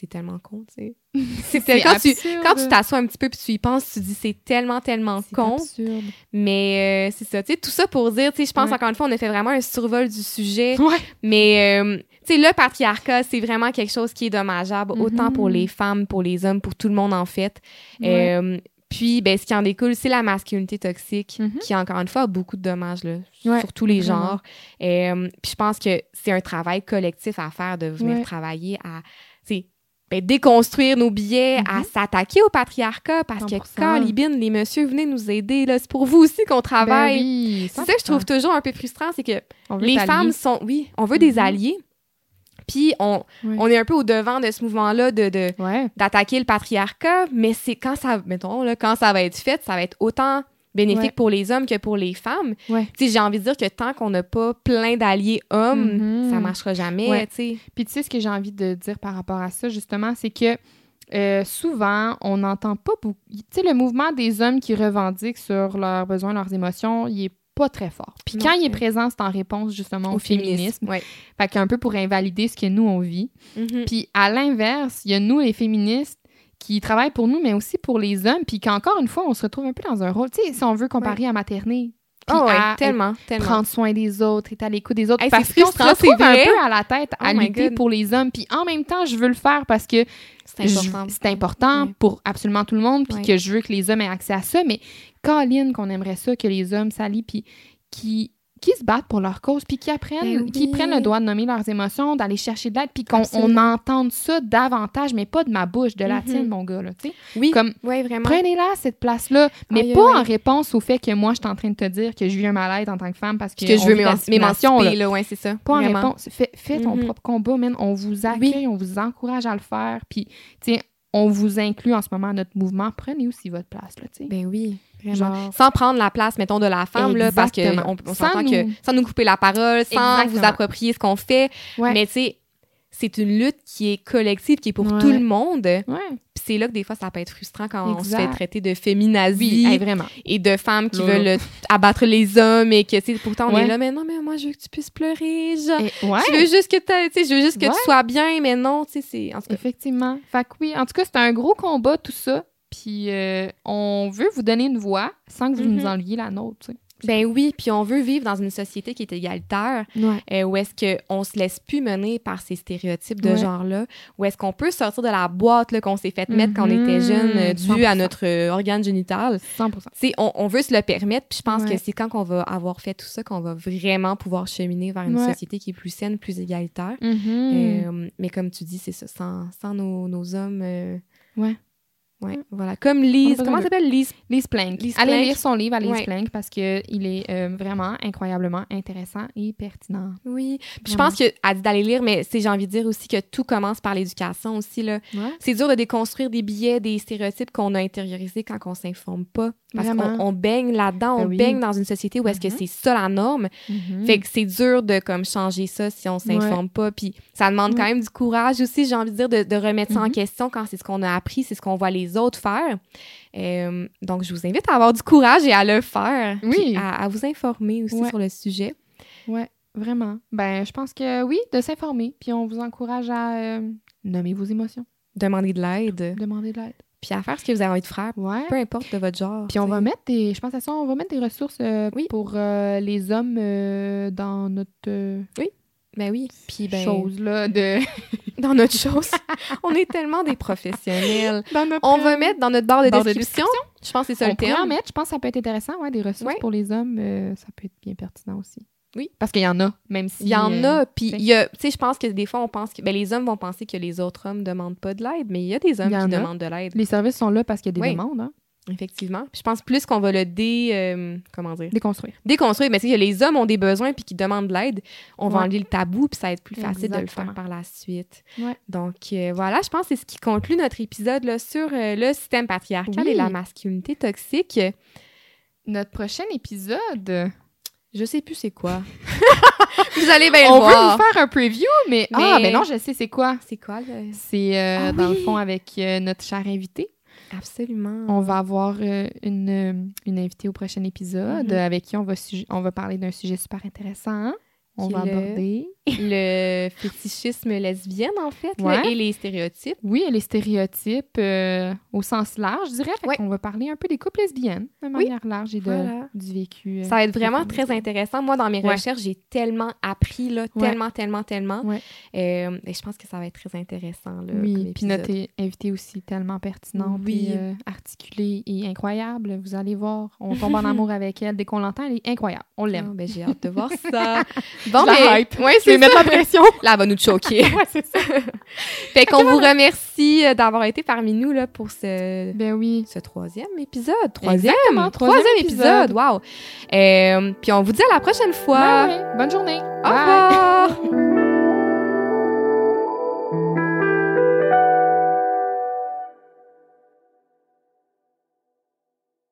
[SPEAKER 2] c'est tellement con, tu sais. C'est tel... quand, tu, quand tu t'assois un petit peu puis tu y penses, tu dis c'est tellement, tellement
[SPEAKER 1] c'est
[SPEAKER 2] con.
[SPEAKER 1] Absurde.
[SPEAKER 2] Mais euh, c'est ça, tu sais, tout ça pour dire, tu sais, je pense
[SPEAKER 1] ouais.
[SPEAKER 2] encore une fois, on a fait vraiment un survol du sujet.
[SPEAKER 1] Ouais.
[SPEAKER 2] Mais, euh, tu sais, le patriarcat, c'est vraiment quelque chose qui est dommageable,
[SPEAKER 1] Mm-hmm.
[SPEAKER 2] autant pour les femmes, pour les hommes, pour tout le monde, en fait.
[SPEAKER 1] Ouais.
[SPEAKER 2] Euh, puis, ben, ce qui en découle, c'est la masculinité toxique,
[SPEAKER 1] mm-hmm.
[SPEAKER 2] qui, encore une fois, a beaucoup de dommages, là,
[SPEAKER 1] ouais,
[SPEAKER 2] sur tous les
[SPEAKER 1] vraiment.
[SPEAKER 2] genres. Euh, puis je pense que c'est un travail collectif à faire, de venir
[SPEAKER 1] ouais.
[SPEAKER 2] travailler à, tu sais, ben, déconstruire nos biais, mm-hmm. à s'attaquer au patriarcat, parce cent pour cent. Que quand les bines, les messieurs, venez nous aider, là, c'est pour vous aussi qu'on travaille.
[SPEAKER 1] Ben oui,
[SPEAKER 2] c'est ça que je trouve toujours un peu frustrant, c'est que les
[SPEAKER 1] t'allier.
[SPEAKER 2] femmes sont, oui, on veut mm-hmm. des alliés, puis on, ouais. on est un peu au devant de ce mouvement-là de, de,
[SPEAKER 1] ouais.
[SPEAKER 2] d'attaquer le patriarcat, mais c'est quand ça, mettons, là, quand ça va être fait, ça va être autant bénéfique ouais. pour les hommes que pour les femmes.
[SPEAKER 1] Ouais.
[SPEAKER 2] Tu sais, j'ai envie de dire que tant qu'on n'a pas plein d'alliés hommes, mm-hmm. ça marchera jamais,
[SPEAKER 1] ouais.
[SPEAKER 2] tu sais.
[SPEAKER 1] Puis tu sais, ce que j'ai envie de dire par rapport à ça, justement, c'est que euh, souvent, on n'entend pas beaucoup... Tu sais, le mouvement des hommes qui revendiquent sur leurs besoins, leurs émotions, il est pas très fort. Puis quand il est présent, c'est en réponse, justement, au, au féminisme. féminisme.
[SPEAKER 2] Ouais.
[SPEAKER 1] Fait qu'un peu pour invalider ce que nous, on vit.
[SPEAKER 2] Mm-hmm.
[SPEAKER 1] Puis à l'inverse, il y a nous, les féministes, qui travaillent pour nous, mais aussi pour les hommes, puis qu'encore une fois, on se retrouve un peu dans un rôle, tu sais, si on veut comparer ouais. à materner, puis
[SPEAKER 2] oh ouais,
[SPEAKER 1] à
[SPEAKER 2] tellement, tellement.
[SPEAKER 1] prendre soin des autres, être à l'écoute des autres,
[SPEAKER 2] hey,
[SPEAKER 1] parce qu'on se retrouve un peu à la tête à oh lutter pour les hommes, puis en même temps, je veux le faire parce que
[SPEAKER 2] c'est important,
[SPEAKER 1] je, c'est important ouais. pour absolument tout le monde, puis
[SPEAKER 2] ouais.
[SPEAKER 1] que je veux que les hommes aient accès à ça, mais Colin, qu'on aimerait ça, que les hommes s'allient, puis qui... qui se battent pour leur cause, puis qui apprennent,
[SPEAKER 2] oui.
[SPEAKER 1] qui prennent le droit de nommer leurs émotions, d'aller chercher de l'aide, puis qu'on on entende ça davantage, mais pas de ma bouche, de la mm-hmm. tienne, mon gars, là, tu sais.
[SPEAKER 2] Oui,
[SPEAKER 1] comme,
[SPEAKER 2] ouais, vraiment.
[SPEAKER 1] Prenez-la, cette place-là, mais
[SPEAKER 2] aïe,
[SPEAKER 1] pas
[SPEAKER 2] aïe.
[SPEAKER 1] en réponse au fait que moi, je suis en train de te dire que je vis un mal-être en tant que femme parce que,
[SPEAKER 2] que je veux
[SPEAKER 1] m'émotion,
[SPEAKER 2] là. là, ouais, c'est ça.
[SPEAKER 1] Pas
[SPEAKER 2] vraiment.
[SPEAKER 1] en réponse. Fais, fais ton
[SPEAKER 2] mm-hmm.
[SPEAKER 1] propre combat, man. On vous accueille, oui. on vous encourage à le faire, puis, tu sais, on vous inclut en ce moment à notre mouvement. Prenez aussi votre place, là, tu sais.
[SPEAKER 2] Ben oui. Genre... Sans prendre la place, mettons, de la femme, là, parce qu'on on, on s'entend nous... que sans nous couper la parole, sans Exactement. Vous approprier ce qu'on fait.
[SPEAKER 1] Ouais.
[SPEAKER 2] Mais tu sais, c'est une lutte qui est collective, qui est pour
[SPEAKER 1] ouais.
[SPEAKER 2] tout le monde.
[SPEAKER 1] Ouais.
[SPEAKER 2] Puis c'est là que des fois, ça peut être frustrant quand exact. On se fait traiter de féminazie.
[SPEAKER 1] Oui, hey, vraiment.
[SPEAKER 2] Et de femmes qui
[SPEAKER 1] Lolo.
[SPEAKER 2] veulent abattre les hommes et que, tu sais, pourtant, on ouais. est là, mais non, mais moi, je veux que tu puisses pleurer. Genre,
[SPEAKER 1] et, ouais.
[SPEAKER 2] je veux juste que tu je veux juste que ouais. tu sois bien, mais non, tu sais, c'est... En tout cas.
[SPEAKER 1] Effectivement. Fait que oui, en tout cas, c'est un gros combat, tout ça. Puis euh, on veut vous donner une voix sans que vous mm-hmm. nous enleviez la nôtre, tu sais.
[SPEAKER 2] Ben oui, puis on veut vivre dans une société qui est égalitaire,
[SPEAKER 1] ouais.
[SPEAKER 2] euh, où est-ce qu'on se laisse plus mener par ces stéréotypes de
[SPEAKER 1] ouais.
[SPEAKER 2] genre-là, où est-ce qu'on peut sortir de la boîte là, qu'on s'est fait mettre mm-hmm. quand on était jeune, euh, dû à notre euh, organe génital.
[SPEAKER 1] cent pour cent.
[SPEAKER 2] T'sais, on, on veut se le permettre, puis je pense
[SPEAKER 1] ouais.
[SPEAKER 2] que c'est quand on va avoir fait tout ça qu'on va vraiment pouvoir cheminer vers une
[SPEAKER 1] ouais.
[SPEAKER 2] société qui est plus saine, plus égalitaire.
[SPEAKER 1] Mm-hmm.
[SPEAKER 2] Euh, mais comme tu dis, c'est ça, sans, sans nos, nos hommes... Euh,
[SPEAKER 1] ouais.
[SPEAKER 2] Ouais, voilà. Comme Lise, comment elle s'appelle? Lise?
[SPEAKER 1] Lise Plank.
[SPEAKER 2] Lise
[SPEAKER 1] Allez
[SPEAKER 2] Plank.
[SPEAKER 1] lire son livre à Lise
[SPEAKER 2] ouais.
[SPEAKER 1] Plank parce qu'il est euh, vraiment incroyablement intéressant et pertinent.
[SPEAKER 2] Oui. Puis je pense qu'elle dit d'aller lire, mais j'ai envie de dire aussi que tout commence par l'éducation aussi. Là.
[SPEAKER 1] Ouais.
[SPEAKER 2] C'est dur de déconstruire des biais, des stéréotypes qu'on a intériorisés quand on s'informe pas. Parce
[SPEAKER 1] vraiment.
[SPEAKER 2] qu'on on baigne là-dedans,
[SPEAKER 1] ben
[SPEAKER 2] on
[SPEAKER 1] oui.
[SPEAKER 2] baigne dans une société où est-ce
[SPEAKER 1] mm-hmm.
[SPEAKER 2] que c'est ça la norme.
[SPEAKER 1] Mm-hmm.
[SPEAKER 2] Fait que c'est dur de comme changer ça si on s'informe
[SPEAKER 1] ouais.
[SPEAKER 2] pas. Puis ça demande
[SPEAKER 1] ouais.
[SPEAKER 2] quand même du courage aussi, j'ai envie de dire, de, de remettre ça
[SPEAKER 1] mm-hmm.
[SPEAKER 2] en question quand c'est ce qu'on a appris, c'est ce qu'on voit les autres faire. Euh, donc, je vous invite à avoir du courage et à le faire.
[SPEAKER 1] Oui.
[SPEAKER 2] À, à vous informer aussi
[SPEAKER 1] ouais.
[SPEAKER 2] sur le sujet.
[SPEAKER 1] Oui, vraiment. Ben, je pense que oui, de s'informer. Puis on vous encourage à euh, nommer vos émotions.
[SPEAKER 2] Demander de l'aide.
[SPEAKER 1] Demander de l'aide.
[SPEAKER 2] Puis à faire ce que vous avez envie de faire.
[SPEAKER 1] Ouais.
[SPEAKER 2] Peu importe de votre genre.
[SPEAKER 1] Puis on va mettre des... Je pense à ça, on va mettre des ressources euh,
[SPEAKER 2] oui.
[SPEAKER 1] pour euh, les hommes euh, dans notre... Euh,
[SPEAKER 2] oui. Ben oui. Puis ben...
[SPEAKER 1] chose, là, de...
[SPEAKER 2] dans notre chose. On est tellement des professionnels.
[SPEAKER 1] Dans notre...
[SPEAKER 2] On va mettre dans notre barre de,
[SPEAKER 1] barre
[SPEAKER 2] description.
[SPEAKER 1] de description.
[SPEAKER 2] Je pense que c'est ça
[SPEAKER 1] on
[SPEAKER 2] le terme.
[SPEAKER 1] On pourrait en mettre. Je pense que ça peut être intéressant. Ouais, des ressources
[SPEAKER 2] ouais.
[SPEAKER 1] pour les hommes, euh, ça peut être bien pertinent aussi.
[SPEAKER 2] Oui.
[SPEAKER 1] Parce qu'il y en a, même si...
[SPEAKER 2] Il y en
[SPEAKER 1] euh,
[SPEAKER 2] a, puis il y a... Tu sais, je pense que des fois, on pense que... Ben, les hommes vont penser que les autres hommes demandent pas de l'aide, mais il y a des hommes qui a. demandent de l'aide.
[SPEAKER 1] Les services sont là parce qu'il y a des
[SPEAKER 2] oui.
[SPEAKER 1] demandes, hein.
[SPEAKER 2] Effectivement. Puis je pense plus qu'on va le dé... Euh, comment dire?
[SPEAKER 1] Déconstruire.
[SPEAKER 2] Déconstruire. Mais tu sais, les hommes ont des besoins puis qui demandent de l'aide. On
[SPEAKER 1] ouais.
[SPEAKER 2] va enlever le tabou puis ça va être plus facile
[SPEAKER 1] Exactement.
[SPEAKER 2] de le faire par la suite.
[SPEAKER 1] Ouais.
[SPEAKER 2] Donc, euh, voilà, je pense que c'est ce qui conclut notre épisode là, sur euh, le système patriarcal
[SPEAKER 1] oui.
[SPEAKER 2] et la masculinité toxique.
[SPEAKER 1] Notre prochain épisode...
[SPEAKER 2] Je sais plus c'est quoi. Vous allez bien le
[SPEAKER 1] On
[SPEAKER 2] voir.
[SPEAKER 1] On veut vous faire un preview, mais... mais... Ah, ben non, je sais c'est quoi.
[SPEAKER 2] C'est quoi, le...
[SPEAKER 1] C'est, euh,
[SPEAKER 2] ah,
[SPEAKER 1] dans
[SPEAKER 2] oui.
[SPEAKER 1] le fond, avec euh, notre cher invité.
[SPEAKER 2] Absolument.
[SPEAKER 1] On va avoir euh, une, une invitée au prochain épisode mm-hmm. avec qui on va, sujet, on va parler d'un sujet super intéressant. Hein? on
[SPEAKER 2] Qui
[SPEAKER 1] va
[SPEAKER 2] est le-
[SPEAKER 1] aborder.
[SPEAKER 2] Le fétichisme lesbienne, en fait, là,
[SPEAKER 1] Ouais.
[SPEAKER 2] et les stéréotypes.
[SPEAKER 1] Oui, et les stéréotypes euh, au sens large, je dirais. Fait
[SPEAKER 2] Ouais.
[SPEAKER 1] qu'on va parler un peu des couples lesbiennes de
[SPEAKER 2] Oui.
[SPEAKER 1] manière large et de,
[SPEAKER 2] Voilà.
[SPEAKER 1] du vécu. euh,
[SPEAKER 2] Ça va être
[SPEAKER 1] des
[SPEAKER 2] vraiment
[SPEAKER 1] femmes
[SPEAKER 2] très
[SPEAKER 1] lesbiennes.
[SPEAKER 2] intéressant. Moi, dans mes
[SPEAKER 1] Ouais.
[SPEAKER 2] recherches, j'ai tellement appris, là,
[SPEAKER 1] Ouais.
[SPEAKER 2] tellement, tellement, tellement.
[SPEAKER 1] Ouais.
[SPEAKER 2] Euh, et je pense que ça va être très intéressant, là, comme
[SPEAKER 1] Oui, puis
[SPEAKER 2] épisode.
[SPEAKER 1] notre invité aussi tellement pertinente
[SPEAKER 2] Oui.
[SPEAKER 1] et euh, articulée et incroyable. Vous allez voir, on tombe en amour avec elle. Dès qu'on l'entend, elle est incroyable. On
[SPEAKER 2] Ah,
[SPEAKER 1] l'aime.
[SPEAKER 2] ben, j'ai hâte de voir ça. Bon,
[SPEAKER 1] Je la
[SPEAKER 2] ben,
[SPEAKER 1] hype.
[SPEAKER 2] ouais,
[SPEAKER 1] Je vais
[SPEAKER 2] c'est
[SPEAKER 1] mettre
[SPEAKER 2] ça.
[SPEAKER 1] la pression.
[SPEAKER 2] Là, elle va nous choquer.
[SPEAKER 1] Ouais, c'est ça.
[SPEAKER 2] Fait qu'on vous remercie euh, d'avoir été parmi nous, là, pour ce...
[SPEAKER 1] Ben oui.
[SPEAKER 2] ce troisième épisode. Troisième,
[SPEAKER 1] Exactement,
[SPEAKER 2] troisième,
[SPEAKER 1] troisième
[SPEAKER 2] épisode.
[SPEAKER 1] épisode.
[SPEAKER 2] Wow. Euh, puis on vous dit à la prochaine fois.
[SPEAKER 1] Ben oui. Bonne journée.
[SPEAKER 2] Au
[SPEAKER 1] Bye.
[SPEAKER 2] revoir.